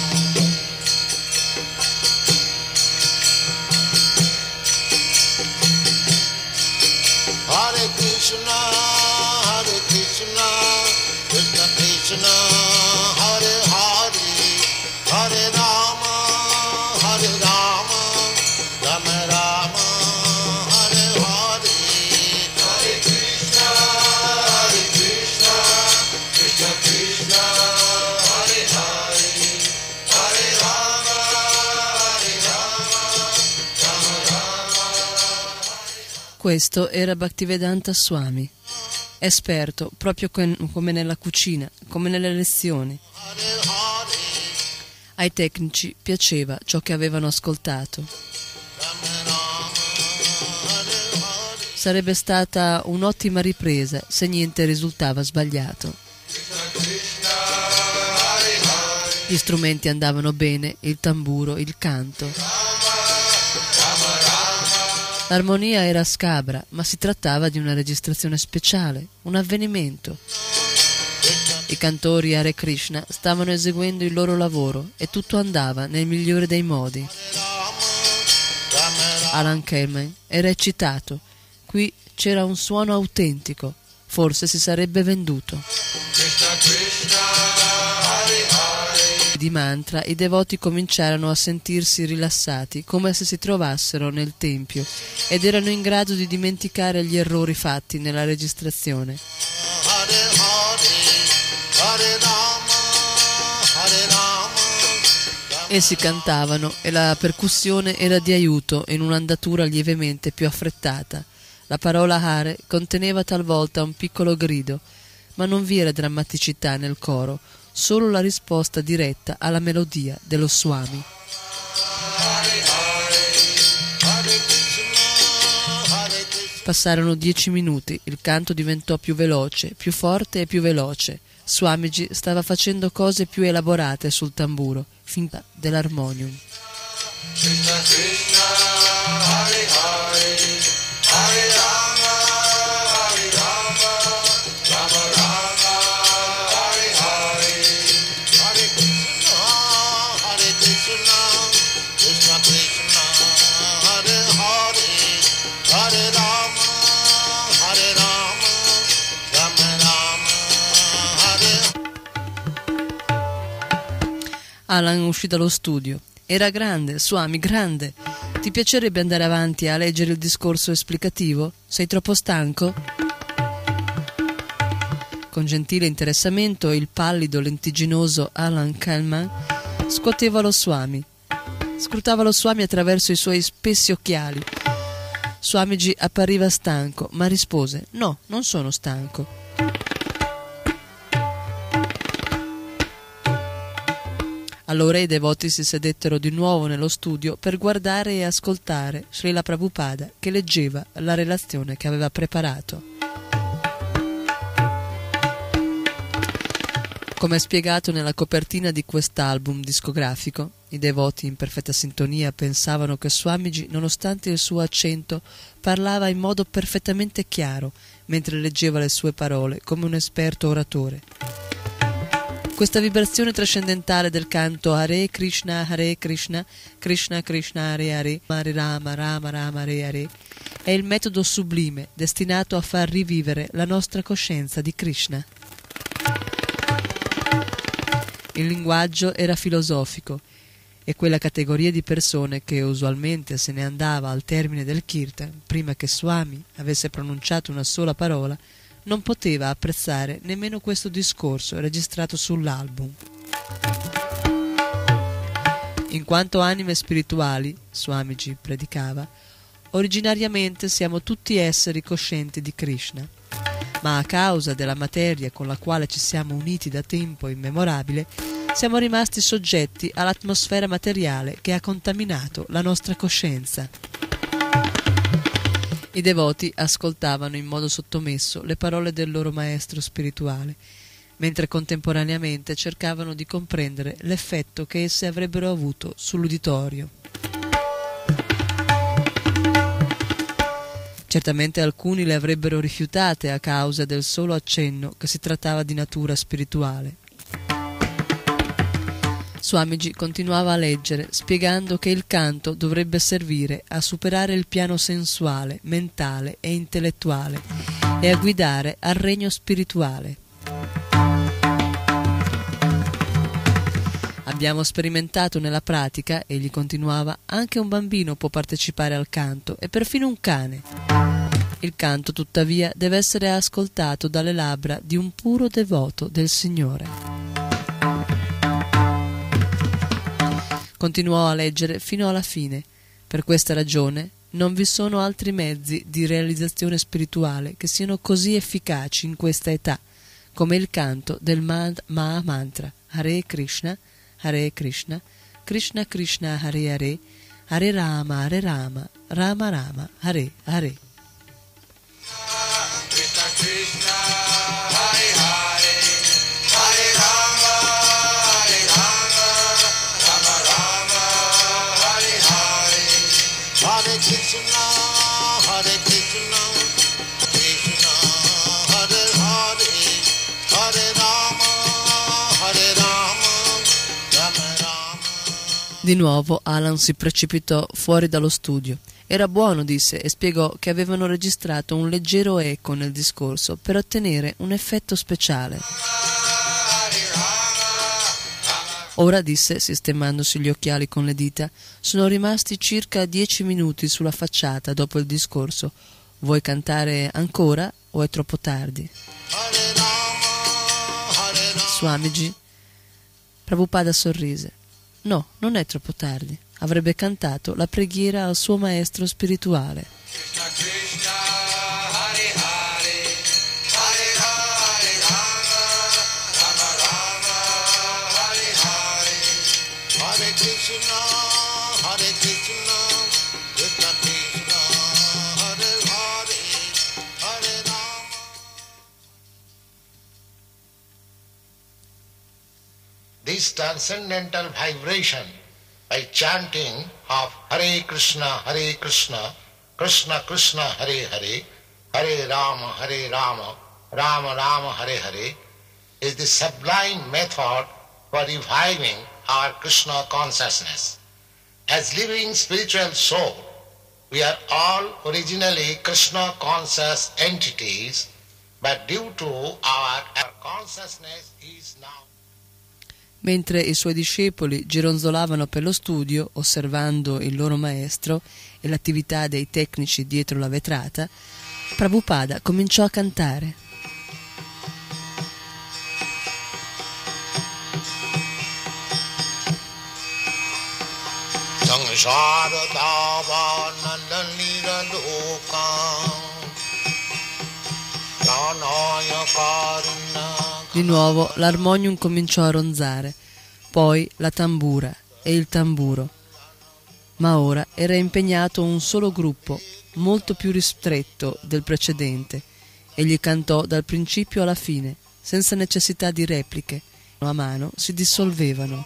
Hare Krishna, Krishna Krishna, Hare Hare, Hare Rama, Rama Rama, Hare Hare. Hare Krishna, Krishna Krishna, Hare Hare, Hare Rama, Rama Rama. Questo era Bhaktivedanta Swami, esperto proprio come nella cucina, come nelle lezioni. Ai tecnici piaceva ciò che avevano ascoltato. Sarebbe stata un'ottima ripresa se niente risultava sbagliato. Gli strumenti andavano bene, il tamburo, il canto. L'armonia era scabra, ma si trattava di una registrazione speciale, un avvenimento. I cantori Hare Krishna stavano eseguendo il loro lavoro e tutto andava nel migliore dei modi. Alan Kelman era eccitato. Qui c'era un suono autentico, forse si sarebbe venduto. Di mantra i devoti cominciarono a sentirsi rilassati, come se si trovassero nel tempio, ed erano in grado di dimenticare gli errori fatti nella registrazione. Essi cantavano e la percussione era di aiuto in un'andatura lievemente più affrettata. La parola Hare conteneva talvolta un piccolo grido, ma non vi era drammaticità nel coro, solo la risposta diretta alla melodia dello Swami. Passarono 10 minuti, il canto diventò più veloce, più forte e più veloce. Swamiji stava facendo cose più elaborate sul tamburo, finta dell'armonium. Alan uscì dallo studio. Era grande, Swami, grande. Ti piacerebbe andare avanti a leggere il discorso esplicativo? Sei troppo stanco? Con gentile interessamento il pallido, lentigginoso Alan Kelman scuoteva lo Swami. Scrutava lo Swami attraverso i suoi spessi occhiali. Swamiji appariva stanco, ma rispose: «No, non sono stanco». Allora i devoti si sedettero di nuovo nello studio per guardare e ascoltare Srila Prabhupada che leggeva la relazione che aveva preparato. Come spiegato nella copertina di quest'album discografico, i devoti in perfetta sintonia pensavano che Swamiji, nonostante il suo accento, parlava in modo perfettamente chiaro mentre leggeva le sue parole come un esperto oratore. Questa vibrazione trascendentale del canto Hare Krishna, Krishna Krishna, Hare Hare, Hare Rama, Rama Rama, Hare Hare, è il metodo sublime destinato a far rivivere la nostra coscienza di Krishna. Il linguaggio era filosofico e quella categoria di persone che usualmente se ne andava al termine del kirtan, prima che Swami avesse pronunciato una sola parola, non poteva apprezzare nemmeno questo discorso registrato sull'album. In quanto anime spirituali, Swamiji predicava, originariamente siamo tutti esseri coscienti di Krishna. ma a causa della materia con la quale ci siamo uniti da tempo immemorabile, siamo rimasti soggetti all'atmosfera materiale che ha contaminato la nostra coscienza. I devoti ascoltavano in modo sottomesso le parole del loro maestro spirituale, mentre contemporaneamente cercavano di comprendere l'effetto che esse avrebbero avuto sull'uditorio. Certamente alcuni le avrebbero rifiutate a causa del solo accenno che si trattava di natura spirituale. Swamiji continuava a leggere, spiegando che il canto dovrebbe servire a superare il piano sensuale, mentale e intellettuale e a guidare al regno spirituale. Abbiamo sperimentato nella pratica, egli continuava, anche un bambino può partecipare al canto e perfino un cane. Il canto, tuttavia, deve essere ascoltato dalle labbra di un puro devoto del Signore. Continuò a leggere fino alla fine. Per questa ragione non vi sono altri mezzi di realizzazione spirituale che siano così efficaci in questa età come il canto del Maha Mantra Hare Krishna, Krishna Krishna Hare Hare, Hare Rama, Rama Rama, Hare Hare. Krishna Krishna Hare Hare, Hare Rama, Rama Rama, Hare Hare. Hare Krishna, Hare Krishna, Krishna Hare Hare, Hare Rama, Rama Rama. Di nuovo Alan si precipitò fuori dallo studio. Era buono, disse, e spiegò che avevano registrato un leggero eco nel discorso per ottenere un effetto speciale. Ora, disse, sistemandosi gli occhiali con le dita, sono rimasti circa 10 minuti sulla facciata dopo il discorso. Vuoi cantare ancora o è troppo tardi? Swamiji? Prabhupada sorrise. No, non è troppo tardi. Avrebbe cantato la preghiera al suo maestro spirituale. Krishna Krishna Hare Hare, Hare Hare Rama, Rama Rama, Hare Hare. Hare Krishna, Krishna Krishna, Hare Hare, Hare Rama. This transcendental vibration by chanting of Hare Krishna, Krishna Krishna, Hare Hare, Hare Rama, Rama Rama, Hare Hare, is the sublime method for reviving our Krishna consciousness. As living spiritual soul, we are all originally Krishna conscious entities, but due to our consciousness is now. Mentre i suoi discepoli gironzolavano per lo studio, osservando il loro maestro e l'attività dei tecnici dietro la vetrata, Prabhupada cominciò a cantare. Di nuovo l'armonium cominciò a ronzare, poi la tambura e il tamburo. Ma ora era impegnato un solo gruppo, molto più ristretto del precedente. Egli cantò dal principio alla fine, senza necessità di repliche. A mano si dissolvevano.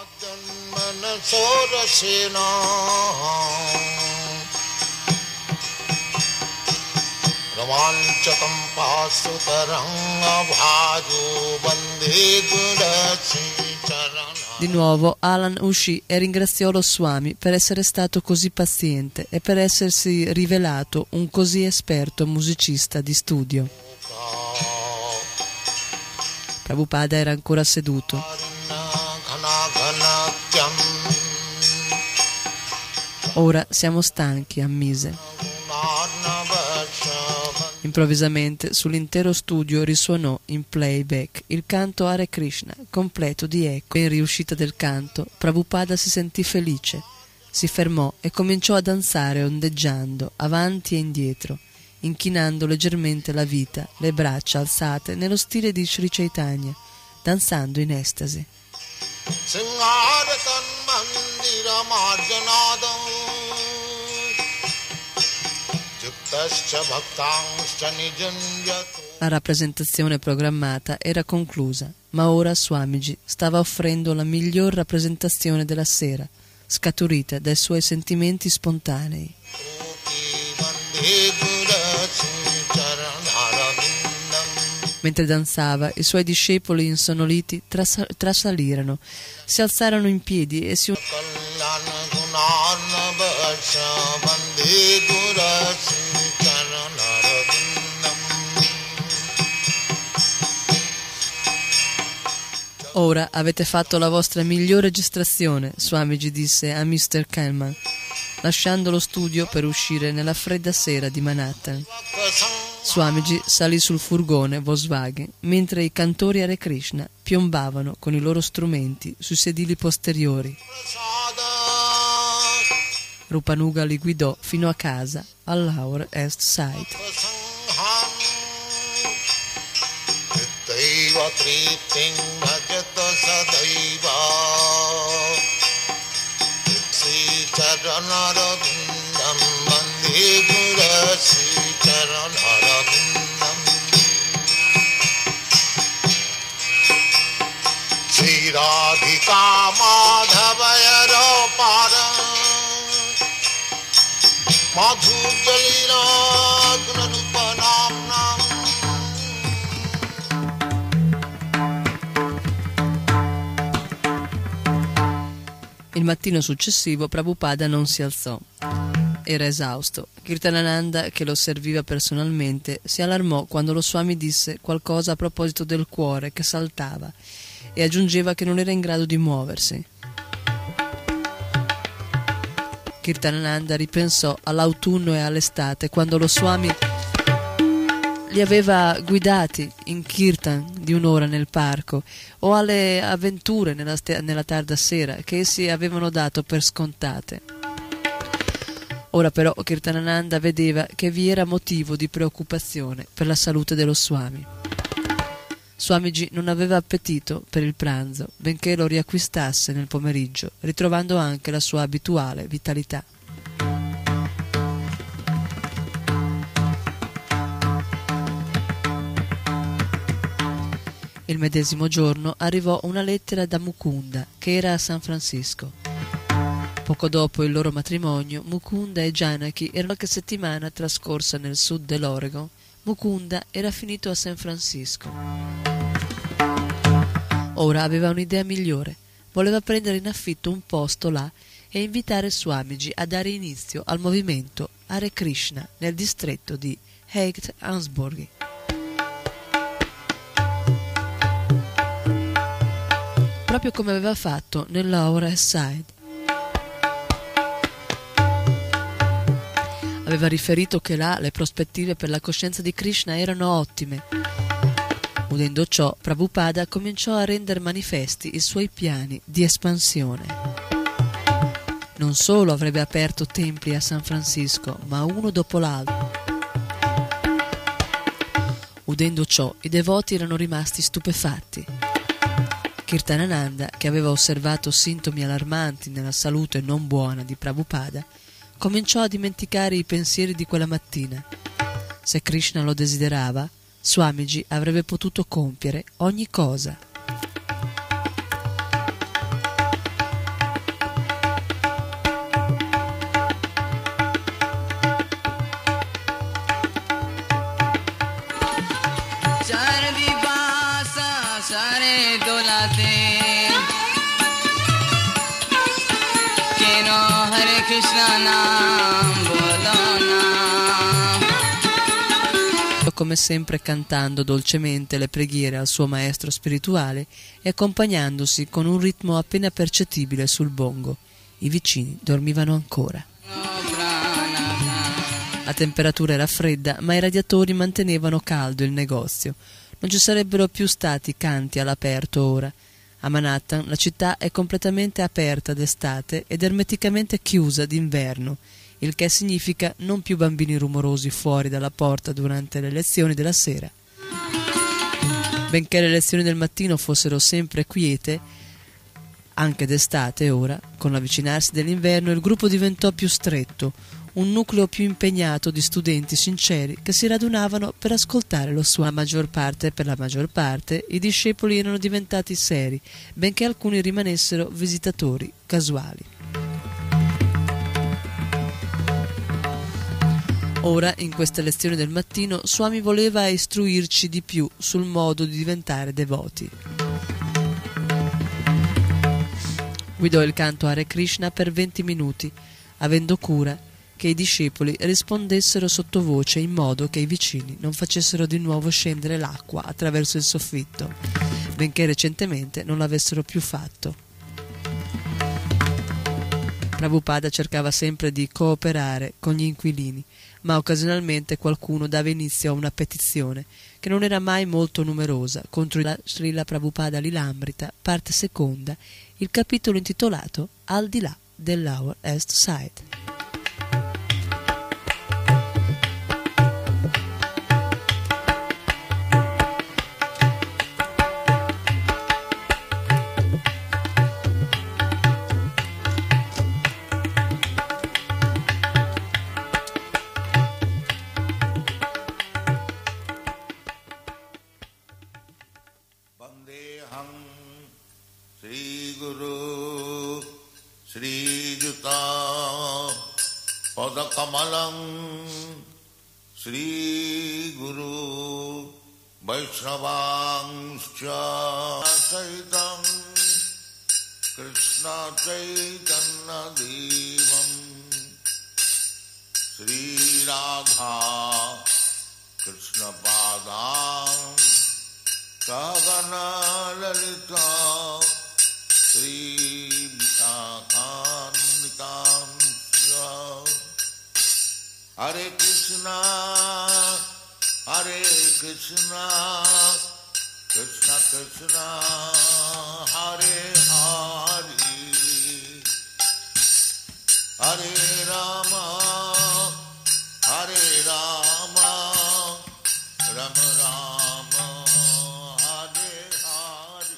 Di nuovo Alan uscì e ringraziò lo Swami per essere stato così paziente e per essersi rivelato un così esperto musicista di studio. Prabhupada era ancora seduto. Ora siamo stanchi, ammise. Improvvisamente sull'intero studio risuonò in playback il canto Hare Krishna, completo di eco. In riuscita del canto, Prabhupada si sentì felice. Si fermò e cominciò a danzare ondeggiando, avanti e indietro, inchinando leggermente la vita, le braccia alzate nello stile di Sri Chaitanya, danzando in estasi. La rappresentazione programmata era conclusa, ma ora Swamiji stava offrendo la miglior rappresentazione della sera, scaturita dai suoi sentimenti spontanei. Mentre danzava, i suoi discepoli insonnoliti trasalirono, si alzarono in piedi e si Ora avete fatto la vostra migliore registrazione, Swamiji disse a Mr. Kalman, lasciando lo studio per uscire nella fredda sera di Manhattan. Swamiji salì sul furgone Volkswagen, mentre i cantori Hare Krishna piombavano con i loro strumenti sui sedili posteriori. Rupanuga li guidò fino a casa, al Lower East Side. Sri Radhika Madhavaya Rapara Madhujalira Gunarupa Namnam. Il mattino successivo Prabhupada non si alzò. Era esausto. Kirtanananda, che lo serviva personalmente, si allarmò quando lo Swami disse qualcosa a proposito del cuore che saltava e aggiungeva che non era in grado di muoversi. Kirtanananda ripensò all'autunno e all'estate, quando lo Swami li aveva guidati in kirtan di un'ora nel parco, o alle avventure nella tarda sera che essi avevano dato per scontate. Ora però Kirtanananda vedeva che vi era motivo di preoccupazione per la salute dello Swami. Swamiji non aveva appetito per il pranzo, benché lo riacquistasse nel pomeriggio, ritrovando anche la sua abituale vitalità. Il medesimo giorno arrivò una lettera da Mukunda, che era a San Francisco. Poco dopo il loro matrimonio, Mukunda e Janaki erano qualche settimana trascorsa nel sud dell'Oregon. Mukunda era finito a San Francisco. Ora aveva un'idea migliore. Voleva prendere in affitto un posto là e invitare Swamiji a dare inizio al movimento Hare Krishna nel distretto di Haight-Ansbury. Proprio come aveva fatto nella Lower East Side. Aveva riferito che là le prospettive per la coscienza di Krishna erano ottime. Udendo ciò, Prabhupada cominciò a rendere manifesti i suoi piani di espansione. Non solo avrebbe aperto templi a San Francisco, ma uno dopo l'altro. Udendo ciò, i devoti erano rimasti stupefatti. Kirtanananda, che aveva osservato sintomi allarmanti nella salute non buona di Prabhupada, cominciò a dimenticare i pensieri di quella mattina. Se Krishna lo desiderava, Swamiji avrebbe potuto compiere ogni cosa. Come sempre cantando dolcemente le preghiere al suo maestro spirituale e accompagnandosi con un ritmo appena percettibile sul bongo. I vicini dormivano ancora. La temperatura era fredda, ma i radiatori mantenevano caldo il negozio. Non ci sarebbero più stati canti all'aperto ora. A Manhattan la città è completamente aperta d'estate ed ermeticamente chiusa d'inverno. il che significa non più bambini rumorosi fuori dalla porta durante le lezioni della sera. Benché le lezioni del mattino fossero sempre quiete, anche d'estate ora, con l'avvicinarsi dell'inverno, il gruppo diventò più stretto, un nucleo più impegnato di studenti sinceri che si radunavano per ascoltare lo suono. Per la maggior parte, i discepoli erano diventati seri, benché alcuni rimanessero visitatori casuali. Ora, in queste lezioni del mattino, Swami voleva istruirci di più sul modo di diventare devoti. Guidò il canto Hare Krishna per 20 minuti, avendo cura che i discepoli rispondessero sottovoce in modo che i vicini non facessero di nuovo scendere l'acqua attraverso il soffitto, benché recentemente non l'avessero più fatto. Prabhupada cercava sempre di cooperare con gli inquilini, ma occasionalmente qualcuno dava inizio a una petizione, che non era mai molto numerosa, contro la Srila Prabhupada Lilamrita, parte seconda, il capitolo intitolato Al di là dell'Hour East Side. Kamalam Sri Guru Vaishnavangscha Saitam Krishna Chaitanya Devam Sri Radha Krishna Padam Sagana Lalita Sri Vishakanitam Hare Krishna, Krishna Krishna, Hare Hare, Hare Rama, Rama Rama, Hare Hare.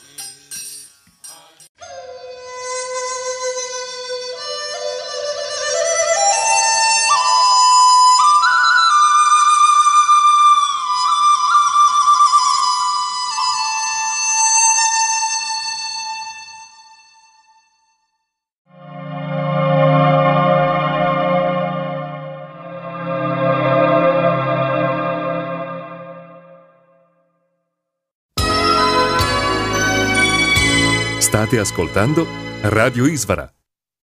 State ascoltando Radio Isvara.